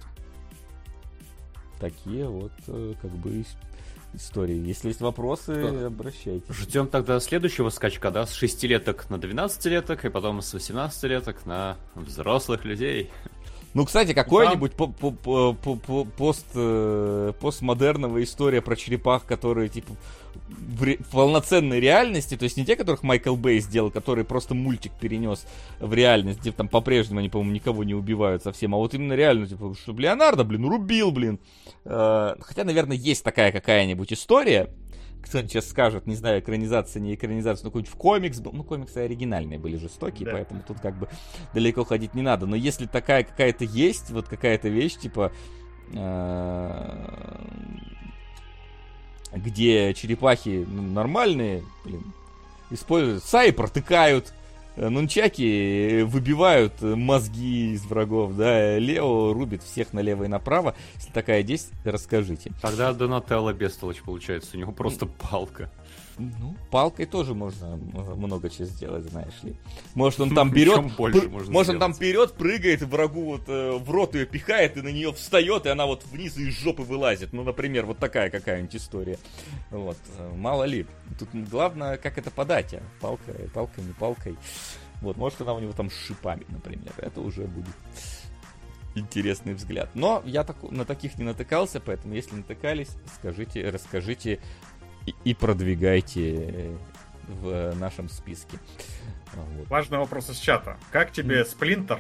Такие вот, как бы, истории. Если есть вопросы, что? Обращайтесь. Ждем тогда следующего скачка, да, с шестилеток на двенадцатилеток, и потом с восемнадцатилеток на взрослых людей. Ну, кстати, какой-нибудь по- по- по- по- пост, э, постмодерновая история про черепах, которые, типа, в, ре- в полноценной реальности, то есть не те, которых Майкл Бэй сделал, которые просто мультик перенес в реальность, где там по-прежнему они, по-моему, никого не убивают совсем, а вот именно реально, типа, чтобы Леонардо, блин, рубил, блин. Э, хотя, наверное, есть такая какая-нибудь история, кто-нибудь сейчас скажет, не знаю, экранизация, не экранизация, но какой-нибудь в комикс был. Ну, комиксы оригинальные были жестокие, да. Поэтому тут как бы далеко ходить не надо. Но если такая какая-то есть, вот какая-то вещь, типа, где черепахи нормальные, блин, используют, саи протыкают, нунчаки выбивают мозги из врагов, да, Лео рубит всех налево и направо. Если такая есть, расскажите. Тогда Донателло бестолочь получается, у него просто палка. Ну, палкой тоже можно много чего сделать, знаешь ли. Может, он там берет, пр- может, он там вперед прыгает, и врагу вот э, в рот ее пихает, и на нее встает, и она вот вниз из жопы вылазит. Ну, например, вот такая какая-нибудь история. Вот, мало ли. Тут главное, как это подать, а? Палкой, палкой, не палкой. Вот, может, она у него там с шипами, например. Это уже будет интересный взгляд. Но я так, на таких не натыкался, поэтому, если натыкались, скажите, расскажите и, и продвигайте в нашем списке. Вот. Важный вопрос из чата. Как тебе Сплинтер?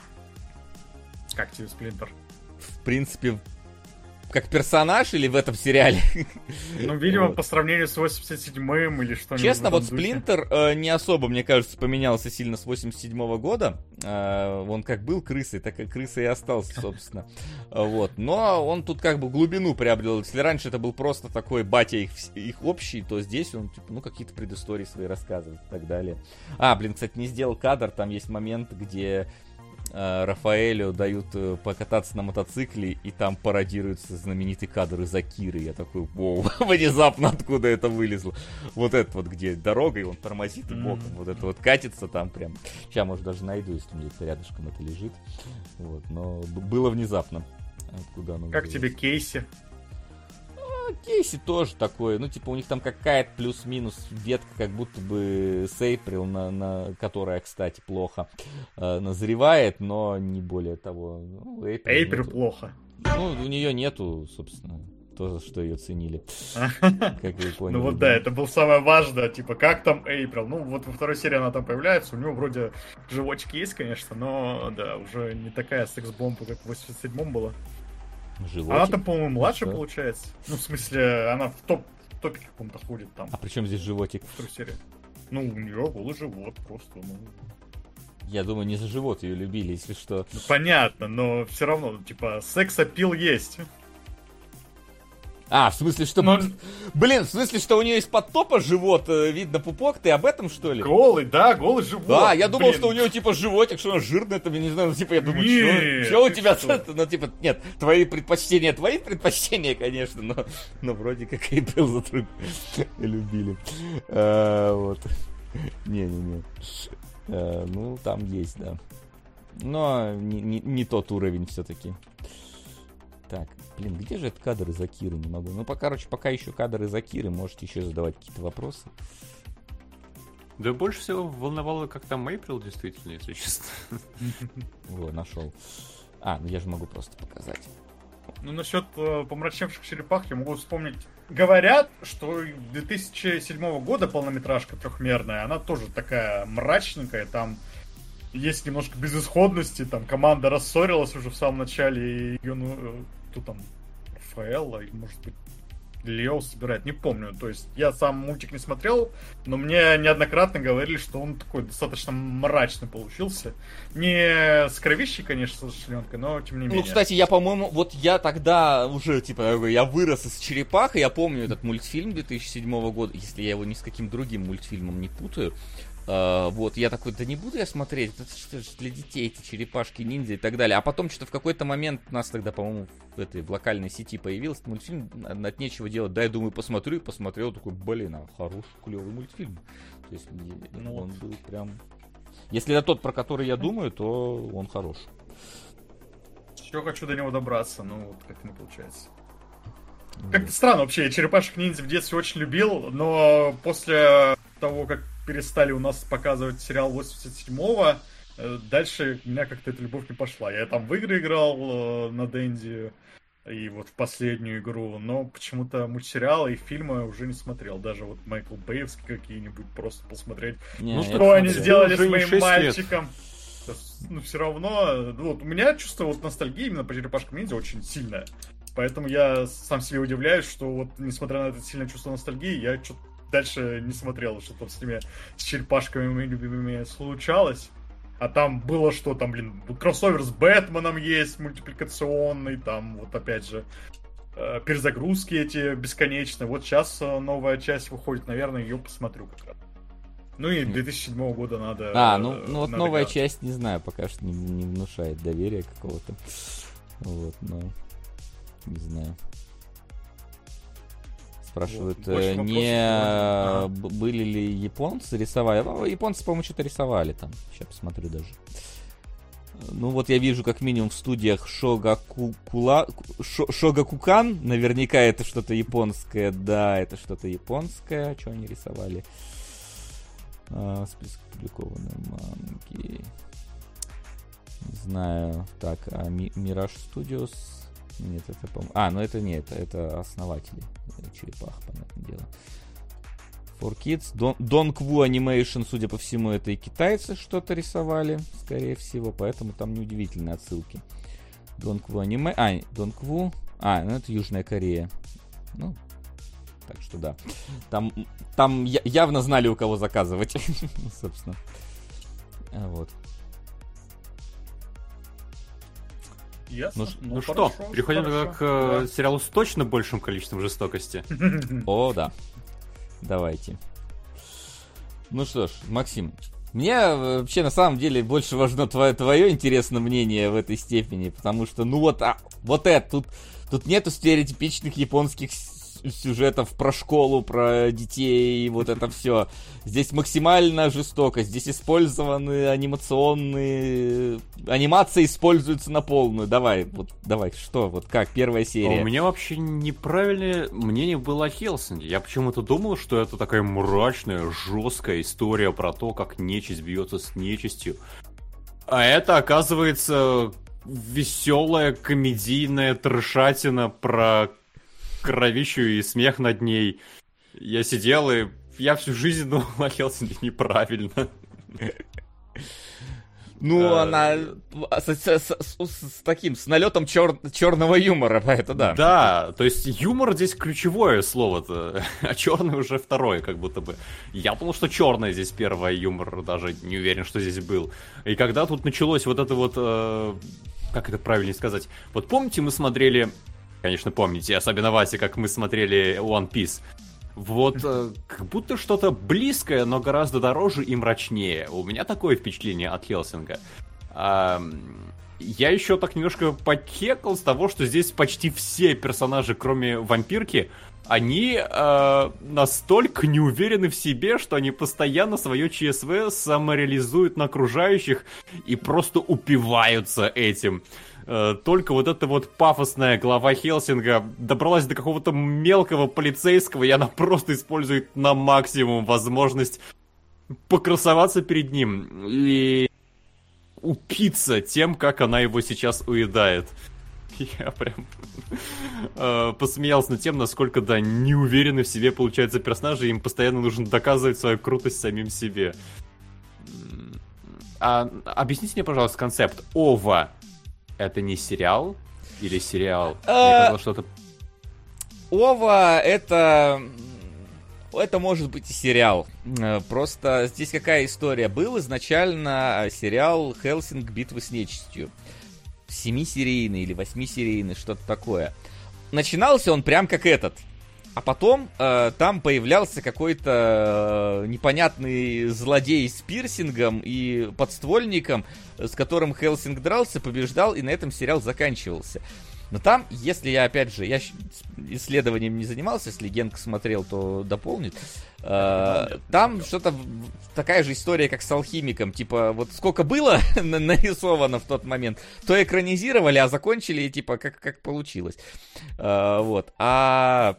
Как тебе Сплинтер? В принципе, как персонаж или в этом сериале? Ну, видимо, вот. По сравнению с восемьдесят седьмым или что-нибудь. Честно, вот Сплинтер э, не особо, мне кажется, поменялся сильно с восемьдесят седьмого года. Э, он как был крысой, так и крысой и остался, собственно. Вот. Но он тут как бы глубину приобрел. Если раньше это был просто такой батя их, их общий, то здесь он, типа, ну, какие-то предыстории свои рассказывает и так далее. А, блин, кстати, не сделал кадр. Там есть момент, где Рафаэлю дают покататься на мотоцикле, и там пародируется знаменитый кадр из Акиры. Я такой, воу, внезапно откуда это вылезло. Вот это вот, где дорога, и он тормозит и боком. Mm-hmm. Вот это вот катится там прям. Сейчас, может, даже найду, если у меня где-то рядышком это лежит. Вот, но было внезапно. Откуда оно Как вылезло. тебе Кейси? Кейси тоже такое, ну, типа, у них там какая-то плюс-минус ветка, как будто бы с Эйприл, на, на, которая, кстати, плохо э, назревает, но не более того. Ну, Эйприл плохо. Ну, у нее нету, собственно, то, за что ее ценили. Как вы поняли. Ну вот да, это было самое важное, типа, как там Эйприл? Ну, вот во второй серии она там появляется, у него вроде животик есть, конечно, но, да, уже не такая секс-бомба, как в восемьдесят седьмом была. Животик? Она там, по-моему, младше, ну, получается. Ну, в смысле, она в топ в топе каком-то ходит там. А при чем здесь животик? Второй серии. Ну, у нее голый живот просто, ну... Я думаю, не за живот ее любили, если что. Ну, понятно, но все равно, типа, секс-аппил есть. А, в смысле, что... Но... Блин, в смысле, что у нее из-под топа живот, видно пупок, ты об этом, что ли? Голый, да, голый живот. Да, я думал, Блин. Что у нее, типа, животик, что она жирная, там, я не знаю, ну, типа, я думаю, Нет, что у тебя... Что? Ну, типа, нет, твои предпочтения, твои предпочтения, конечно, но, но вроде как и был за труп любили. А, вот. Не-не-не. А, ну, там есть, да. Но не, не, не тот уровень все-таки. Так, блин, где же этот кадр из Акиры? Не могу. Ну, по, короче, пока еще кадр из Акиры, можете еще задавать какие-то вопросы. Да больше всего волновало, как там Эйприл, действительно, если честно. Во, нашел. А, ну я же могу просто показать. Ну, насчет э, помрачневших черепах я могу вспомнить. Говорят, что две тысячи седьмого года полнометражка трехмерная, она тоже такая мрачненькая, там есть немножко безысходности, там команда рассорилась уже в самом начале, и ее, ну, тут там Рафаэлло, или, может быть, Лео собирает, не помню. То есть я сам мультик не смотрел, но мне неоднократно говорили, что он такой достаточно мрачный получился. Не с кровищей, конечно, с членкой, но тем не менее. Ну, кстати, я, по-моему, вот я тогда уже, типа, я вырос из черепах, и я помню этот мультфильм две тысячи седьмого года, если я его ни с каким другим мультфильмом не путаю. Uh, вот, я такой, да не буду я смотреть, это что ж для детей, эти черепашки-ниндзя и так далее. А потом что-то в какой-то момент у нас тогда, по-моему, в этой в локальной сети появился мультфильм, от нечего делать. Да, я думаю, посмотрю, и посмотрел, такой, блин, а хороший, клевый мультфильм. То есть, ну, он был прям... Если это тот, про который я думаю, то он хорош. Еще хочу до него добраться, но вот как-то не получается. Как-то странно вообще, я черепашек-ниндзя в детстве очень любил, но после того, как перестали у нас показывать сериал восемьдесят седьмого, дальше у меня как-то эта любовь не пошла. Я там в игры играл на Денди, и вот в последнюю игру, но почему-то мультсериалы и фильмы уже не смотрел. Даже вот Майкл Бэевский какие-нибудь просто посмотреть. Не, ну что они сделали с моим мальчиком? Ну все равно, вот у меня чувство вот ностальгии именно по черепашкам-ниндзя очень сильное. Поэтому я сам себе удивляюсь, что вот несмотря на это сильное чувство ностальгии, я что-то дальше не смотрел, что там с ними, с черепашками моими любимыми случалось. А там было что, там, блин, кроссовер с Бэтменом есть, мультипликационный, там вот опять же э, перезагрузки эти бесконечные. Вот сейчас новая часть выходит, наверное, ее посмотрю как раз. Ну и две тысячи седьмого года надо... А, ну, ну вот новая играть. Часть, не знаю, пока что не, не внушает доверия какого-то. Вот, но... Не знаю. Спрашивают, вот, э, не ага. были ли японцы рисовали? Японцы, по-моему, что-то рисовали там. Сейчас посмотрю даже. Ну вот я вижу как минимум в студиях Шогакукула... Шогакукан. Наверняка это что-то японское. Да, это что-то японское. Что они рисовали? А, список опубликованной манги. Не знаю. Так, а Mirage Studios... Нет, это, по-моему... А, ну это не это, это основатели черепах, понятное дело. фор Kids. Don, Don Kvu Animation, судя по всему, это и китайцы что-то рисовали, скорее всего, поэтому там неудивительные отсылки. Don Kvu Anime... А, Don Kvu... А, ну это Южная Корея. Ну, так что да. Там, там явно знали, у кого заказывать. Собственно. Вот. Ясно. Ну, ну, ну хорошо, что, переходим хорошо. К да. сериалу с точно большим количеством жестокости. О, да. Давайте. Ну что ж, Максим, мне вообще на самом деле больше важно твое, твое интересное мнение в этой степени, потому что, ну вот, а, вот это, тут, тут нету стереотипичных японских сюжетов про школу, про детей, вот это все. Здесь максимально жестоко, здесь использованы анимационные... Анимация используется на полную. Давай, вот, давай, что, вот как, первая серия. А у меня вообще неправильное мнение было о Хелсинге. Я почему-то думал, что это такая мрачная, жесткая история про то, как нечисть бьется с нечистью. А это, оказывается, веселая, комедийная трешатина про... кровищу и смех над ней. Я сидел, и я всю жизнь думал о Хелсинге неправильно. Ну, она с, с, с, с таким, с налетом чер, черного юмора, это да. Да, то есть юмор здесь ключевое слово-то, а черный уже второе, как будто бы. Я думал, что черный здесь первый юмор, даже не уверен, что здесь был. И когда тут началось вот это вот, э, как это правильнее сказать, вот помните, мы смотрели... Конечно, помните, особенно Вася, как мы смотрели One Piece. Вот, э, как будто что-то близкое, но гораздо дороже и мрачнее. У меня такое впечатление от Хелсинга. А, я еще так немножко покекал с того, что здесь почти все персонажи, кроме вампирки, они э, настолько не уверены в себе, что они постоянно свое ЧСВ самореализуют на окружающих и просто упиваются этим. Только вот эта вот пафосная глава Хелсинга добралась до какого-то мелкого полицейского, и она просто использует на максимум возможность покрасоваться перед ним и упиться тем, как она его сейчас уедает. Я прям э, посмеялся над тем, насколько, да, неуверены в себе получаются персонажи, и им постоянно нужно доказывать свою крутость самим себе. А, объясните мне, пожалуйста, концепт ОВА. Это не сериал? Или сериал? Мне казалось, что это Ова это... Это может быть и сериал. Просто здесь какая история? Был изначально сериал «Хелсинг. Битвы с нечистью». Семисерийный или восьмисерийный, что-то такое. Начинался он прям как этот. А потом э, там появлялся какой-то э, непонятный злодей с пирсингом и подствольником, с которым Хелсинг дрался, побеждал, и на этом сериал заканчивался. Но там, если я, опять же, я исследованием не занимался, если Генк смотрел, то дополнит. Э, там что-то, такая же история, как с алхимиком. Типа, вот сколько было нарисовано в тот момент, то экранизировали, а закончили, типа, как, как получилось. Э, вот. А...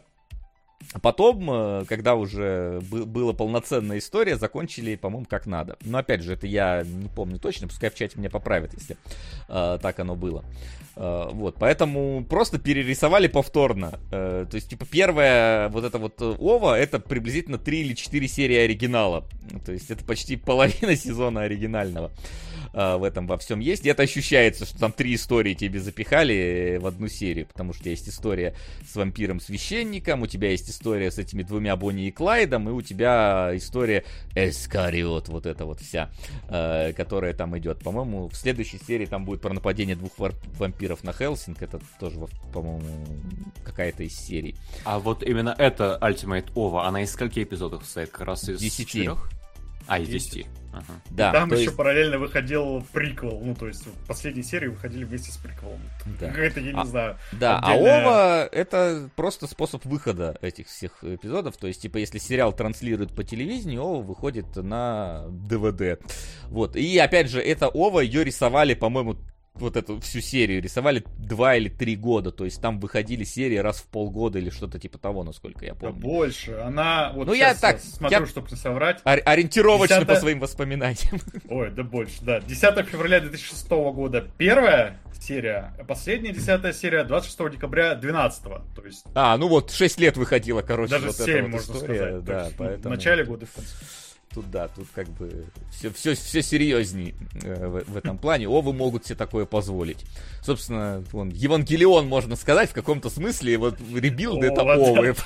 Потом, когда уже была полноценная история, закончили, по-моему, как надо. Но, опять же, это я не помню точно, пускай в чате меня поправят, если э, так оно было. Э, вот, поэтому просто перерисовали повторно. Э, то есть, типа, первая вот эта вот Ова, это приблизительно три или четыре серии оригинала. То есть, это почти половина сезона оригинального. В этом во всем есть. И это ощущается, что там три истории тебе запихали в одну серию, потому что у тебя есть история с вампиром-священником, у тебя есть история с этими двумя Бонни и Клайдом, и у тебя история Эскариот, вот эта вот вся, э, которая там идет. По-моему, в следующей серии там будет про нападение двух вампиров на Хелсинг, это тоже, по-моему, какая-то из серий. А вот именно эта Ultimate Ова, она из скольки эпизодов состоит? Как раз из десяти. четырех? А, из десяти. Ага. Да, там еще есть... параллельно выходил приквел, ну то есть последние серии выходили вместе с приквелом. Да. Это, я не а, знаю. Да, отдельная... а Ова это просто способ выхода этих всех эпизодов, то есть типа если сериал транслируют по телевидению, Ова выходит на ДВД. Вот, и опять же, это Ова, ее рисовали, по-моему, вот эту всю серию рисовали два или три года, то есть там выходили серии раз в полгода или что-то типа того, насколько я помню. Да больше, она, вот ну, я так, смотрю, я... чтобы не соврать. Ори- ориентировочно десятое... по своим воспоминаниям. Ой, да больше, да. десятого февраля две тысячи шестого года первая серия, а последняя десятая серия двадцать шестого декабря двенадцатого, то есть... А, ну вот шесть лет выходила, короче, даже вот семь, эта вот можно история, сказать. Да, есть, поэтому... в начале года и в конце. Тут да, тут как бы все, все, все серьезней э, в, в этом плане. Овы могут себе такое позволить. Собственно, вон, Евангелион, можно сказать, в каком-то смысле, вот ребилд это Овы.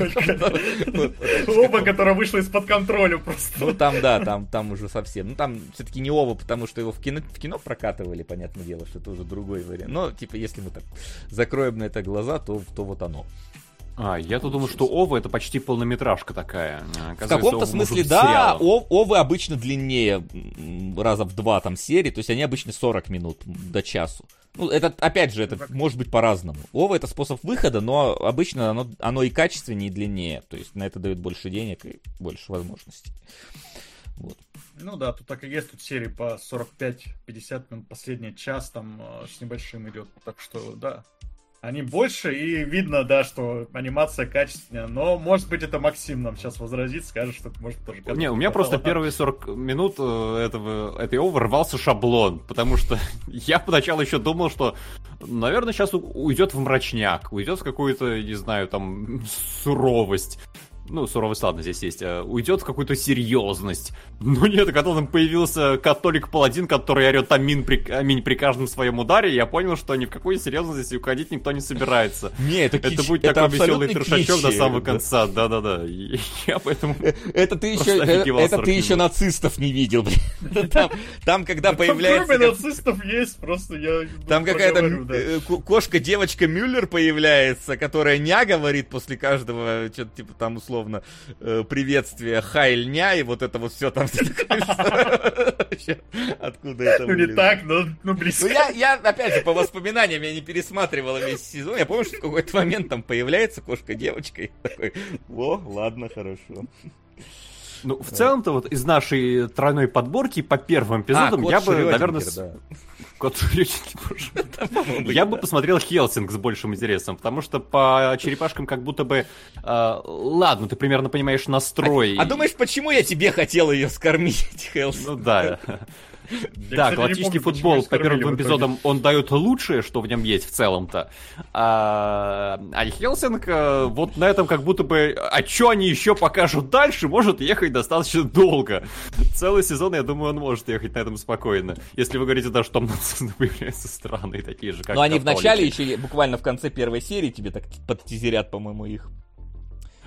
Ова, которая вышла из-под контроля просто. Ну там, да, там, там уже совсем. Ну там все-таки не Ова, потому что его в кино, в кино прокатывали, понятное дело, что это уже другой вариант. Но, типа, если мы так закроем на это глаза, то, то вот оно. А, я-то думаю, что Ова это почти полнометражка такая. В каком-то смысле, да, Ов, Овы обычно длиннее раза в два там серии, то есть они обычно сорок минут до часу. Ну, это, опять же, это ну, может быть по-разному. Ова это способ выхода, но обычно оно, оно и качественнее, и длиннее. То есть на это дает больше денег и больше возможностей. Вот. Ну да, тут так и есть, тут серии по сорок пять - пятьдесят минут, последний час там с небольшим идет, так что да. Они больше, и видно, да, что анимация качественная, но, может быть, это Максим нам сейчас возразит, скажет, что это может тоже... Не, у меня просто первые сорок минут этого, этой Овы рвался шаблон, потому что я поначалу еще думал, что, наверное, сейчас уйдет в мрачняк, уйдет в какую-то, не знаю, там, суровость. Ну, суровость, ладно, здесь есть. Уйдет в какую-то серьезность. Но нет, когда там появился католик-паладин, который орет аминь при, аминь при каждом своем ударе, я понял, что ни в какую серьезность здесь уходить никто не собирается. Не, это кич, это будет это такой веселый трешачок кичи, до самого да. конца. Да-да-да. Я поэтому... Это ты еще, это ты еще нацистов не видел, блин. Там, там когда появляется... Кроме нацистов есть, просто я... Там какая-то кошка-девочка Мюллер появляется, которая ня говорит после каждого, что-то типа там условно приветствие Хайльня, и вот это вот все там. Откуда это Ну не так, но ну близко. Ну я, я, опять же, по воспоминаниям, я не пересматривал весь сезон. Я помню, что в какой-то момент там появляется кошка-девочка, и такой, о, ладно, хорошо. Ну, в целом-то вот из нашей тройной подборки по первым эпизодам а, я бы, Шрёдингер, наверное... Да. Кот Шрёдингер, я бы посмотрел Хелсинг с большим интересом, потому что по черепашкам как будто бы... Э, ладно, ты примерно понимаешь настрой. А, а думаешь, почему я тебе хотел ее скормить, Хелсинг? Ну да. Я, да, кстати, галактический помню, футбол по первым в двум эпизодам он дает лучшее, что в нем есть в целом-то. А, а Хелсинг вот на этом как будто бы... А что они еще покажут дальше, может ехать достаточно долго. Целый сезон, я думаю, он может ехать на этом спокойно. Если вы говорите, да, что там появляются странные такие же, как... Но они в начале еще, буквально в конце первой серии тебе так подтизерят, по-моему, их.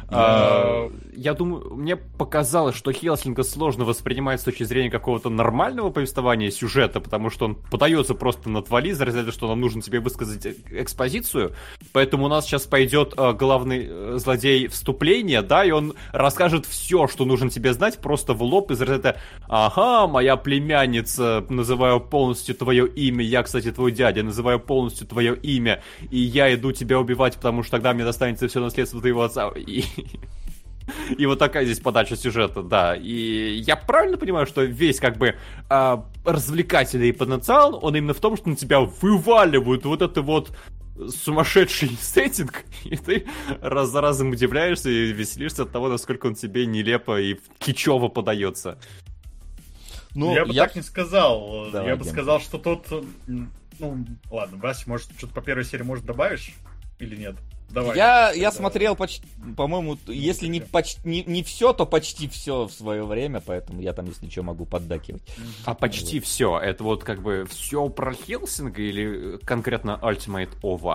А, я думаю, мне показалось, что Хелсинга сложно воспринимать с точки зрения какого-то нормального повествования сюжета, потому что он подается просто на твали, за это, что нам нужно тебе высказать экспозицию. Поэтому у нас сейчас пойдет а, главный а, злодей вступления, да, и он расскажет все, что нужно тебе знать, просто в лоб из это: ага, моя племянница, называю полностью твое имя, я, кстати, твой дядя, называю полностью твое имя, и я иду тебя убивать, потому что тогда мне достанется все наследство твоего отца. И... И вот такая здесь подача сюжета, да. И я правильно понимаю, что весь как бы а, развлекательный потенциал, он именно в том, что на тебя вываливают вот это вот сумасшедший сеттинг, и ты раз за разом удивляешься и веселишься от того, насколько он тебе нелепо и кичево подается. Ну, я бы я... так не сказал. Давай, я бы Ген. сказал, что тут... Ну, ладно, Вася, может, что-то по первой серии, может, добавишь или нет? Давай, я я да. смотрел почти, по-моему, если не почти не, не все, то почти все в свое время, поэтому я там, если что, могу поддакивать. А почти вот. все, это вот как бы все про Хелсинга или конкретно Ultimate ова?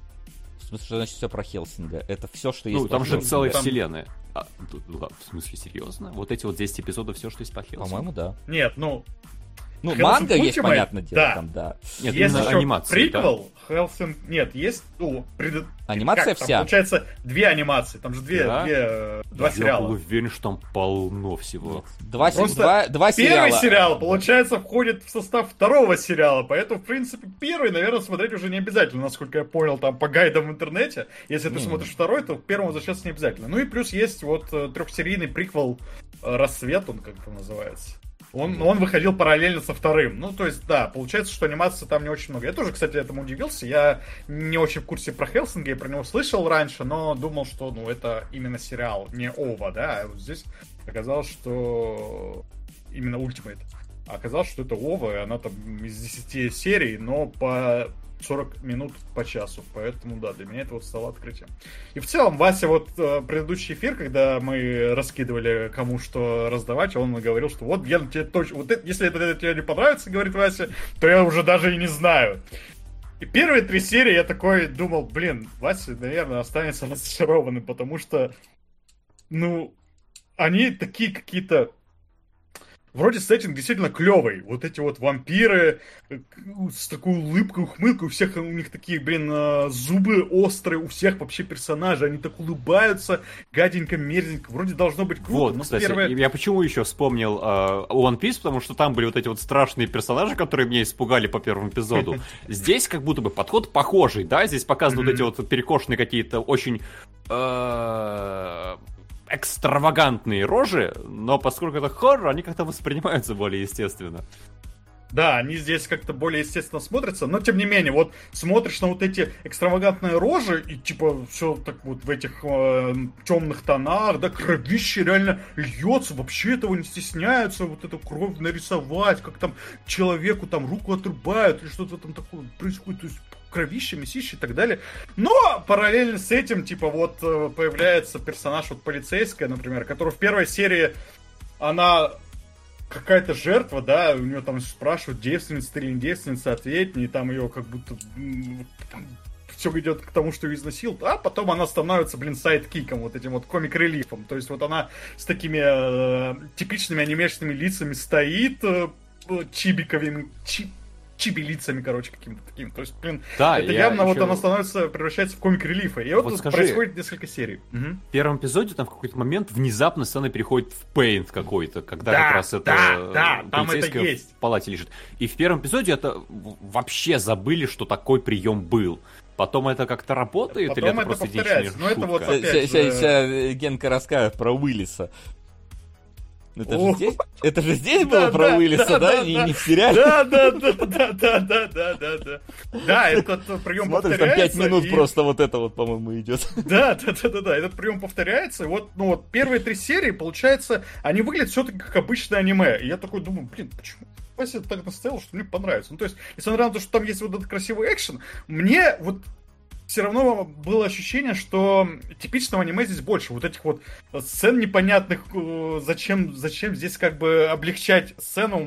В смысле, что значит все про Хелсинга? Это все, что есть. Ну, там же целая там... вселенная. А, в смысле, серьезно? Вот эти вот десять эпизодов, все, что есть по Хелсингу? По-моему, да. Нет, ну... Ну, Hellsing манга есть, понятное дело, да. там, да. Нет, есть еще анимация, приквел, да? Hellsing... Нет, есть... Ну, пред... Анимация как, вся. Там, получается, две анимации, там же две, да? две, два я сериала. Я был уверен, что там полно всего. Два, два, два сериала. Первый сериал, получается, входит в состав второго сериала, поэтому, в принципе, первый, наверное, смотреть уже не обязательно, насколько я понял, там, по гайдам в интернете. Если ты mm. смотришь второй, то к первому возвращаться не обязательно. Ну и плюс есть вот трехсерийный приквел «Рассвет», он как-то называется. Он, он выходил параллельно со вторым. Ну, то есть, да, получается, что анимации там не очень много. Я тоже, кстати, этому удивился. Я не очень в курсе про Хелсинга, я про него слышал раньше, но думал, что, ну, это именно сериал, не ова, да. А вот здесь оказалось, что именно Ultimate. А оказалось, что это ова, и она там из десяти серий, но по сорок минут по часу. Поэтому, да, для меня это вот стало открытием. И в целом, Вася, вот предыдущий эфир, когда мы раскидывали кому что раздавать, он говорил, что вот, Ген, тебе точно... Вот это, если это, это тебе не понравится, говорит Вася, то я уже даже и не знаю. И первые три серии я такой думал, блин, Вася, наверное, останется разочарованным, потому что, ну, они такие какие-то... Вроде сеттинг действительно клевый. Вот эти вот вампиры с такой улыбкой, ухмылкой. У всех у них такие, блин, зубы острые. У всех вообще персонажи. Они так улыбаются. Гаденько, мерзенько. Вроде должно быть круто. Вот, кстати, первое... я почему еще вспомнил uh, One Piece, потому что там были вот эти вот страшные персонажи, которые меня испугали по первому эпизоду. Здесь как будто бы подход похожий, да? Здесь показаны вот эти вот перекошенные какие-то очень... экстравагантные рожи, но поскольку это хоррор, они как-то воспринимаются более естественно. Да, они здесь как-то более естественно смотрятся, но тем не менее, вот смотришь на вот эти экстравагантные рожи, и типа все так вот в этих э, темных тонах, да, кровище реально льется, вообще этого не стесняются, вот эту кровь нарисовать, как там человеку там руку отрубают, или что-то там такое происходит, то есть кровище, месище и так далее. Но параллельно с этим, типа, вот появляется персонаж вот полицейская, например, которая в первой серии, она какая-то жертва, да, у нее там спрашивают, девственница ты или не девственница, ответь мне, и там ее как будто все идет к тому, что ее изнасилуют, а потом она становится, блин, сайдкиком, вот этим вот комик-релифом. То есть вот она с такими э, типичными анимешными лицами стоит, э, чибиковыми, чип чиби-лицами, короче, каким-то таким. То есть, блин, да, это явно еще... вот она становится, превращается в комик-релифа. И вот, вот тут скажи, происходит несколько серий. Угу. В первом эпизоде там в какой-то момент внезапно сцена переходит в пейнт какой-то, когда да, как раз это да, да, там это есть. В палате лежит. И в первом эпизоде это вообще забыли, что такой прием был. Потом это как-то работает, потом или это, это просто дичная шутка? Это вот опять сейчас же... Генка расскажет про Уиллиса. Это же, здесь, это же здесь было да, про да, Уиллиса, да? да, да? Не, да. не в сериале? Да, да, да, да, да, да, да, да, да. Да, этот прием Смотришь, повторяется. Там пять минут и... просто вот это вот, по-моему, идет. Да, да, да, да, да, этот прием повторяется. И вот, ну вот, первые три серии, получается, они выглядят все-таки как обычное аниме. И я такой думаю, блин, почему? Вася так настоял, что мне понравится. Ну, то есть, несмотря на то, что там есть вот этот красивый экшен, мне вот все равно было ощущение, что типичного аниме здесь больше. Вот этих вот сцен непонятных, зачем, зачем здесь как бы облегчать сцену.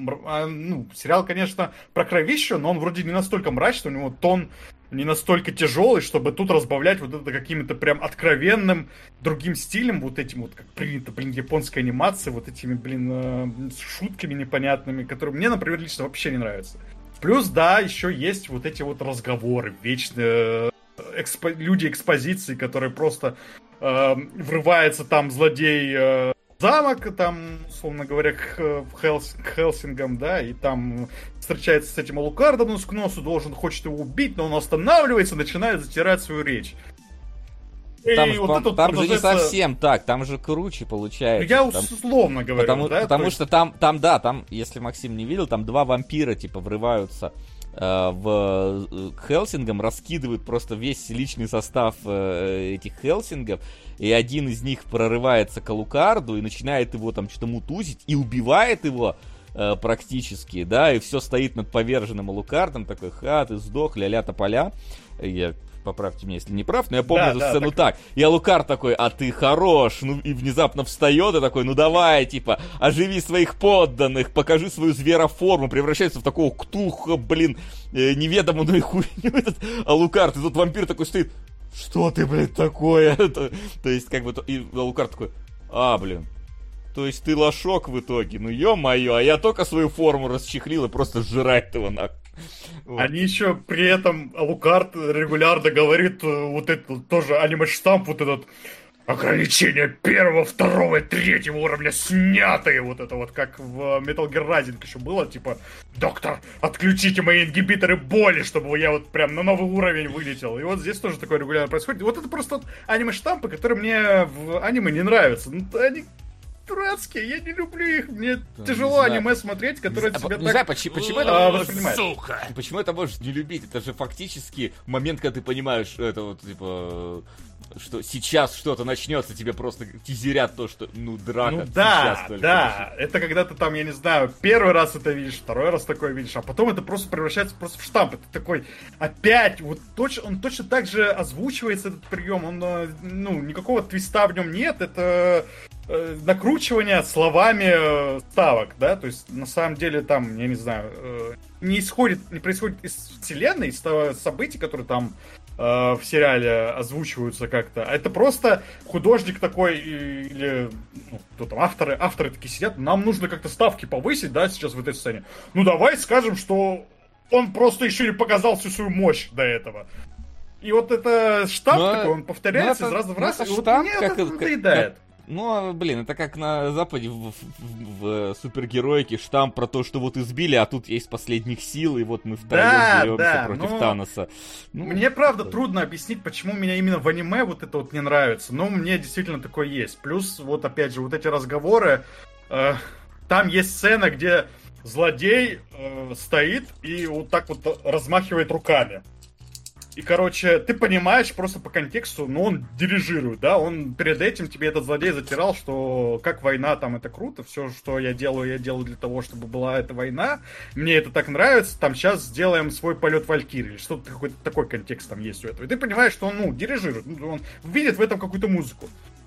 Ну, сериал, конечно, про кровищу, но он вроде не настолько мрачный, у него тон не настолько тяжелый, чтобы тут разбавлять вот это каким-то прям откровенным другим стилем, вот этим вот, как принято, блин, японской анимации, вот этими, блин, шутками непонятными, которые мне, например, лично вообще не нравятся. Плюс, да, еще есть вот эти вот разговоры, вечные экспо- люди экспозиции, которые просто э, врывается там злодей э, в замок, там, условно говоря, к, Хелс- к Хелсингам, да, и там встречается с этим Алукардом нос к носу, должен, хочет его убить, но он останавливается, начинает затирать свою речь. Там, и же, вот там, там же не совсем так, там же круче получается. Я там, условно говорю, потому, да? Потому есть... что там, там, да, там, если Максим не видел, там два вампира, типа, врываются э, в, э, к Хелсингам, раскидывают просто весь личный состав э, этих Хелсингов, и один из них прорывается к Алукарду и начинает его там что-то мутузить, и убивает его э, практически, да, и все стоит над поверженным Алукардом, такой, ха, ты сдох, ля-ля тополя. Я... Поправьте меня, если не прав, но я помню да, эту да, сцену так. так. И Алукард такой, а ты хорош, ну и внезапно встает и такой, ну давай, типа, оживи своих подданных, покажи свою звероформу, превращается в такого ктуха, блин, э, неведомую хуйню этот Алукард, и тут вампир такой стоит, что ты, блин, такое? То есть, как бы, и Алукард такой, а, блин, то есть ты лошок в итоге, ну ё-моё, а я только свою форму расчехлил и просто сжирает его нахуй. Вот. Они еще при этом, Алукард регулярно говорит вот это тоже аниме-штамп, вот этот ограничение первого, второго и третьего уровня снятые, вот это вот как в Metal Gear Rising еще было, типа, доктор, отключите мои ингибиторы боли, чтобы я вот прям на новый уровень вылетел. И вот здесь тоже такое регулярно происходит. Вот это просто вот аниме-штампы, которые мне в аниме не нравятся. Ну, они дурацкие, я не люблю их, мне да, тяжело аниме смотреть, которое тебя не так знаю, почему, почему а, это воспринимает. Сука! Почему это можешь не любить? Это же фактически момент, когда ты понимаешь, это вот, типа, что сейчас что-то начнется, тебе просто тизерят то, что, ну, драка ну, сейчас да, только. Да, начнется. Это когда ты там, я не знаю, первый раз это видишь, второй раз такое видишь, а потом это просто превращается просто в штамп. Это такой, опять, вот точ, он точно так же озвучивается, этот прием, он, ну, никакого твиста в нем нет, это э, накручивание словами э, ставок, да, то есть, на самом деле, там, я не знаю, э, не исходит, не происходит из вселенной, из того событий, которые там в сериале озвучиваются как-то. Это просто художник такой, или ну, кто там, авторы, авторы такие сидят, нам нужно как-то ставки повысить, да, сейчас в этой сцене. Ну давай скажем, что он просто еще не показал всю свою мощь до этого. И вот это штамп но, такой, он повторяется из раза в раз, и вот мне как, это надоедает. Ну, блин, это как на Западе в, в, в, в супергеройке штамп про то, что вот избили, а тут есть последних сил, и вот мы втроем да, деремся да, против Таноса. Ну, мне, правда, да. трудно объяснить, почему меня именно в аниме вот это вот не нравится, но мне действительно такое есть. Плюс, вот опять же, вот эти разговоры, э, там есть сцена, где злодей э, стоит и вот так вот размахивает руками. И, короче, ты понимаешь просто по контексту, ну, он дирижирует, да, он перед этим тебе этот злодей затирал, что как война, там, это круто, все, что я делаю, я делаю для того, чтобы была эта война, мне это так нравится, там, сейчас сделаем свой полет Валькирии, или что-то, какой-то такой контекст там есть у этого. И ты понимаешь, что он, ну, дирижирует, он видит в этом какую-то музыку.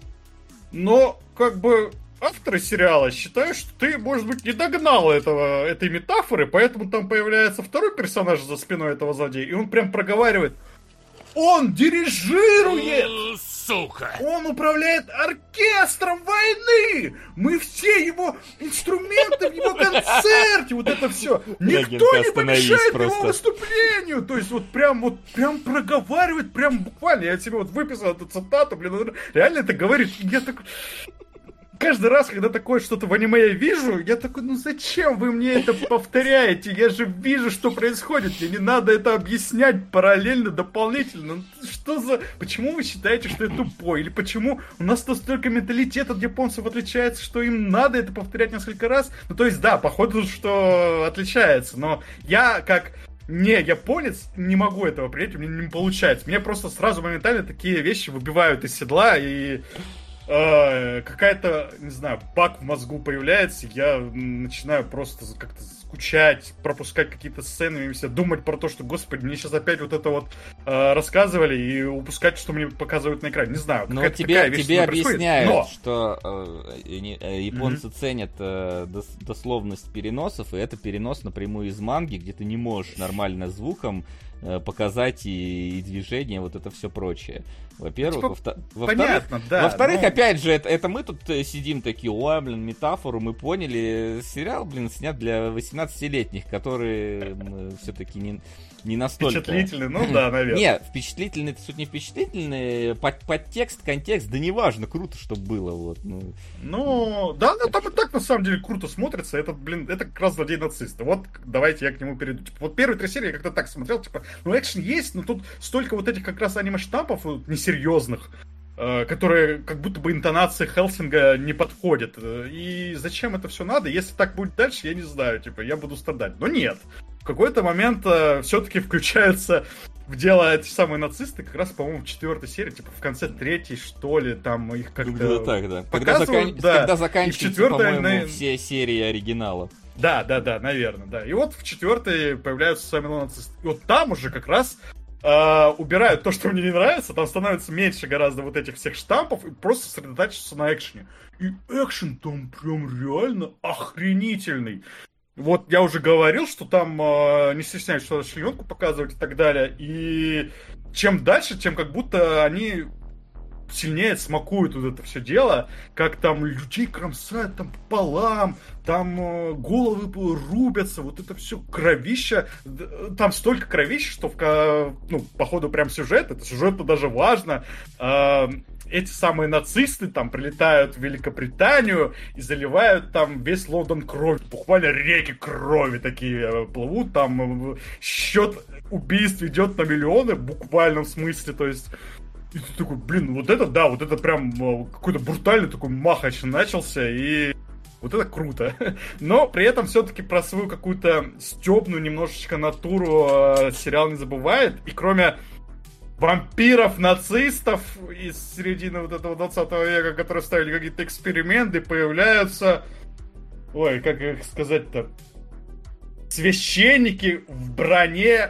Но, как бы, авторы сериала считают, что ты, может быть, не догнал этого, этой метафоры, поэтому там появляется второй персонаж за спиной этого злодея, и он прям проговаривает: он дирижирует! Сука! Он управляет оркестром войны! Мы все его инструменты в его концерте! Вот это все! Никто не помешает его выступлению! То есть вот прям вот прям проговаривает, прям буквально. Я себе вот выписал эту цитату, блин, реально это говорит. Я так... Каждый раз, когда такое что-то в аниме я вижу, я такой, ну зачем вы мне это повторяете? Я же вижу, что происходит. Мне не надо это объяснять параллельно, дополнительно. Что за... Почему вы считаете, что я тупой? Или почему у нас настолько менталитет от японцев отличается, что им надо это повторять несколько раз? Ну то есть да, походу, что отличается. Но я как... не японец, не могу этого принять, у меня не получается. Мне просто сразу моментально такие вещи выбивают из седла, и э, какая-то, не знаю, баг в мозгу появляется, я начинаю просто как-то скучать, пропускать какие-то сцены, думать про то, что, господи, мне сейчас опять вот это вот э, рассказывали, и упускать, что мне показывают на экране. Не знаю, но какая-то тебе, такая вещь тебе объясняют, но... что э, э, японцы mm-hmm. ценят э, дос, дословность переносов, и это перенос напрямую из манги, где ты не можешь нормально звуком э, показать и, и движение, вот это все прочее. Во-первых, типа, во-вто... во-вторых, да, во-вторых но... опять же, это, это мы тут сидим такие, ой, блин, метафору, мы поняли. Сериал, блин, снят для восемнадцатилетних, которые все-таки не, не настолько... Впечатлительный, ну да, наверное. Нет, впечатлительный, это суть не впечатлительный, под, подтекст, контекст, да неважно, круто, чтобы было, вот. Ну, ну да, ну, там и так на самом деле круто смотрится, это, блин, это как раз злодей нациста. Вот, давайте я к нему перейду. Типа, вот первые три серии я как-то так смотрел, типа, ну экшен есть, но тут столько вот этих как раз аниме-штампов, не серьезных, которые как будто бы интонации Хелсинга не подходят. И зачем это все надо? Если так будет дальше, я не знаю, типа, я буду страдать. Но нет. В какой-то момент uh, все-таки включаются в дело эти самые нацисты, как раз, по-моему, в четвертой серии, типа, в конце третьей, что ли, там их как-то да, так, да. Когда, закан... да. Когда заканчиваются, четвертой, по-моему, на... все серии оригинала. Да, да, да, наверное, да. И вот в четвертой появляются сами нацисты. И вот там уже как раз Uh, убирают то, что мне не нравится, там становится меньше гораздо вот этих всех штампов, и просто сосредотачиваются на экшене. И экшен там прям реально охренительный. Вот я уже говорил, что там uh, не стесняюсь, что членку показывать и так далее. И чем дальше, тем как будто они сильнее смакуют вот это все дело, как там людей кромсают там пополам, там э, головы рубятся, вот это все кровища, там столько кровища, что в, ну, по ходу прям сюжет, это сюжет-то даже важно, э, эти самые нацисты там прилетают в Великобританию и заливают там весь Лондон кровью, буквально реки крови такие плывут, там э, счет убийств идет на миллионы, в буквальном смысле, то есть. И ты такой, блин, вот это, да, вот это прям какой-то брутальный такой махач начался, и вот это круто. Но при этом все-таки про свою какую-то стёбную немножечко натуру э, сериал не забывает. И кроме вампиров-нацистов из середины вот этого двадцатого века, которые ставили какие-то эксперименты, появляются... Ой, как их сказать-то? Священники в броне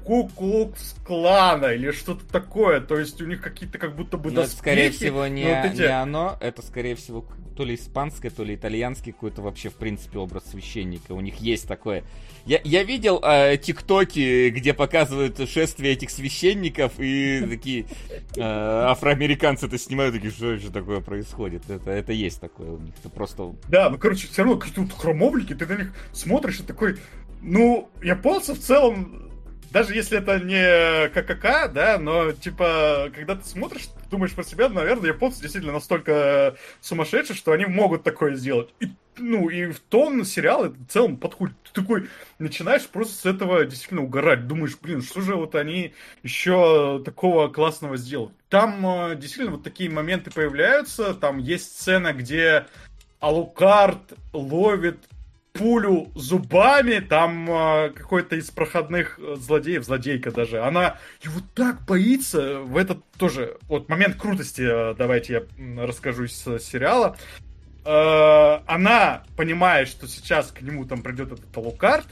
Ку-Клукс-клана или что-то такое. То есть у них какие-то как будто бы но доспехи. Это, скорее всего, не, вот эти... не оно. Это, скорее всего, то ли испанское, то ли итальянский какой-то вообще, в принципе, образ священника. У них есть такое. Я, я видел э, тиктоки, где показывают шествие этих священников, и такие э, афроамериканцы это снимают, такие, что еще такое происходит. Это, это есть такое у них. Это просто... Да, ну, короче, все равно какие-то вот хромовники, ты на них смотришь и такой... Ну, японцы в целом... Даже если это не ККК, да, но, типа, когда ты смотришь, ты думаешь про себя, наверное, японцы действительно настолько сумасшедшие, что они могут такое сделать. И, ну, и в тон сериала в целом подходит. Ты такой начинаешь просто с этого действительно угорать. Думаешь, блин, что же вот они еще такого классного сделают. Там действительно вот такие моменты появляются. Там есть сцена, где Алукард ловит пулю зубами, там э, какой-то из проходных злодеев, злодейка даже, она его так боится, в этот тоже, вот момент крутости, э, давайте я расскажу из сериала, э, она понимает, что сейчас к нему там придет этот Алукард,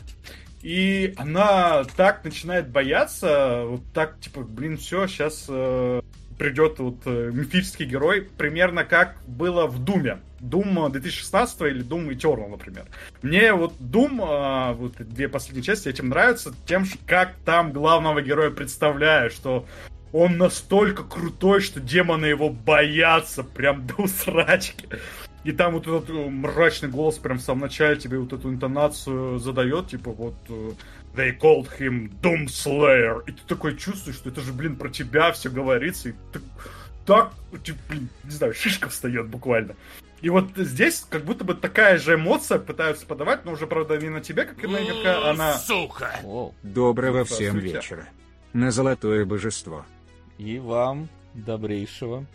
и она так начинает бояться, вот так, типа, блин, все, сейчас э, придет вот э, мифический герой, примерно как было в Думе. Doom две тысячи шестнадцатого или Doom Eternal, например. Мне вот Doom, а, вот две последние части, этим нравятся тем, как там главного героя представляют, что он настолько крутой, что демоны его боятся прям до усрачки. И там вот этот мрачный голос прям в самом начале тебе вот эту интонацию задает, типа вот they called him Doom Slayer. И ты такой чувствуешь, что это же, блин, про тебя все говорится. И ты так, типа, блин, не знаю, шишка встает буквально. И вот здесь как будто бы такая же эмоция пытаются подавать, но уже, правда, не на тебя, как и на игрока, а на... Сука! Доброго всем вечера. На золотое божество. И вам добрейшего.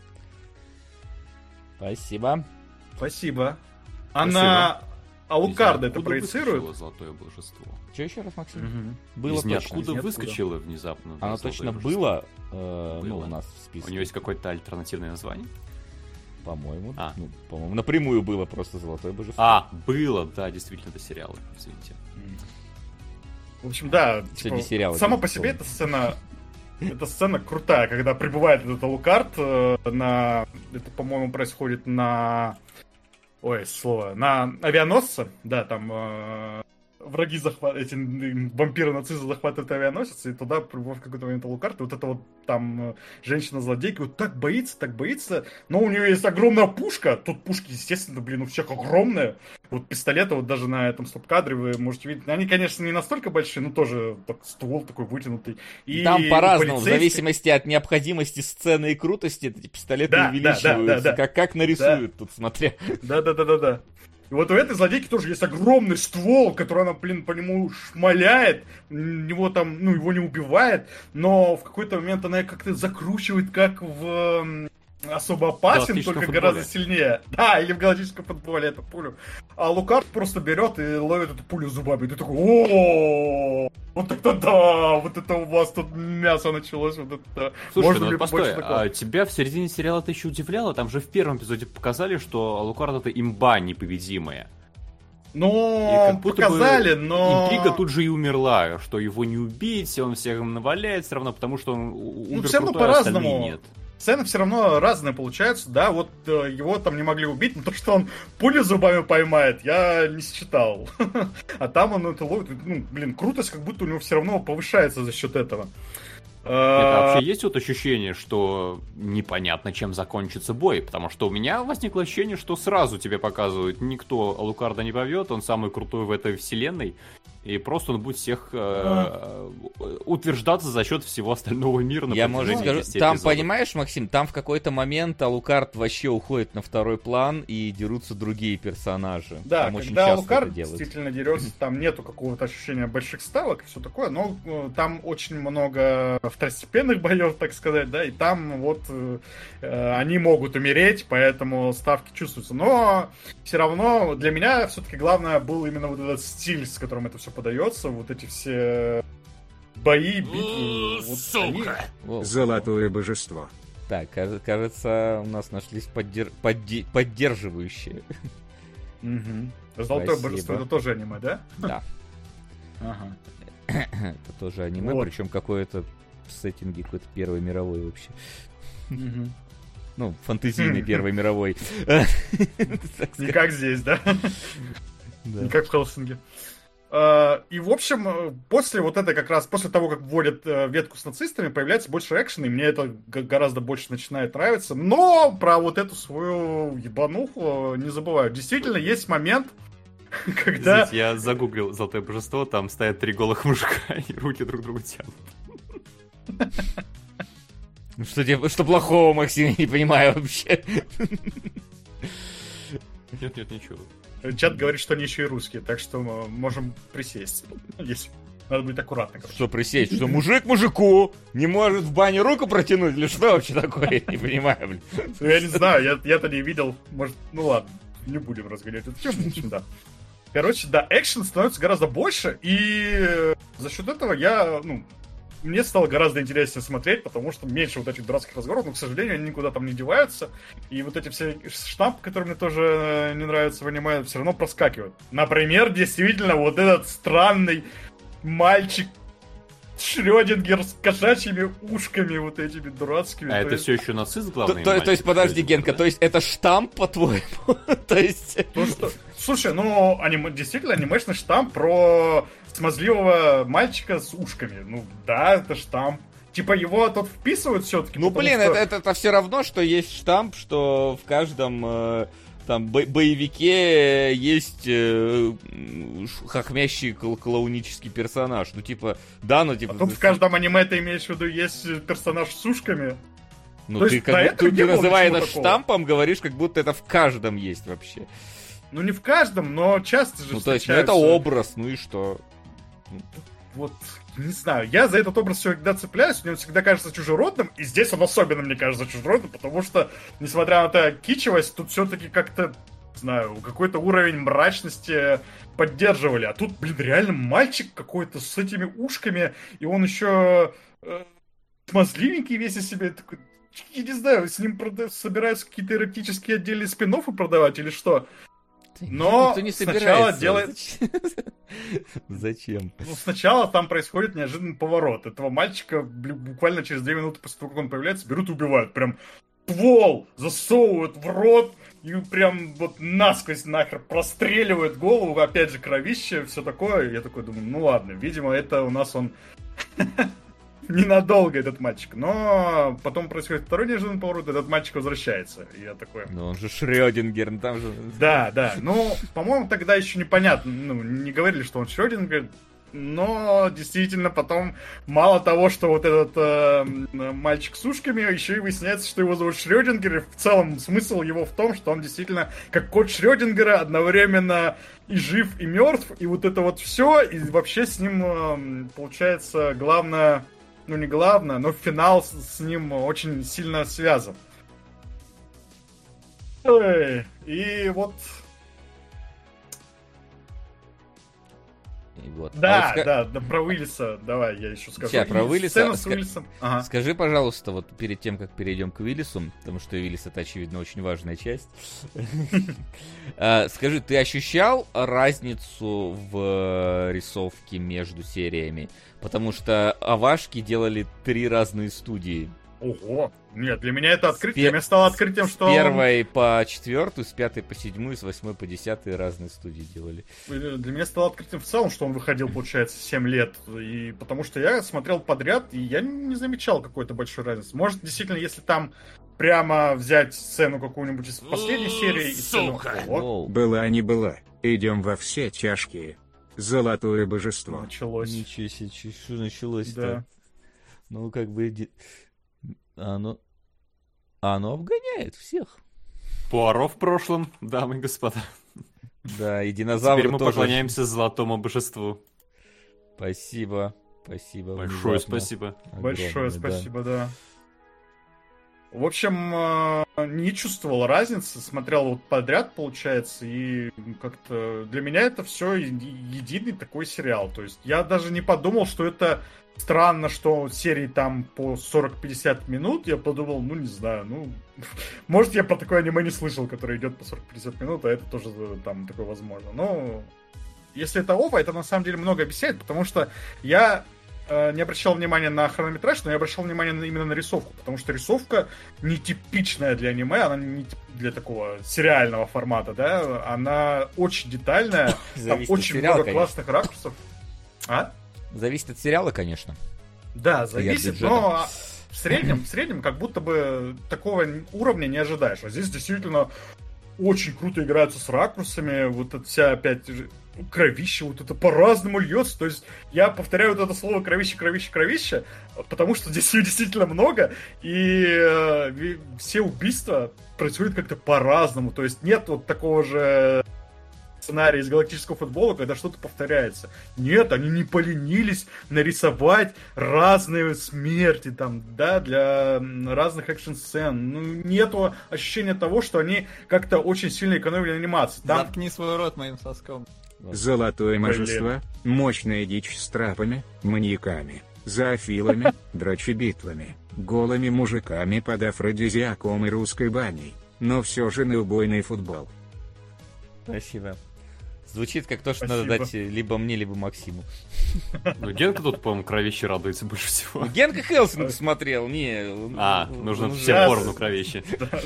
Спасибо. Спасибо. А на Алукарда это проецирует? Золотое божество. Что еще раз, Максим? Угу. Было Из точно. ниоткуда выскочило внезапно. Оно точно было, э, было, ну, у нас в списке. У него есть какое-то альтернативное название? По-моему, А. ну, по-моему, напрямую было просто «Золотое божество». А, было, да, действительно, это сериал, извините. В общем, да, Сегодня типа, сериалы сама не по себе помню. эта сцена, эта сцена крутая, когда прибывает этот Алукард э, на, это, по-моему, происходит на, ой, слово, на авианосце, да, там э, враги захватывают, эти м, вампиры-нацисты захватывают авианосец, и туда прибывает в какой-то момент Алукард, и вот эта вот там э, женщина-злодейка вот так боится, так боится, но у нее есть огромная пушка, тут пушки, естественно, блин, у всех огромные, вот пистолеты, вот даже на этом стоп-кадре вы можете видеть, они, конечно, не настолько большие, но тоже так, ствол такой вытянутый. И Там по-разному, в полицейских- зависимости от необходимости сцены и крутости, эти пистолеты Да, да, увеличиваются, да, да, да. Как, как нарисуют тут, смотря. Да-да-да-да-да. И вот у этой злодейки тоже есть огромный ствол, который она, блин, по нему шмаляет, него там, ну, его не убивает, но в какой-то момент она как-то закручивает, как в м, особо опасен, Галактическом только футболе. гораздо сильнее. Да, или в галактическом футболе эту пулю. А Лукард просто берет и ловит эту пулю зубами. И ты такой, о, вот это да, вот это у вас тут мясо началось, вот это. Слушай, Можно ну ли постой, побольше такого? а тебя в середине сериала это еще удивляло? Там же в первом эпизоде показали, что Алукард это имба непобедимая. И Ну, как будто показали, бы но... интрига тут же и умерла, что его не убить, он всех наваляет все равно, потому что он умер всё равно крутой, а остальные по-разному. нет. Сцены все равно разные получаются, да, вот э, его там не могли убить, но то, что он пулю зубами поймает, я не считал. А там он это ловит, ну, блин, крутость как будто у него все равно повышается за счет этого. Нет, а Э, вообще есть вот ощущение, что непонятно, чем закончится бой? Потому что у меня возникло ощущение, что сразу тебе показывают, никто Алукарда не побьет, он самый крутой в этой вселенной, и просто он будет всех э, утверждаться за счет всего остального мира. на Я, протяжении может, скажу, десяти там, эпизодов. понимаешь, Максим, там в какой-то момент Алукард вообще уходит на второй план и дерутся другие персонажи. Да, там очень когда часто Алукард это делают. действительно дерется, там нету какого-то ощущения больших ставок и все такое, но э, там очень много второстепенных боев, так сказать, да, и там вот э, э, они могут умереть, поэтому ставки чувствуются. Но все равно для меня все-таки главное был именно вот этот стиль, с которым это все подается, вот эти все бои, битвы. Вот они- Во. Золотое божество. Так, ка- кажется, у нас нашлись поддер- подде- поддерживающие. Мгм. Золотое Спасибо. божество это тоже аниме, да? Да, Ага. это тоже аниме, Вот. причем какое-то в сеттинге какой-то Первой мировой вообще. Мгм. Ну, фантазийной Первой мировой. Так Не сказать. как здесь, да? Да. Не как в Хелсинге. А, И, в общем, э, после вот этой как раз, после того, как вводят э, ветку с нацистами, появляется больше экшена, и мне это г- гораздо больше начинает нравиться. Но про вот эту свою ебануху не забываю. Действительно, есть момент, когда... Извините, я загуглил «Золотое божество», там стоят три голых мужика и руки друг другу тянут. Ну, Что, тебе- что плохого, Максим, я не понимаю вообще. Нет, нет, ничего. Чат говорит, что они еще и русские, так что мы можем присесть. Здесь надо быть аккуратно. короче. Что присесть? Что мужик мужику не может в бане руку протянуть? Или что вообще такое? Я не понимаю, блин. Ну, я не знаю, я, я-то не видел. Может, ну ладно, не будем разгонять эту тему. В общем, да. Короче, да, экшен становится гораздо больше, и э, за счет этого я, ну, мне стало гораздо интереснее смотреть, потому что меньше вот этих дурацких разговоров, но, к сожалению, они никуда там не деваются. И вот эти все штампы, которые мне тоже э, не нравятся в аниме, все равно проскакивают. Например, действительно, вот этот странный мальчик Шрёдингер с кошачьими ушками вот этими дурацкими. А То это есть- все еще нацист То, главный? то- то есть, мальчик, подожди, вроде бы, Генка, да? то есть это штамп, по-твоему? То есть... То, что... Слушай, ну, аниме... действительно, анимешный штамп про смазливого мальчика с ушками. Ну, да, это штамп. Типа его тут вписывают все-таки. Ну, блин, это, это, это все равно, что есть штамп, что в каждом э, там бо- боевике есть э, м, ш- хохмящий кл- клоунический персонаж. Ну, типа, да, ну, типа... А тут в каждом аниме ты имеешь в виду есть персонаж с ушками. Ну, то ты, есть как до будто- этого ты, не было называя ничего это такого. штампом, говоришь, как будто это в каждом есть вообще. Ну, не в каждом, но часто же Ну, то есть, ну, это встречаются. образ, ну и что? Вот, не знаю, я за этот образ всегда цепляюсь, мне он всегда кажется чужеродным, и здесь он особенно, мне кажется, чужеродным, потому что, несмотря на это кичевость, тут все-таки как-то, не знаю, какой-то уровень мрачности поддерживали, а тут, блин, реально мальчик какой-то с этими ушками, и он еще э, смазливенький весь из себя, такой, я не знаю, с ним прода- собираются какие-то эротические отдельные спин-оффы продавать или что. Но не сначала делает... Зачем? Ну, сначала там происходит неожиданный поворот. Этого мальчика буквально через две минуты после того, как он появляется, берут и убивают. Прям ствол засовывают в рот и прям вот насквозь нахер простреливают голову. Опять же, кровище, все такое. Я такой думаю, ну ладно, видимо, это у нас он... ненадолго, этот мальчик. Но потом происходит второй неожиданный поворот, этот мальчик возвращается. И я такой... Ну он же Шрёдингер, ну там же... Да, да. Ну, по-моему, тогда еще непонятно. Ну, не говорили, что он Шрёдингер. Но действительно потом мало того, что вот этот э, мальчик с ушками, еще и выясняется, что его зовут Шрёдингер. И в целом смысл его в том, что он действительно как кот Шрёдингера одновременно и жив, и мертв. И вот это вот все. И вообще с ним э, получается главное... Ну, не главное, но финал с, с ним очень сильно связан. Ой, и вот... И вот. Да, а вот да, да, про Уиллиса, давай, я еще скажу. Сейчас, про И Уиллиса, сцена с ска... Уиллисом. Ага. Скажи, пожалуйста, вот перед тем, как перейдем к Уиллису, потому что Уиллис — это, очевидно, очень важная часть. Скажи, ты ощущал разницу в рисовке между сериями? Потому что Авашки делали три разные студии. Ого, нет, для меня это открытие. Пе... Для меня стало открытием, что... С первой по четвертую, с пятой по седьмую, с восьмой по десятую разные студии делали. Для меня стало открытием в целом, что он выходил, получается, семь лет. И потому что я смотрел подряд, и я не замечал какой-то большой разницы. Может, действительно, если там прямо взять сцену какую-нибудь из последней серии... И сцену... Была не была. Идем во все тяжкие. Золотое божество. Началось. Ничего себе, что началось-то? Да. Ну, как бы... Оно... Оно обгоняет всех. Пуаро в прошлом, дамы и господа. Да, и динозавры Теперь мы тоже... поклоняемся золотому божеству. Спасибо. Спасибо. Большое внезапно. спасибо. Большое Огромное, спасибо, да. да. В общем, не чувствовал разницы, смотрел вот подряд, получается, и как-то для меня это все единый такой сериал. То есть я даже не подумал, что это странно, что серии там по сорок-пятьдесят минут. Я подумал, ну не знаю, ну может я про такое аниме не слышал, которое идет по сорок-пятьдесят минут, а это тоже там такое возможно. Но если это ОВА, это на самом деле много объясняет, потому что я не обращал внимания на хронометраж, но я обращал внимание на, именно на рисовку, потому что рисовка нетипичная для аниме, она не для такого сериального формата, да, она очень детальная, там очень сериала, много конечно. классных ракурсов. А? Зависит от сериала, конечно. Да, зависит, но в среднем, в среднем как будто бы такого уровня не ожидаешь. А здесь действительно очень круто играются с ракурсами, вот эта вся опять кровище, вот это по-разному льется. То есть я повторяю вот это слово кровище, кровище, кровище, потому что здесь ее действительно много, и э, все убийства происходят как-то по-разному. То есть нет вот такого же сценария из галактического футбола, когда что-то повторяется. Нет, они не поленились нарисовать разные смерти там, да, для разных экшн-сцен. Ну, нету ощущения того, что они как-то очень сильно экономили анимацию. Там... Заткни свой рот моим соском. Золотое божество, мощная дичь с трапами, маньяками, зоофилами, дрочебитвами, голыми мужиками под афродизиаком и русской баней, но все же на убойный футбол. Спасибо. Звучит как то, что Спасибо. надо дать либо мне, либо Максиму. Ну, Генка тут, по-моему, кровище радуется больше всего. Генка Хелсинг смотрел, не... А, нужно он все да. поровну кровище.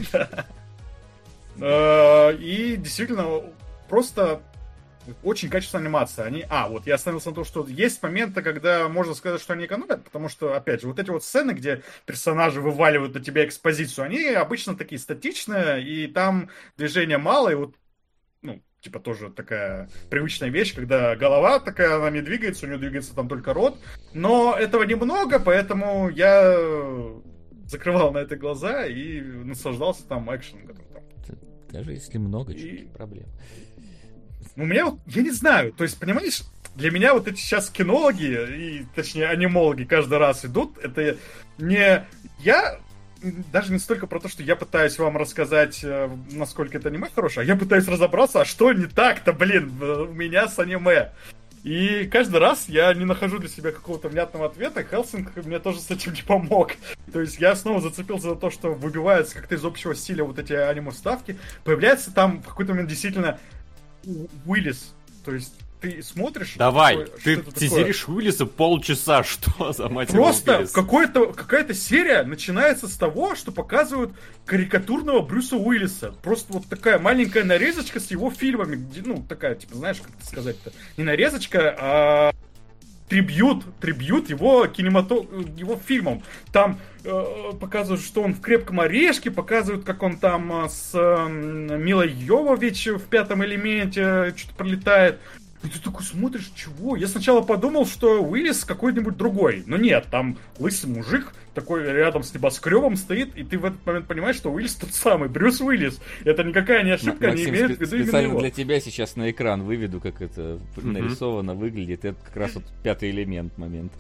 И действительно, просто очень качественная анимация. Они... А, вот я остановился на том, что есть моменты, когда можно сказать, что они экономят, потому что, опять же, вот эти вот сцены, где персонажи вываливают на тебя экспозицию, они обычно такие статичные, и там движения мало, и вот, ну, типа тоже такая привычная вещь, когда голова такая, она не двигается, у нее двигается там только рот, но этого немного, поэтому я закрывал на это глаза и наслаждался там экшеном, который там. Даже если много, И- что проблем. Ну, мне вот, я не знаю, то есть, понимаешь, для меня вот эти сейчас кинологи, и, точнее, анимологи каждый раз идут, это не... Я даже не столько про то, что я пытаюсь вам рассказать, э, насколько это аниме хорошее, а я пытаюсь разобраться, а что не так-то, блин, в- у меня с аниме. И каждый раз я не нахожу для себя какого-то внятного ответа. Хелсинг мне тоже с этим не помог. То есть я снова зацепился за то, что выбиваются как-то из общего стиля вот эти аниме-вставки. Появляется там в какой-то момент действительно Уиллис. То есть ты смотришь... Давай, такое, ты тизеришь Уиллиса полчаса, что за мать его Просто какой-то, какая-то серия начинается с того, что показывают карикатурного Брюса Уиллиса. Просто вот такая маленькая нарезочка с его фильмами. Где, ну, такая, типа, знаешь, как это сказать-то? Не нарезочка, а трибьют, трибьют его кинемато... его фильмам. Там э, показывают, что он в «Крепком орешке», показывают, как он там с э, Милой Йовович в «Пятом элементе» что-то пролетает. И ты такой смотришь, чего? Я сначала подумал, что Уиллис какой-нибудь другой. Но нет, там лысый мужик такой рядом с небоскребом стоит, и ты в этот момент понимаешь, что Уиллис тот самый, Брюс Уиллис. Это никакая не ошибка, Максим, не имеет в виду именно специально его. для тебя сейчас на экран выведу, как это mm-hmm. нарисовано, выглядит. Это как раз вот пятый элемент момент.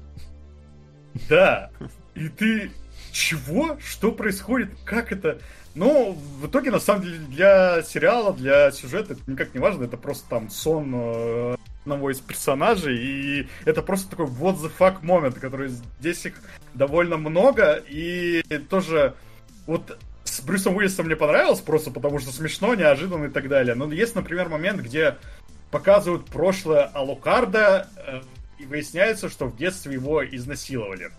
Да. И ты... Чего? Что происходит? Как это... Ну, в итоге, на самом деле, для сериала, для сюжета это никак не важно. Это просто там сон э, одного из персонажей. И это просто такой what the fuck момент, который здесь их довольно много. И тоже вот с Брюсом Уиллисом мне понравилось просто потому, что смешно, неожиданно и так далее. Но есть, например, момент, где показывают прошлое Алукарда, э, и выясняется, что в детстве его изнасиловали.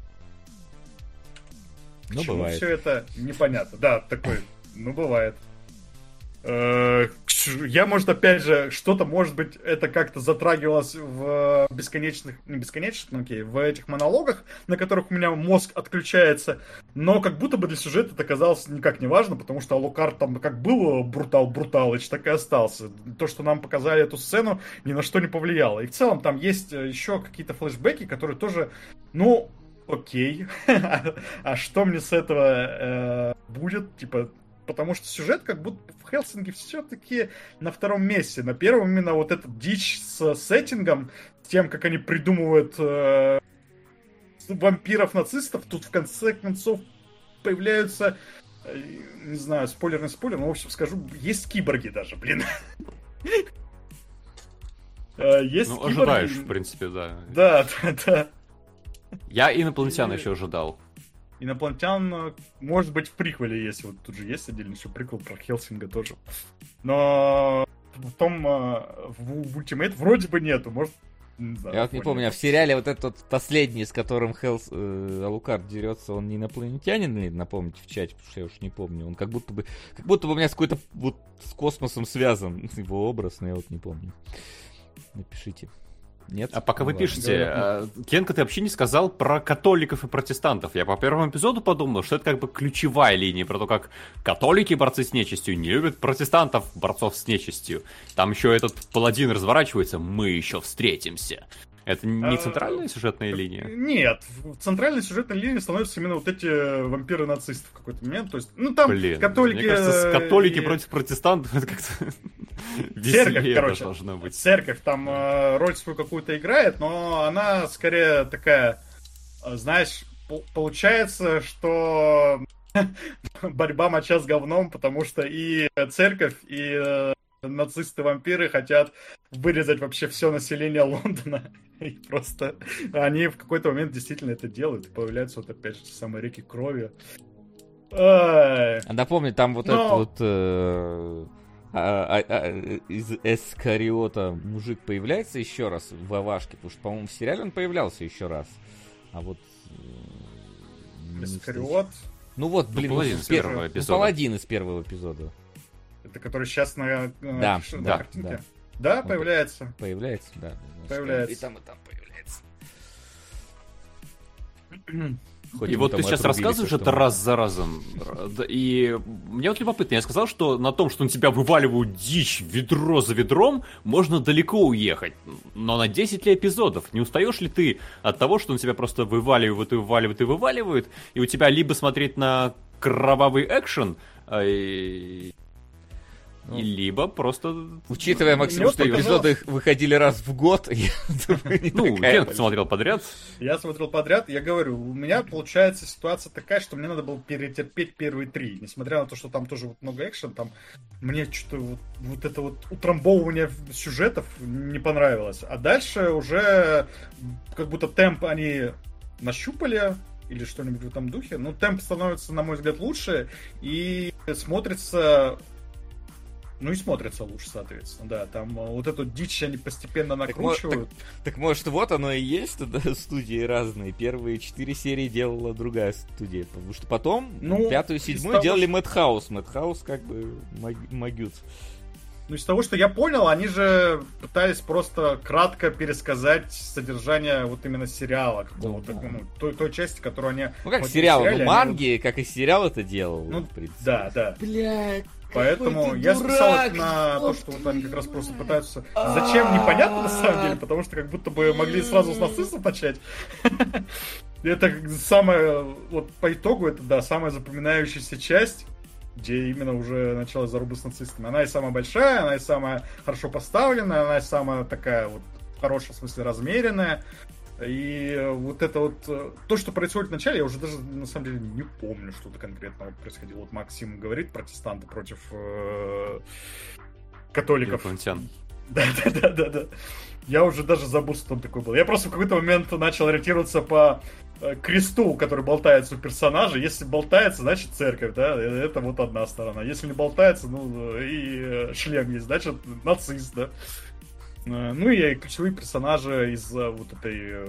Ну, Почему бывает. Все это непонятно. Да, такой, ну, бывает. Я, может, опять же, что-то, может быть, это как-то затрагивалось в бесконечных, не бесконечных, ну окей, в этих монологах, на которых у меня мозг отключается, но как будто бы для сюжета это казалось никак не важно, потому что Алукард там как был Брутал Бруталыч, так и остался. То, что нам показали эту сцену, ни на что не повлияло. И в целом там есть еще какие-то флешбеки, которые тоже, ну... Окей. А что мне с этого э, будет? Типа, потому что сюжет как будто в Хелсинге все-таки на втором месте. На первом именно вот этот дичь с сеттингом, с тем, как они придумывают э, вампиров-нацистов. Тут в конце концов появляются, э, не знаю, спойлерный спойлер, но в общем скажу, есть киборги даже, блин. Есть ну, киборги. ожидаешь, в принципе, да. Да, да, да. Я инопланетян еще ожидал. Инопланетян, может быть, в приквеле есть. Вот тут же есть отдельный еще приквел про Хелсинга тоже. Но в том, в, в Ultimate вроде бы нету. Может, не знаю. Я вот не помню, а в сериале вот этот вот последний, с которым Хелс, э, Алукард дерется, он не инопланетянин или напомните в чате, потому что я уж не помню. Он как будто бы, как будто бы у меня с какой-то вот с космосом связан его образ, но я вот не помню. Напишите. Нет? А пока ну, вы ладно. пишете, а, Кенка, ты вообще не сказал про католиков и протестантов. Я по первому эпизоду подумал, что это как бы ключевая линия про то, как католики, борцы с нечистью, не любят протестантов, борцов с нечистью. Там еще этот паладин разворачивается, мы еще встретимся. Это не центральная сюжетная линия? Нет, центральной сюжетной линией становятся именно вот эти вампиры-нацисты в какой-то момент. То есть, ну там Блин, католики... Мне кажется, католики и... против протестантов это как-то Церковь, короче, должно быть. Церковь там э, роль свою какую-то играет, но она скорее такая, знаешь, получается, что борьба моча с говном, потому что и церковь, и э, нацисты-вампиры хотят вырезать вообще все население Лондона. И просто они в какой-то момент действительно это делают. И появляются вот опять же те самые реки крови. А напомни, там вот Но... этот вот э, а, а, а, из Эскариота мужик появляется еще раз в Вавашке, потому что, по-моему, в сериале он появлялся еще раз. А вот... Э, Эскариот? Ну вот, блин, ну, паладин ну, из первого эпизода. Ну, паладин из первого эпизода. Это который сейчас на, да, на, да, картинке? Да, да он появляется. Появляется, да. Появляется. И там, и там появляется. Хоть и вот ты сейчас рассказываешь это раз за разом. И мне вот любопытно, я сказал, что на том, что на тебя вываливают дичь ведро за ведром, можно далеко уехать. Но на десять ли эпизодов? Не устаешь ли ты от того, что на тебя просто вываливают и вываливают и вываливают, и у тебя либо смотреть на кровавый экшен, и... Ну, либо просто... Учитывая, Максим, что эпизоды выходили раз в год, я думаю, не Ну, Ген смотрел подряд. Я смотрел подряд, я говорю, у меня получается ситуация такая, что мне надо было перетерпеть первые три. Несмотря на то, что там тоже вот много экшен, там мне что-то вот, вот это вот утрамбовывание сюжетов не понравилось. А дальше уже как будто темп они нащупали, или что-нибудь в этом духе. Ну, темп становится, на мой взгляд, лучше, и смотрится... Ну и смотрится лучше, соответственно, да. Там вот эту дичь они постепенно накручивают. Так, так, так может, вот оно и есть, тогда студии разные. Первые четыре серии делала другая студия. Потому что потом ну, пятую, седьмую делали того, Madhouse. Madhouse как бы могют. Ну, из того, что я понял, они же пытались просто кратко пересказать содержание вот именно сериала какого-то, ну, той, той части, которую они... Ну, как сериал, ну, манги, они... как и сериал это делал. Ну, в принципе. Да, да. Блядь. Поэтому я списал это на то, что вот они как раз просто пытаются... Зачем, непонятно на самом деле, потому что как будто бы могли сразу с нацистов начать. Это самое... Вот по итогу это, да, самая запоминающаяся часть, где именно уже началась заруба с нацистами. Она и самая большая, она и самая хорошо поставленная, она и самая такая вот в хорошем смысле размеренная. И вот это вот, то, что происходит в начале, я уже даже на самом деле не помню, что-то конкретно вот происходило. Вот Максим говорит, протестанты против э, католиков. Да, да, да, да, да. Я уже даже забыл, что там такое было. Я просто в какой-то момент начал ориентироваться по кресту, который болтается у персонажа. Если болтается, значит церковь, да, это вот одна сторона. Если не болтается, ну и шлем есть, значит нацист, да. Ну и ключевые персонажи из вот этой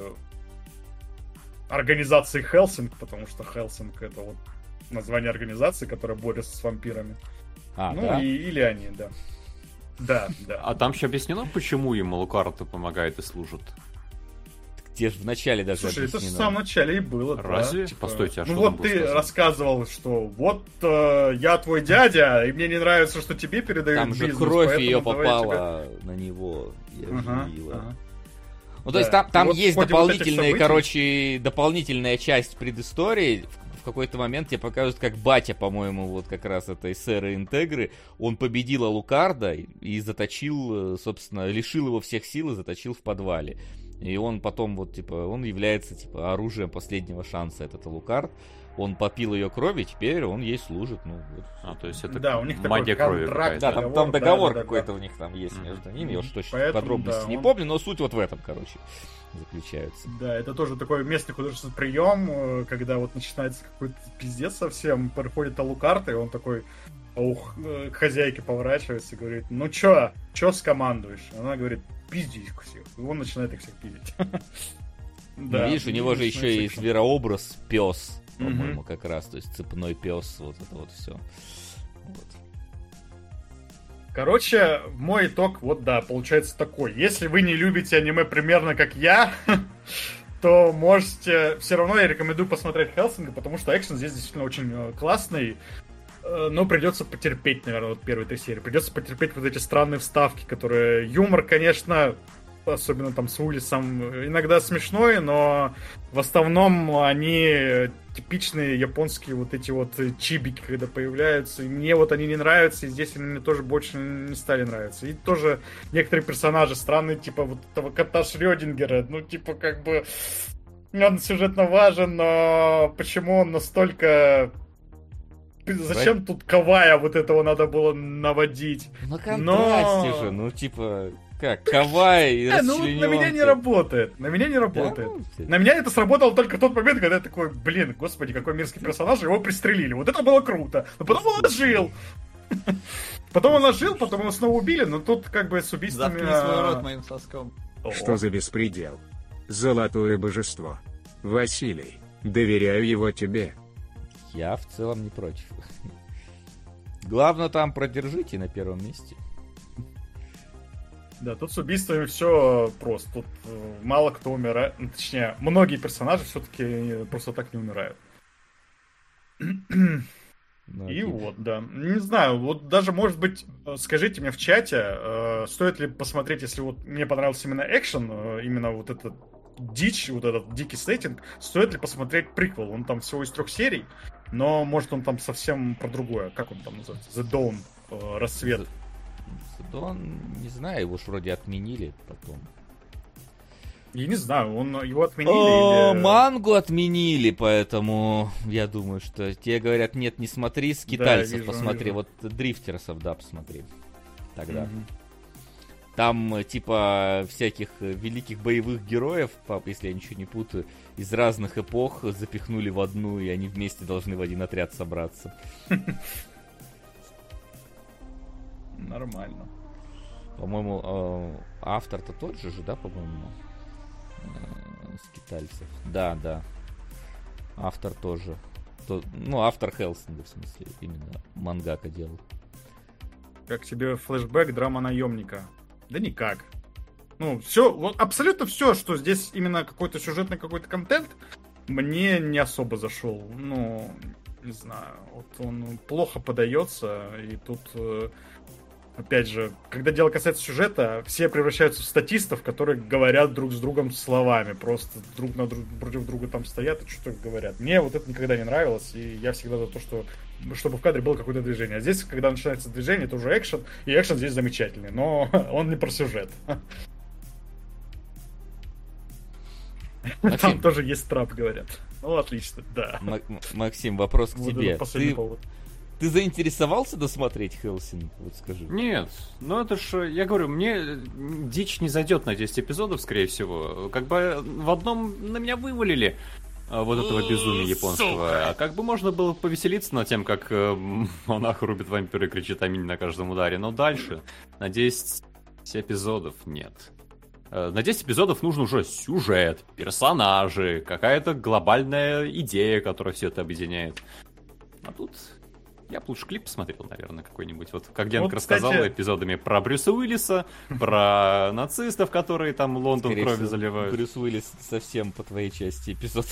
организации Хелсинг, потому что Хелсинг это вот название организации, которая борется с вампирами. А, ну да? и или они, да. Да, да. А там еще объяснено, почему им Алукард помогает и служит? Где же в начале даже Слушай, объяснено. это же в самом начале и было. Разве? Да, типа... Постойте, а ну что вот ты сказано? Рассказывал, что вот э, я твой дядя, и мне не нравится, что тебе передают там бизнес. Там же кровь ее попала тебе... на него. Я ага, же ага. Ну, да. То есть там, там вот есть дополнительные, вот короче, дополнительная часть предыстории. В, в какой-то момент тебе показывают, как батя, по-моему, вот как раз этой сэры Интегры, он победил Алукарда и заточил, собственно, лишил его всех сил и заточил в подвале. И он потом, вот, типа, он является, типа, оружием последнего шанса, этот Алукард. Он попил ее крови, теперь он ей служит. Ну, вот. А, то есть это да, у них магия крови. Да, там, там договор да, какой-то да, да. у них там есть mm-hmm. между ними. Я уж точно Поэтому, подробности да, не он... помню, но суть вот в этом, короче, заключается. Да, это тоже такой местный художественный прием, когда вот начинается какой-то пиздец совсем, приходит Алукард, и он такой... Ух, к хозяйке поворачивается и говорит, ну чё, чё скомандуешь? Она говорит, пизди их всех. И он начинает их всех пиздить. Да, видишь, у него же еще и зверообраз пес, по-моему, как раз. То есть цепной пес, вот это вот все. Короче, мой итог, вот да, получается такой. Если вы не любите аниме примерно как я, то можете... Все равно я рекомендую посмотреть Хелсинга, потому что экшен здесь действительно очень классный. Но придется потерпеть, наверное, вот первые три серии. Придется потерпеть вот эти странные вставки, которые... Юмор, конечно, особенно там с Уиллисом, иногда смешной, но в основном они типичные японские вот эти вот чибики, когда появляются. И мне вот они не нравятся, и здесь они мне тоже больше не стали нравиться. И тоже некоторые персонажи странные, типа вот этого кота Шрёдингера. Ну, типа, как бы... Он сюжетно важен, но почему он настолько... Зачем right. тут Кавая вот этого надо было наводить? На контрасте Но... же, ну типа, как, Кавай и расчленёнка. Ну, на меня не работает, на меня не работает. Да? На меня это сработало только в тот момент, когда я такой, блин, господи, какой мерзкий персонаж, его пристрелили. Вот это было круто. Но потом он ожил. Потом он ожил, потом его снова убили, но тут как бы с убийствами... Заткни свой рот моим соском. Что за беспредел? Золотое божество. Василий, доверяю его тебе. Я в целом не против. Главное там продержите на первом месте. Да, тут с убийствами все просто. Тут мало кто умирает. Точнее, многие персонажи все-таки просто так не умирают. Ну, и вот, да. Не знаю, вот даже, может быть, скажите мне в чате, э, стоит ли посмотреть, если вот мне понравился именно экшен, э, именно вот этот дичь, вот этот дикий сеттинг, стоит ли посмотреть приквел? Он там всего из трех серий, но может он там совсем про другое. Как он там называется? The Dawn, э, рассвет. Сезон, не знаю, его ж вроде отменили потом. Я не знаю, он его отменили О, или... Мангу отменили, поэтому я думаю, что те говорят, нет, не смотри, скитальцев да, вижу, посмотри, вижу. вот дрифтерсов, да, посмотри. Тогда. Мгм. Там, типа, всяких великих боевых героев, пап, если я ничего не путаю, из разных эпох запихнули в одну, и они вместе должны в один отряд собраться. Нормально. По-моему, э, автор-то тот же же, да, по-моему? Э, Скитальцев. Да, да. Автор тоже. То- ну, автор Хелсинга, в смысле, именно мангака делал. Как тебе флешбэк драма наемника? Да никак. Ну, все, вот абсолютно все, что здесь именно какой-то сюжетный какой-то контент, мне не особо зашел. Ну, не знаю, вот он плохо подается, и тут, э, опять же, когда дело касается сюжета, все превращаются в статистов, которые говорят друг с другом словами, просто друг на друг, против друга там стоят и что-то говорят. Мне вот это никогда не нравилось, и я всегда за то, что чтобы в кадре было какое-то движение. А здесь, когда начинается движение, это уже экшен, и экшен здесь замечательный, но он не про сюжет. Максим. Там тоже есть трап, говорят. Ну, отлично, да. М- М- Максим, вопрос к Вот это тебе. последний Ты, повод. ты заинтересовался досмотреть Хелсинг? Вот скажи. Нет, ну это ж, я говорю, мне дичь не зайдет на десять эпизодов, скорее всего. Как бы в одном на меня вывалили а, вот этого безумия японского. А как бы можно было повеселиться над тем, как э, монах рубит вампира и кричит аминь на каждом ударе. Но дальше на десять эпизодов нет. Э, На десять эпизодов нужен уже сюжет, персонажи, какая-то глобальная идея, которая все это объединяет. А тут я бы лучше клип посмотрел, наверное, какой-нибудь. Вот как Генк Вот, рассказал кстати- эпизодами про Брюса Уиллиса, про нацистов, которые там Лондон Скорее кровью всего, заливают. Брюс Уиллис совсем по твоей части эпизод.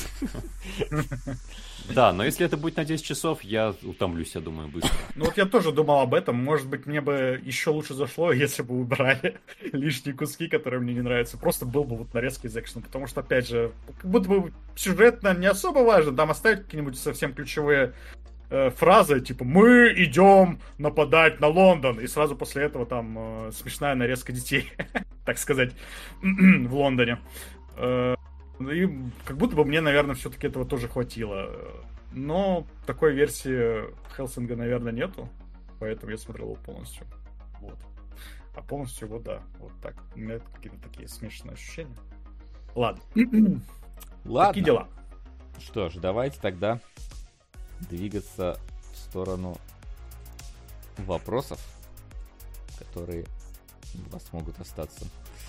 Да, но если это будет на десять часов, я утомлюсь, я думаю, быстро. Ну вот я тоже думал об этом. Может быть, мне бы еще лучше зашло, если бы убрали лишние куски, которые мне не нравятся. Просто был бы вот нарезка из экшена. Потому что, опять же, как будто бы сюжетно не особо важно. Там оставить какие-нибудь совсем ключевые э, фразы, типа «Мы идем нападать на Лондон». И сразу после этого там э, смешная нарезка детей, так сказать, в Лондоне. Э, И как будто бы мне, наверное, все-таки этого тоже хватило. Но такой версии Хелсинга, наверное, нету. Поэтому я смотрел его полностью. Вот. А полностью его, да. Вот так. У меня какие-то такие смешанные ощущения. Ладно. Ладно. Такие дела. Что ж, давайте тогда двигаться в сторону вопросов, которые у вас могут остаться.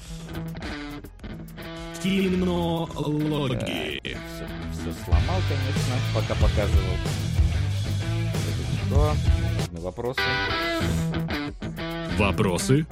Кинологи. Все, все сломал, конечно, пока показывал. Это что? Нужны вопросы. Вопросы?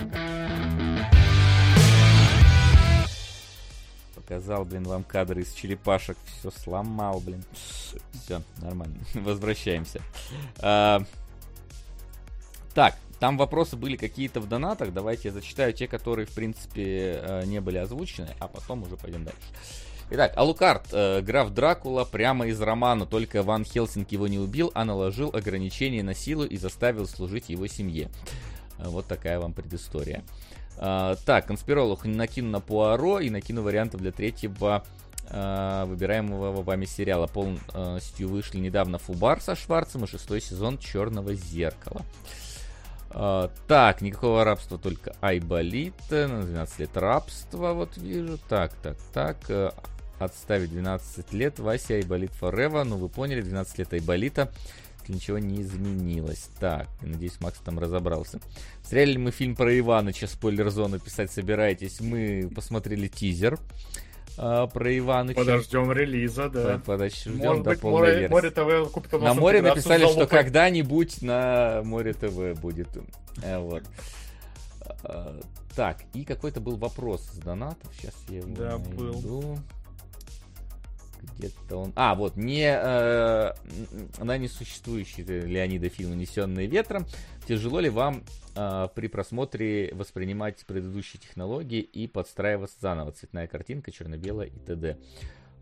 Показал, блин, вам кадры из черепашек. Все сломал, блин. Все, нормально. Возвращаемся. А, так, там вопросы были какие-то в донатах. Давайте я зачитаю те, которые, в принципе, не были озвучены, а потом уже пойдем дальше. Итак, Алукард, э, граф Дракула прямо из романа, только Ван Хельсинг его не убил, а наложил ограничения на силу и заставил служить его семье. Э, вот такая вам предыстория. Э, так, конспиролог накину на Пуаро и накину вариантов для третьего э, выбираемого вами сериала. Полностью вышли недавно Фубар со Шварцем и шестой сезон Черного зеркала. Uh, так, никакого рабства, только Айболит. На двенадцать лет рабства, вот вижу. Так, так, так. Uh, отставить двенадцать лет. Вася Айболит Forever. Ну, вы поняли, двенадцать лет Айболита. Ничего не изменилось. Так, надеюсь, Макс там разобрался. Смотрели мы фильм про Иваныча. Спойлер-зону писать собираетесь. Мы посмотрели тизер uh, про Иваныча. Подождем релиза, да. Подождем Может до быть, полной море, версии. море ТВ купит у нас На море интеграцию написали, с что залупой. когда-нибудь на море ТВ будет. Э, вот. А, так, и какой-то был вопрос с донатов. Сейчас я его Да, найду. был. Где-то он... А, вот, не э, на несуществующий Леонида фильм «Унесенные ветром». Тяжело ли вам э, при просмотре воспринимать предыдущие технологии и подстраиваться заново? Цветная картинка, черно-белая и т.д.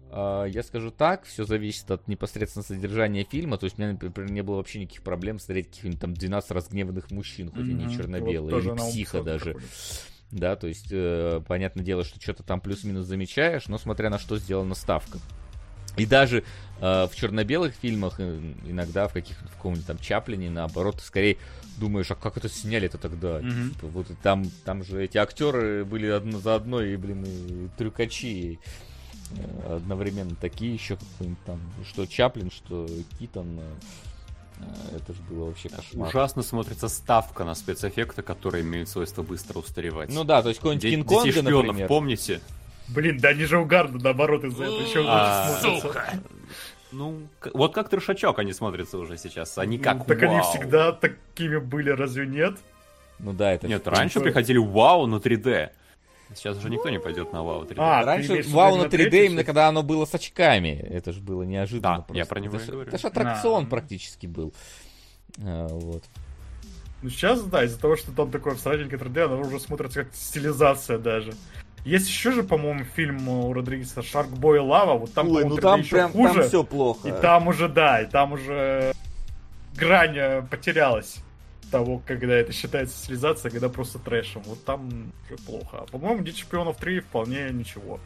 Я скажу так, все зависит от непосредственно содержания фильма. То есть у меня, например, не было вообще никаких проблем смотреть каких-нибудь там двенадцать разгневанных мужчин, хоть mm-hmm. они черно-белые, вот или психа даже. Да, то есть, э, понятное дело, что что-то там плюс-минус замечаешь, но смотря на что сделана ставка. И даже э, в черно-белых фильмах, иногда в каких-то в каком-нибудь там Чаплине, наоборот, ты скорее думаешь, а как это сняли-то тогда? Mm-hmm. Типа, вот там, там же эти актеры были одно за одной, и, блин, и трюкачи. Одновременно такие еще какой-нибудь там, что Чаплин, что Китон, это же было вообще кошмар. Ужасно смотрится ставка на спецэффекты, которые имеют свойство быстро устаревать. Ну да, то есть какой-нибудь Кинг-Конга, например. Помните? Блин, да они же угарно, наоборот, из-за этого еще лучше смотрятся. Ну, вот как трешачок они смотрятся уже сейчас, они как так они всегда такими были, разве нет? Ну да, это... Нет, раньше приходили вау на три дэ. Сейчас уже никто не пойдет на вау три дэ. А, раньше вау на три дэ именно когда оно было с очками. Это же было неожиданно. Да, просто. Я про него это и говорю. Это же аттракцион а. практически был. А, вот. Ну сейчас, да, из-за того, что там такое всратенькое три дэ, оно уже смотрится как стилизация даже. Есть еще же, по-моему, фильм у Родригеса «Шаркбой Лава». Вот там, Ой, ну там прям хуже, там все плохо. И там уже, да, и там уже грань потерялась. Того, когда это считается стилизацией, когда просто трэшем. Вот там уже плохо. А, по-моему, Дети шпионов три вполне ничего.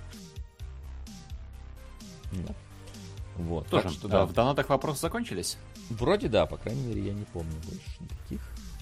Да. Вот. Тоже, что, да. В донатах вопросы закончились? Вроде да, по крайней мере, я не помню больше никаких.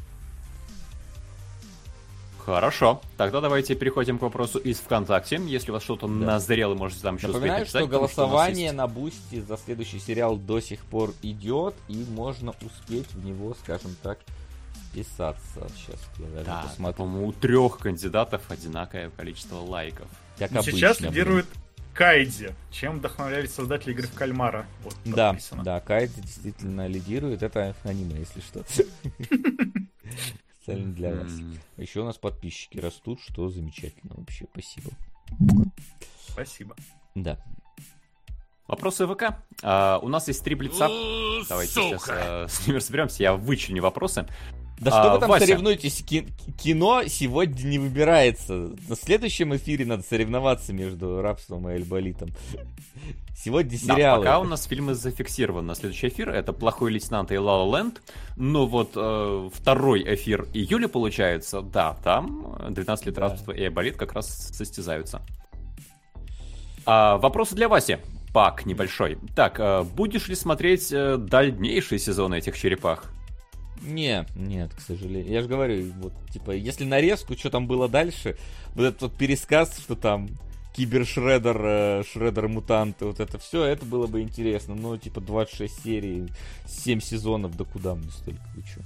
Хорошо. Тогда давайте переходим к вопросу из ВКонтакте. Если у вас что-то да. назрело, можете там еще Напоминаю, успеть написать. Что голосование что есть... на Бусти за следующий сериал до сих пор идет, и можно успеть в него, скажем так, писаться. Сейчас я даже да, посмотрю. По-моему, у трех кандидатов одинаковое количество лайков. Как обычно, сейчас лидирует Кайдзи. Чем вдохновлялись создатели игры в кальмара? Вот, да, написано. Да, Кайдзи действительно лидирует. Это аниме, если что. Специально для вас. Еще у нас подписчики растут, что замечательно вообще. Спасибо. Спасибо. Да. Вопросы ВК. А, у нас есть три блица. Давайте сейчас а, с ними разберемся. Я вычленю вопросы. Да а, что вы там Вася. Соревнуетесь? Кино сегодня не выбирается. На следующем эфире надо соревноваться между рабством и Альболитом. Сегодня сериалы. Да, пока у нас фильмы зафиксированы на следующий эфир. Это «Плохой лейтенант» и «Ла Ла Ленд». Но вот э, второй эфир июля получается. Да, там двенадцать лет рабства и Альболит как раз состязаются. А, вопросы для Васи. Пак небольшой. Так, э, будешь ли смотреть э, дальнейшие сезоны этих черепах? Не, нет, к сожалению. Я же говорю, вот, типа, если нарезку, что там было дальше, вот этот вот пересказ, что там Кибершреддер, э, Шреддер-мутанты, вот это все, это было бы интересно. Но, типа, двадцать шесть серий, семь сезонов, да куда мне столько, вы чё?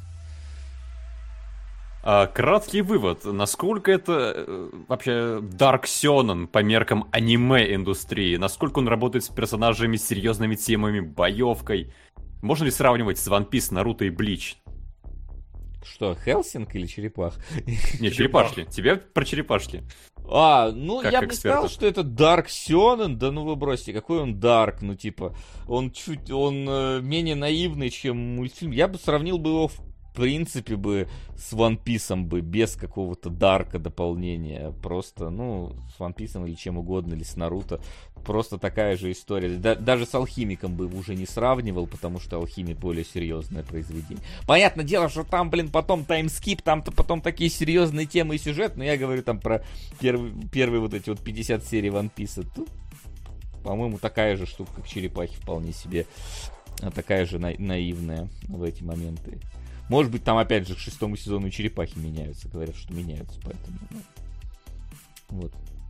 А, краткий вывод. Насколько это э, вообще Dark Shonen по меркам аниме-индустрии? Насколько он работает с персонажами, с серьезными темами, боевкой? Можно ли сравнивать с One Piece, Наруто и Блич? Что, Хелсинг или черепах? Не, черепашки. Тебе про черепашки. А, ну как я бы сказал, что это Dark Shonen. Да ну вы бросьте, какой он Dark, ну типа, он чуть, он э, менее наивный, чем мультфильм. Я бы сравнил бы его в принципе бы с One Piece бы, без какого-то дарка дополнения. Просто, ну, с One Piece или чем угодно, или с Наруто. Просто такая же история. Да, даже с Алхимиком бы уже не сравнивал, потому что Алхимик более серьезное произведение. Понятное дело, что там, блин, потом таймскип, там-то потом такие серьезные темы и сюжет, но я говорю там про первый, первые вот эти вот пятьдесят серий One Piece. Тут, по-моему, такая же штука, как черепахи, вполне себе. Такая же на- наивная в эти моменты. Может быть, там опять же к шестому сезону черепахи меняются. Говорят, что меняются, поэтому... Ну, вот.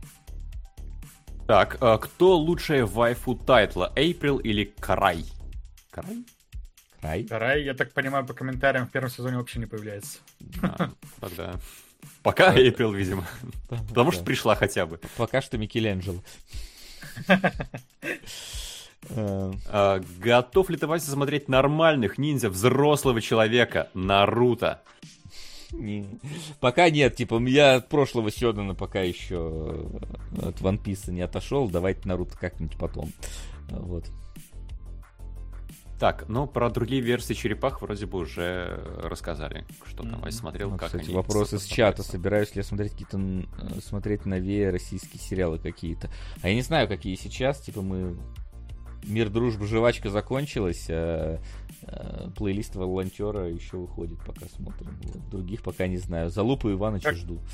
Так, а кто лучшая вайфу тайтла? Эйприл или Карай? Карай? Карай? Карай, я так понимаю, по комментариям в первом сезоне вообще не появляется. А, тогда... Пока Эйприл, видимо. Потому что пришла хотя бы. Пока что Микеланджело. Uh, готов ли ты, Вася, смотреть нормальных ниндзя взрослого человека Наруто? Не. Пока нет, типа, я от прошлого Сёдана пока еще от One Piece не отошел. Давайте Наруто как-нибудь потом. Вот. Так, ну про другие версии черепах вроде бы уже рассказали, что там я смотрел, ну, как кстати, они... вопрос из чата, собираюсь ли я смотреть какие-то, смотреть новее российские сериалы какие-то. А я не знаю, какие сейчас, типа мы... Мир, дружба, жвачка закончилась, а, а плейлист волонтера еще выходит, пока смотрим. Вот. Других пока не знаю. Залупу Иваныча как... жду.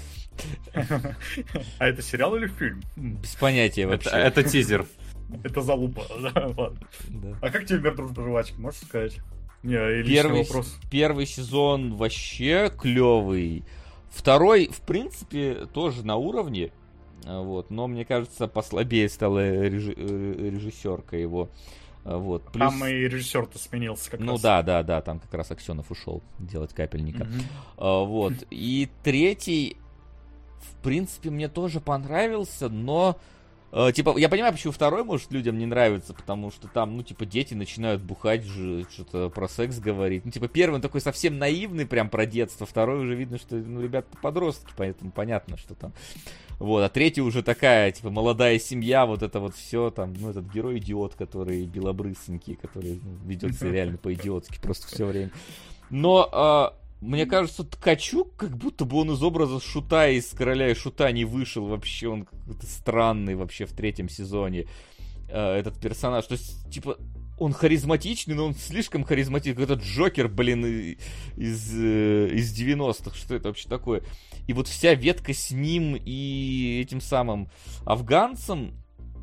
А это сериал или фильм? Без понятия вообще. Это, это тизер. Это залупа, да, ладно. Да. А как тебе мир, дружба, жвачка, можешь сказать? Не, первый, вопрос. Первый сезон вообще клевый. Второй, в принципе, тоже на уровне. Вот, но мне кажется, послабее стала режи- режиссерка его. Вот. Плюс... Там и режиссер-то сменился как ну, раз. Ну да, да, да, там как раз Аксенов ушел делать капельника. Mm-hmm. А, вот. И третий, в принципе, мне тоже понравился, но... Типа, я понимаю, почему второй, может, людям не нравится, потому что там, ну, типа, дети начинают бухать, же, что-то про секс говорить. Ну, типа, первый он такой совсем наивный, прям про детство, второй уже видно, что, ну, ребята подростки, поэтому понятно, что там. Вот, а третий уже такая, типа, молодая семья, вот это вот все, там, ну, этот герой-идиот, который белобрысенький, который ну, ведется реально по-идиотски просто все время. Но... Мне кажется, Ткачук, как будто бы он из образа Шута из «Короля и Шута» не вышел вообще. Он какой-то странный вообще в третьем сезоне, э, этот персонаж. То есть, типа, он харизматичный, но он слишком харизматичный. Этот Джокер, блин, из, э, из девяностых. Что это вообще такое? И вот вся ветка с ним и этим самым афганцем.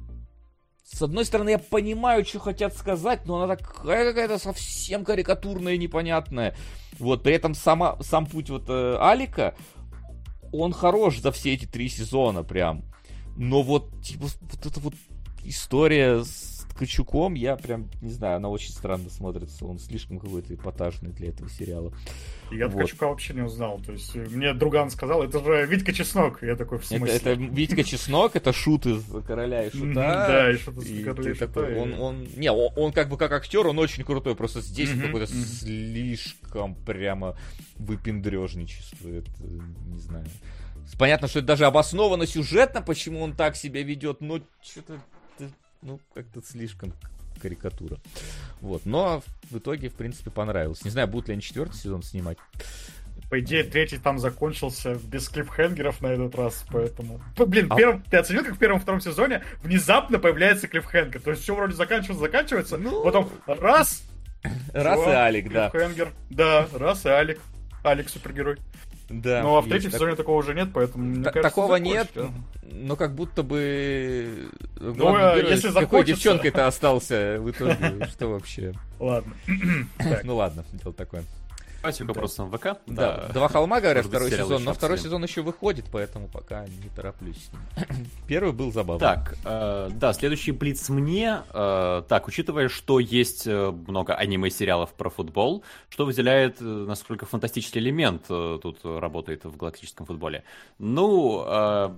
С одной стороны, я понимаю, что хотят сказать, но она такая какая-то совсем карикатурная и непонятная. Вот, при этом сама, сам путь вот э, Алика, он хорош за все эти три сезона прям. Но вот, типа, вот эта вот история с Ткачуком, я прям, не знаю, она очень странно смотрится. Он слишком какой-то эпатажный для этого сериала. Я вот. Ткачука вообще не узнал. То есть, мне друган сказал, это же Витька Чеснок. Я такой, в смысле? Это, это Витька Чеснок, это Шут из «Короля и Шута». Да, и Шут из «Короля и Шута». Такой, он, он, не, он, он как бы как актер, он очень крутой. Просто здесь он какой-то слишком прямо выпендрежничествует. Не знаю. Понятно, что это даже обосновано сюжетно, почему он так себя ведет, но что-то, ну, как-то слишком карикатура. Вот, но в итоге, в принципе, понравилось. Не знаю, будут ли они четвертый сезон снимать. По идее, третий там закончился без клиффхенгеров на этот раз, поэтому... Блин, а... первым... ты оценил, как в первом-втором сезоне внезапно появляется клиффхенгер. То есть все вроде заканчивается, заканчивается, ну... потом раз... Раз и Алик, да. Клиффхенгер. Да, раз и Алик. Алик супергерой. Да, ну а в третьем сезоне так... такого уже нет, поэтому мне Т- кажется, такого закончить, нет, да. но как будто бы ну, герой, если с какой закончится... девчонкой-то остался в итоге, что вообще? Ладно. Ну ладно, дело такое. Давайте к вопросам ВК. Да, «Два холма», говорят, второй сезон, но второй сезон еще выходит, поэтому пока не тороплюсь с ним. Первый был забавный. Так, э, да, следующий блиц мне. Э, так, учитывая, что есть много аниме-сериалов про футбол, что выделяет, насколько фантастический элемент э, тут работает в галактическом футболе. Ну, э,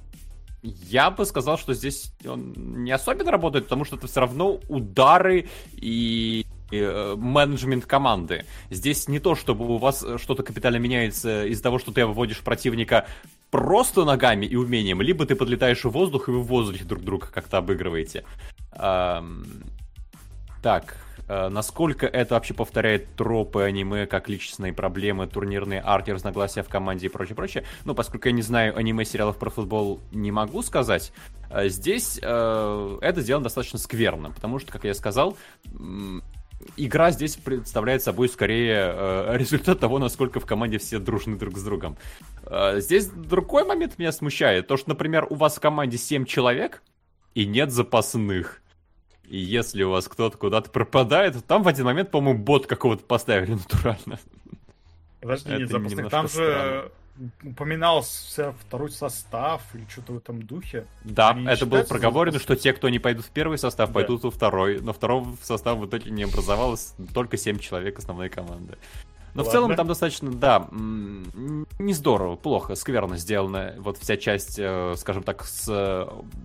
я бы сказал, что здесь он не особенно работает, потому что это все равно удары и... менеджмент команды. Здесь не то, чтобы у вас что-то капитально меняется из-за того, что ты выводишь противника просто ногами и умением, либо ты подлетаешь в воздух, и вы в воздухе друг друга как-то обыгрываете. Эм... Так, э, насколько это вообще повторяет тропы аниме, как личностные проблемы, турнирные арки, разногласия в команде и прочее, прочее. Ну, поскольку я не знаю аниме-сериалов про футбол, не могу сказать. Э, здесь э, это сделано достаточно скверно, потому что, как я сказал, м- игра здесь представляет собой скорее э, результат того, насколько в команде все дружны друг с другом. Э, здесь другой момент меня смущает. То, что, например, у вас в команде семь человек и нет запасных. И если у вас кто-то куда-то пропадает, то там в один момент, по-моему, бот какого-то поставили натурально. Подожди, нет запасных. Там же упоминался второй состав или что-то в этом духе. Да, они это было проговорено, что те, кто не пойдут в первый состав, да. пойдут во второй. Но второго состава в итоге не образовалось, только семь человек основной команды. Но Ладно. в целом там достаточно, да, не здорово, плохо, скверно сделано. Вот вся часть, скажем так, с...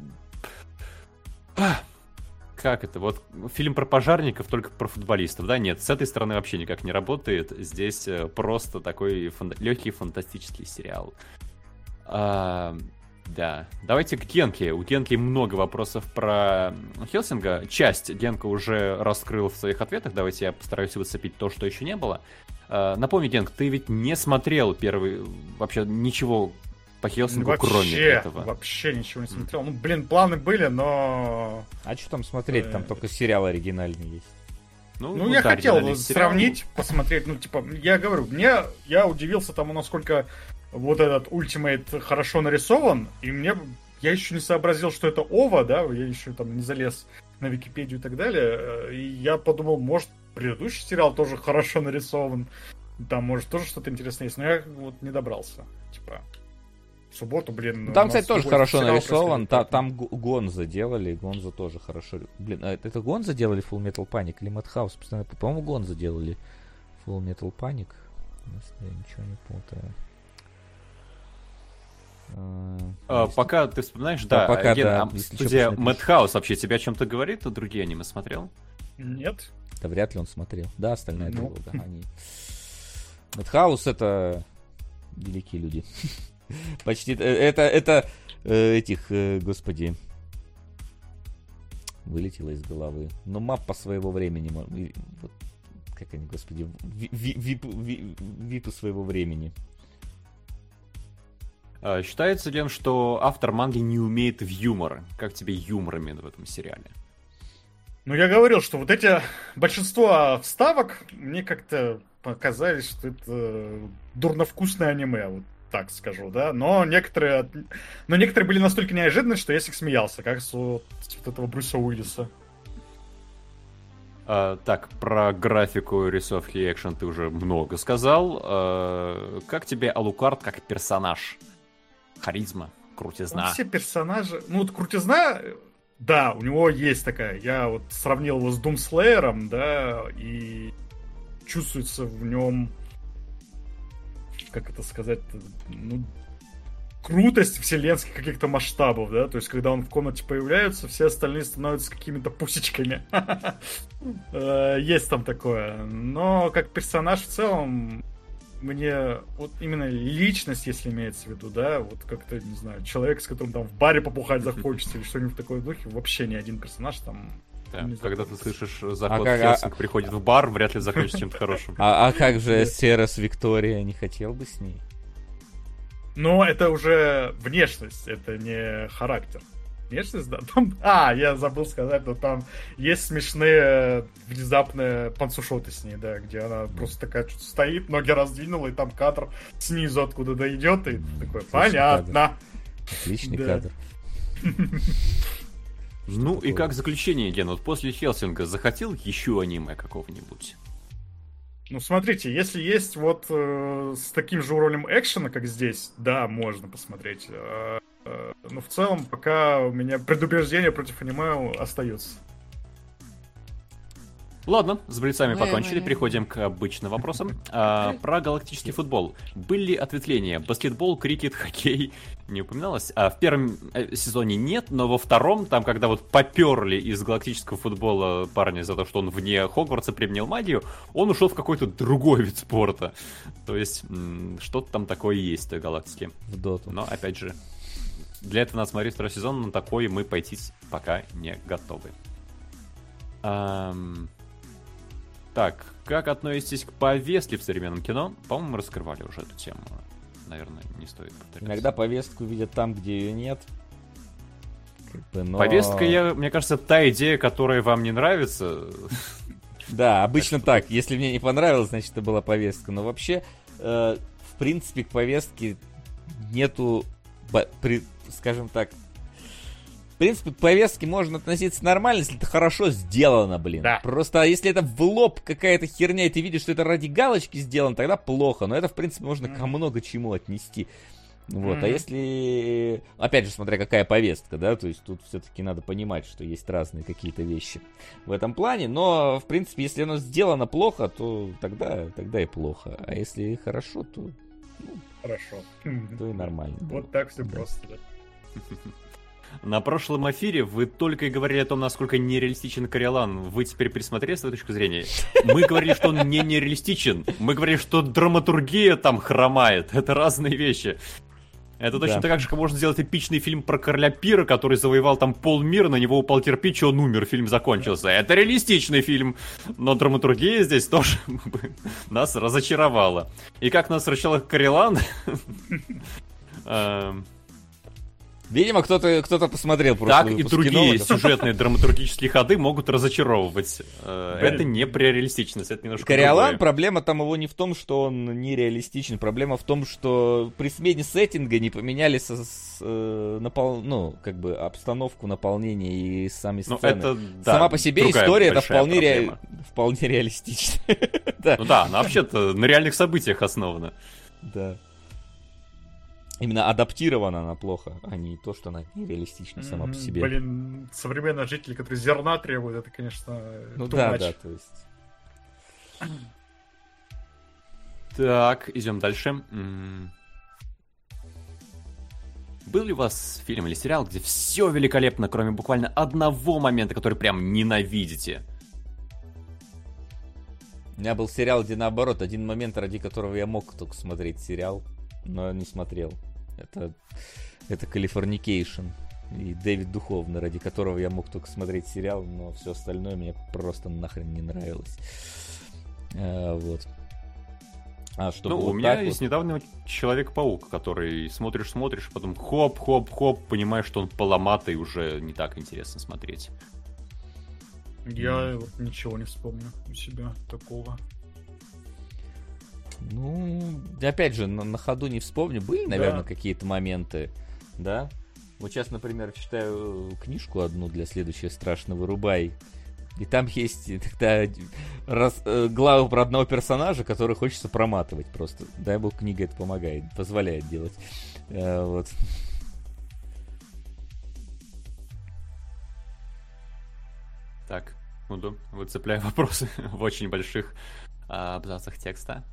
Как это? Вот фильм про пожарников, только про футболистов, да? Нет, с этой стороны вообще никак не работает. Здесь просто такой фан... легкий фантастический сериал. А... Да, давайте к Генке. У Генки много вопросов про Хелсинга. Часть Генка уже раскрыл в своих ответах. Давайте я постараюсь выцепить то, что еще не было. Напомни, Генк, ты ведь не смотрел первый... Вообще ничего по Хелсингу, вообще, кроме этого. Вообще ничего не смотрел. Mm. Ну, блин, планы были, но... А что там смотреть? Там только сериал оригинальный есть. Ну, ну я да, хотел сравнить, сериал. Посмотреть. Ну, типа, я говорю, мне... Я удивился тому, насколько... Вот этот Ultimate хорошо нарисован, и мне... Я еще не сообразил, что это ОВА, да, я еще там не залез на Википедию и так далее, и я подумал, может, предыдущий сериал тоже хорошо нарисован, там, может, тоже что-то интересное есть, но я вот не добрался, типа... В субботу, блин... Там, кстати, тоже хорошо нарисован, та, там Гонза делали, Гонза тоже хорошо... Блин, а это Гонза делали Full Metal Panic или Madhouse? По-моему, Гонза делали Full Metal Panic, если я ничего не путаю. А, пока ты вспоминаешь, да, да пока, Ген, да, а студия Madhouse вообще тебя о чем-то говорит? А другие аниме смотрел? Нет. Да вряд ли он смотрел. Да, остальное ну. было, да. Они... Madhouse — это великие люди. Почти... Это, это э, этих, э, господи, вылетело из головы. Но маппа своего времени. Вот, как они, господи, випы ви, ви, ви, своего времени. Считается ли, что автор манги не умеет в юмор? Как тебе юмор именно в этом сериале? Ну, я говорил, что вот эти большинство вставок мне как-то показались, что это дурновкусное аниме, вот так скажу, да. Но некоторые, но некоторые были настолько неожиданны, что я с них смеялся, как с вот, с вот этого Брюса Уиллиса. А, так, про графику, рисовки и экшен ты уже много сказал. А, как тебе Алукард как персонаж? Харизма, крутизна. Ну, все персонажи... Ну, вот крутизна, да, у него есть такая. Я вот сравнил его с Думслеером, да, и чувствуется в нем... Как это сказать? Ну, крутость вселенских каких-то масштабов, да, то есть, когда он в комнате появляется, все остальные становятся какими-то пусечками. Есть там такое. Но как персонаж в целом... Мне вот именно личность, если имеется в виду, да, вот как-то, не знаю, человек, с которым там в баре побухать захочется или что-нибудь в такой духе, вообще ни один персонаж там... Да, когда ты слышишь заход а Хелсинг а... приходит в бар, вряд ли закончится чем-то хорошим. А, а как же Серас Виктория, не хотел бы с ней? Ну, это уже внешность, это не характер. Внешность, да. Там... А, я забыл сказать, но там есть смешные внезапные панцушоты с ней, да, где она просто такая что-то стоит, ноги раздвинула, и там кадр снизу откуда-то идет, и такой, понятно. Отличный кадр. Ну и как заключение, Ген, вот после Хелсинга захотел еще аниме какого-нибудь? Ну, смотрите, если есть вот э, с таким же уровнем экшена, как здесь, да, можно посмотреть. Э, э, но в целом пока у меня предубеждение против аниме остается. Ладно, с блицами покончили, переходим к обычным вопросам. А, про галактический футбол. Были ответвления? Баскетбол, крикет, хоккей не упоминалось? А в первом сезоне нет, но во втором, там, когда вот поперли из галактического футбола парня за то, что он вне Хогвартса применил магию, он ушел в какой-то другой вид спорта. То есть, м- что-то там такое есть в той галактике. В доту. Но, опять же, для этого надо смотреть второй сезон, но такой мы пойти пока не готовы. Ам... Так, как относитесь к повестке в современном кино? По-моему, мы раскрывали уже эту тему. Наверное, не стоит повторяться. Иногда повестку видят там, где ее нет. Как бы, но... Повестка, я, мне кажется, та идея, которая вам не нравится. Да, обычно так. Если мне не понравилось, значит, это была повестка. Но вообще, э, в принципе, к повестке нету, при, скажем так, в принципе, к повестке можно относиться нормально, если это хорошо сделано, блин. Да. Просто если это в лоб какая-то херня, и ты видишь, что это ради галочки сделано, тогда плохо. Но это, в принципе, можно mm. ко много чему отнести. Вот. Mm-hmm. А если... Опять же, смотря какая повестка, да, то есть тут все-таки надо понимать, что есть разные какие-то вещи в этом плане. Но, в принципе, если оно сделано плохо, то тогда, тогда и плохо. А если хорошо, то... Ну, хорошо. То и нормально. Вот так все просто, да. На прошлом эфире вы только и говорили о том, насколько нереалистичен Кориолан. Вы теперь пересмотрели свою точку зрения? Мы говорили, что он не нереалистичен. Мы говорили, что драматургия там хромает. Это разные вещи. Это точно Да. так же, как можно сделать эпичный фильм про короля Пира, который завоевал там полмира, на него упал кирпич, и он умер, фильм закончился. Это реалистичный фильм, но драматургия здесь тоже нас разочаровала. И как нас разочаровал Корелан... Видимо, кто-то, кто-то посмотрел прошлый Так и выпуск другие кинологов. сюжетные драматургические ходы могут разочаровывать. Э, Это не про реалистичность, это немножко Кориолан, другое. проблема там его не в том, что он нереалистичен, проблема в том, что при смене сеттинга не поменяли со- с, э, напол- ну, как бы обстановку, наполнение и сами Ну, сцены. это, да, Сама по себе другая история это большая вполне, ре- проблема. вполне реалистична. Да, Ну да, она вообще-то на реальных событиях основана. да. Именно адаптирована она плохо, а не то, что она нереалистична сама по М, себе. Блин, современные жители, которые зерна требуют, это, конечно, Ну too да, much. да, то есть... Так, идем дальше. М. Был ли у вас фильм или сериал, где все великолепно, кроме буквально одного момента, который прям ненавидите? У меня был сериал, где наоборот, один момент, ради которого я мог только смотреть сериал, но не смотрел. Это, это Калифорникейшн и Дэвид Духовный, ради которого я мог только смотреть сериал, но все остальное мне просто нахрен не нравилось. А, вот. А чтобы Ну, вот у меня так есть вот... недавно Человек-паук, который смотришь-смотришь, потом хоп-хоп-хоп, понимаешь, что он поломатый, уже не так интересно смотреть. Я вот ничего не вспомню у себя такого. Ну, опять же, на, на ходу не вспомню. Были, наверное, Да. какие-то моменты, да? Вот сейчас, например, читаю книжку одну для следующего «Страшно вырубай». И там есть тогда раз, э, глава про одного персонажа, который хочется проматывать просто. Дай бог, книга это помогает, позволяет делать. Э, вот. Так, буду выцепляю вопросы в очень больших а, абзацах текста.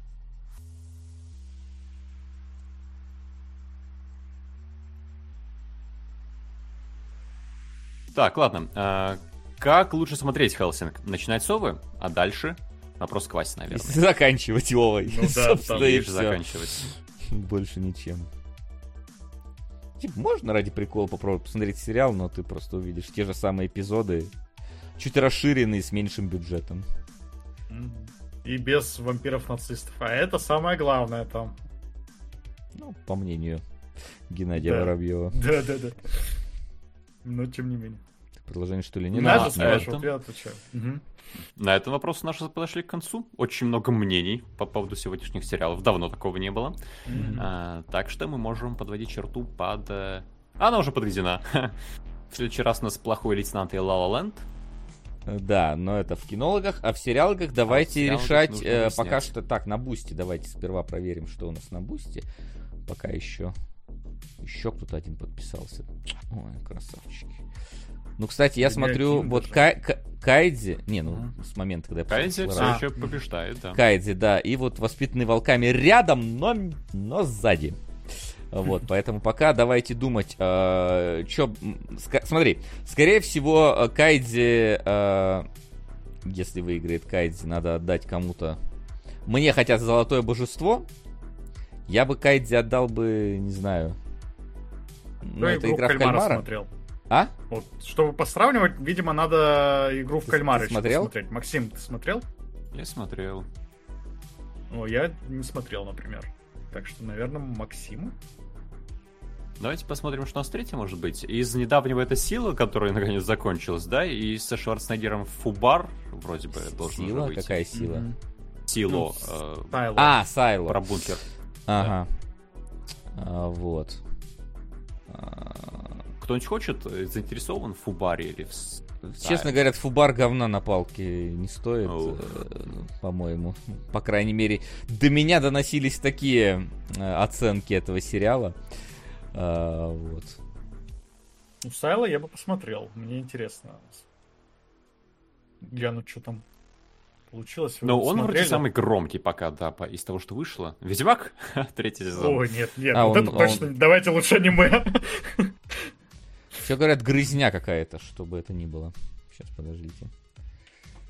Так, ладно. а, Как лучше смотреть Хелсинг? Начинать с Овы, а дальше вопрос к Васе, наверное. Если заканчивать Вовой. Ну да, Собственно, там и Лишь всё. заканчивать. Больше ничем. Типа, можно ради прикола попробовать посмотреть сериал, но ты просто увидишь те же самые эпизоды, чуть расширенные, с меньшим бюджетом. Мгм. И без вампиров-нацистов. А это самое главное там. Ну, по мнению Геннадия Да. Воробьева. Да-да-да. Но тем не менее. Продолжение, что ли, не Не надо? надо на спрашивать, этом- я отвечаю. Мгм. На этом вопросы наши подошли к концу. Очень много мнений по поводу сегодняшних сериалов. Давно такого не было. Мгм. А, так что мы можем подводить черту под... э, Она уже подведена. В следующий раз у нас «Плохой лейтенант» и «Ла Ла Ленд». Да, но это в кинологах, а в сериалогах давайте сериалогах решать нужно э, выяснять. пока что. Так, на Бусти давайте сперва проверим, что у нас на Бусти. Пока еще. Еще кто-то один подписался. Ой, красавчики. Ну, кстати, я Или смотрю, один вот даже. Кай- Ка- Кайдзи, не, ну, с момента, когда я Кайдзи посмотрел, все еще побеждает, да. Кайдзи, да, и вот «Воспитанные волками» рядом, но, но сзади. Вот, поэтому пока давайте думать, э, чё... м, ска- смотри, скорее всего, э, Кайдзи, э, если выиграет Кайдзи, надо отдать кому-то. Мне хотят «Золотое божество», я бы Кайдзи отдал бы, не знаю, ну, Ну, это игру игра в кальмара кальмара. смотрел. А? Вот, чтобы посравнивать, видимо, надо игру в Ты- кальмара ты еще смотрел? посмотреть. Максим, ты смотрел? Я смотрел. О, я не смотрел, например. Так что, наверное, Максиму. Давайте посмотрим, что у нас третье может быть. Из недавнего это «Сила», которая наконец закончилась, да? И со Шварценеггером «Фубар» вроде бы должен уже Сила? выйти. Какая сила? Мгм. «Сило». Ну, э, Тайлор. А, Сайло. про бункер. Ага. А, вот. А, Кто-нибудь хочет, э, заинтересован в «Фубаре» или в... с- Честно говоря, Фубар говна на палке не стоит, Ух. э, по-моему. По крайней мере, до меня доносились такие э, оценки этого сериала. А, вот. Ну, Сайла я бы посмотрел. Мне интересно. Глянуть, что там получилось. Вы Но он смотрели? вроде самый громкий пока, да, по- из того, что вышло. «Ведьмак», третий сезон. Ой, нет, нет, А, вот он- это точно. Давайте лучше аниме. Все говорят, грызня какая-то, чтобы это ни было. Сейчас, подождите.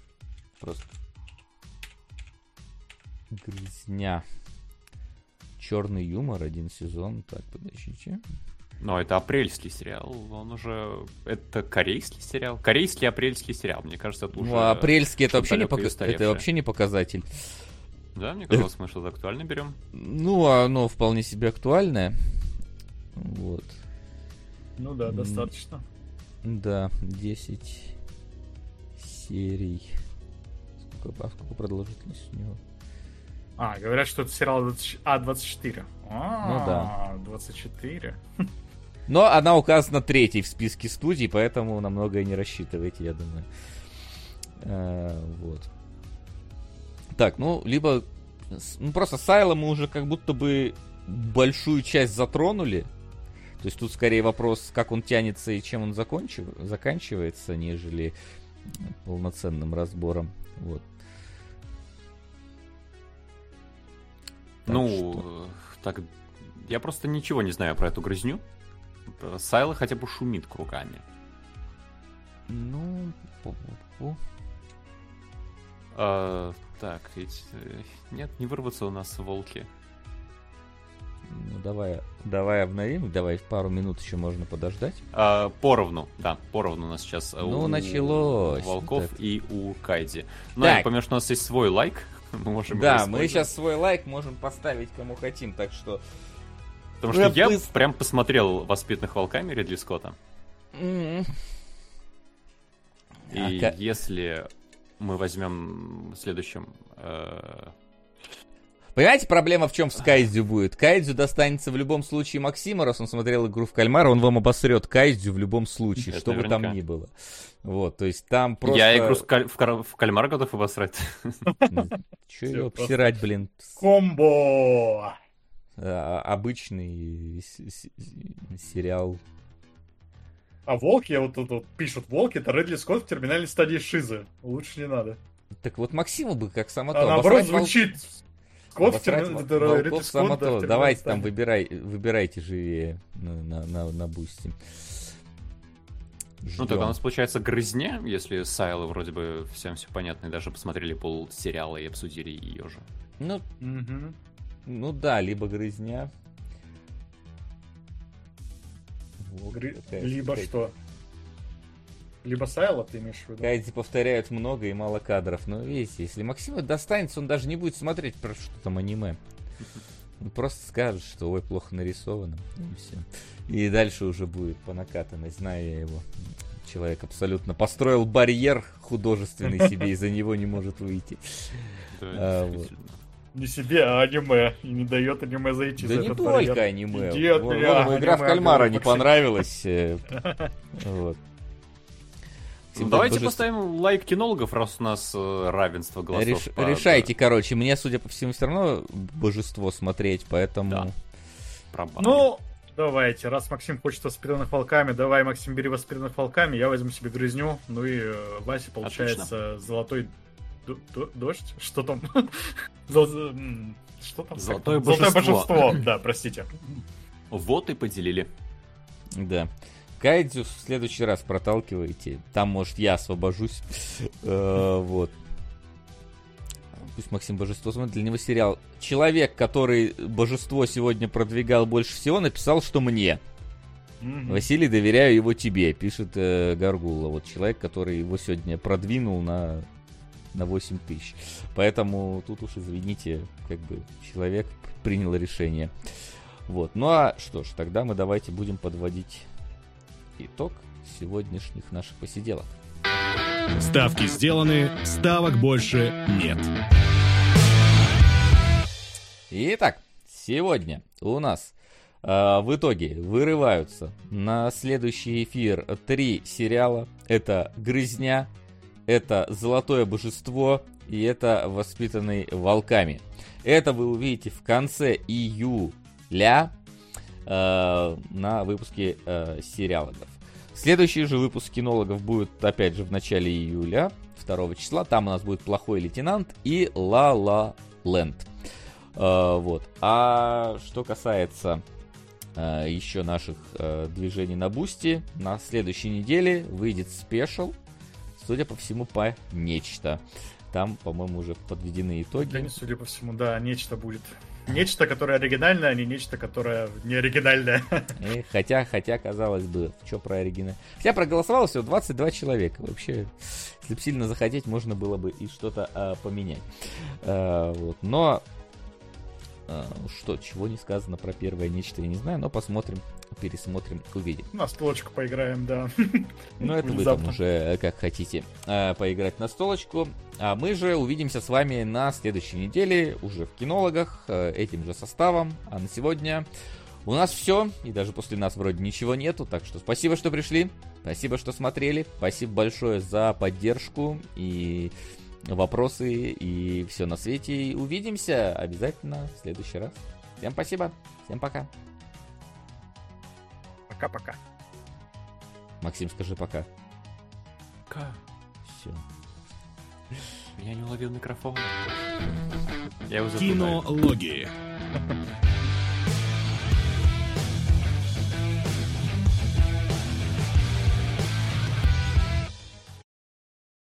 Просто. Грызня. черный юмор, один сезон. Так, подождите. Но это апрельский сериал, он уже... Это корейский сериал? Корейский апрельский сериал, мне кажется, это уже... Ну, а апрельский это вообще, не пок... это вообще не показатель. Да, мне казалось, мы что-то актуально берем. Ну, оно вполне себе актуальное. Вот. Ну да, достаточно. Да, десять серий. Сколько, а сколько продолжительность у него? А, говорят, что это сериал А двадцать четыре. А, ну да. двадцать четыре. Но она указана третьей в списке студий, поэтому на многое не рассчитывайте, я думаю. А, вот. Так, ну, либо... Ну, просто Сайла мы уже как будто бы большую часть затронули. То есть тут скорее вопрос, как он тянется и чем он закончив... заканчивается, нежели полноценным разбором. Вот. Так ну, что... так... Я просто ничего не знаю про эту грызню. Сайла хотя бы шумит кругами. Ну... Пу-пу-пу. А, так, ведь... Нет, не вырваться у нас волки. Ну, давай, давай обновим, давай пару минут еще можно подождать. А, поровну, да, поровну у нас сейчас ну, у началось. волков так. И у Кайди. Ну, так. я напомню, что у нас есть свой лайк. Мы можем да, мы сейчас свой лайк можем поставить кому хотим, так что... Потому что я быстро... прям посмотрел «Воспитанных волками» Ридли Скотта. Mm-hmm. И а, если мы возьмем в следующем... Э... Понимаете, проблема в чем с Кайдзю будет? Кайдзю достанется в любом случае Максиму, раз он смотрел «Игру в кальмара», он вам обосрет Кайдзю в любом случае, это что бы наверняка. там ни было. Вот, то есть там просто... Я «Игру в, каль... в, кар... в кальмара» готов обосрать. Че ее обсирать, блин? Комбо! Обычный сериал. А волки, вот тут вот пишут, волки, это Ридли Скотт в терминальной стадии шизы. Лучше не надо. Так вот Максиму бы как само а то. наоборот звучит... Скотт в терминальной волков само то. Давайте там выбирай, выбирайте живее на, на, на, на бусте. Ждем. Ну тогда у нас получается грызня, если Сайла вроде бы всем все понятно, и даже посмотрели пол сериала и обсудили ее же. Ну, угу. ну да, либо грызня. Гры... Либо сказать. Что? Либо Сайла, ты имеешь в виду? Кайдзи повторяют много и мало кадров. Но видите, если Максиму достанется, он даже не будет смотреть про что там аниме. Он просто скажет, что ой, плохо нарисовано. И все. И дальше уже будет по накатанной, знаю я его. Человек абсолютно построил барьер художественный себе, из-за него не может выйти. Не себе, а аниме. И не дает аниме зайти за этот барьер. Да не только аниме. Игра в кальмара не понравилась. Вот. Ну, давайте божеств... поставим лайк кинологов, раз у нас э, равенство голосов. Реш... по... Решайте, короче. Мне, судя по всему, все равно божество смотреть, поэтому... Да. Ну, давайте. Раз Максим хочет «Воспитанных волками», давай, Максим, бери «Воспитанных волками», я возьму себе «Грызню», ну и э, Вася, получается, Отлично. «Золотой д- д- дождь». Что там? Что там? «Золотое божество». «Золотое божество», да, простите. Вот и поделили. Да. Кайдзю в следующий раз проталкивайте. Там, может, я освобожусь. Вот. Пусть Максим божество смотрит. Для него сериал. Человек, который божество сегодня продвигал больше всего, написал, что мне. Василий, доверяю его тебе, пишет Гаргула. Вот человек, который его сегодня продвинул на, на восемь тысяч. Поэтому тут уж, извините, как бы человек принял решение. Вот. Ну а что ж, тогда мы давайте будем подводить итог сегодняшних наших посиделок. Ставки сделаны, ставок больше нет. Итак, сегодня у нас э, в итоге вырываются на следующий эфир три сериала. Это «Грызня», это «Золотое божество» и это «Воспитанный волками». Это вы увидите в конце июля э, на выпуске э, сериалов. Следующий же выпуск кинологов будет опять же в начале июля, второго числа. Там у нас будет «Плохой лейтенант» и «Ла Ла Ленд». Uh, вот. А что касается uh, еще наших uh, движений на Бусти, на следующей неделе выйдет спешл, судя по всему, по «Нечто». Там, по-моему, уже подведены итоги. Да, судя по всему, да, «Нечто» будет. Нечто, которое оригинальное, а не нечто, которое не оригинальное. И хотя, хотя, казалось бы, что про оригинал. Хотя проголосовало всего двадцать два человека. Вообще, если бы сильно захотеть, можно было бы и что-то а, поменять. А, вот. Но а, что, чего не сказано про первое нечто, я не знаю, но посмотрим, пересмотрим, увидим. На столочку поиграем, да. Ну, это вы там уже как хотите а, поиграть на столочку. А мы же увидимся с вами на следующей неделе, уже в кинологах, этим же составом. А на сегодня у нас все, и даже после нас вроде ничего нету. Так что спасибо, что пришли, спасибо, что смотрели, спасибо большое за поддержку и вопросы, и все на свете. И увидимся обязательно в следующий раз. Всем спасибо, всем пока. Пока-пока. Максим, скажи пока. Пока. Все. Я не уловил микрофон. Я его Кинологии.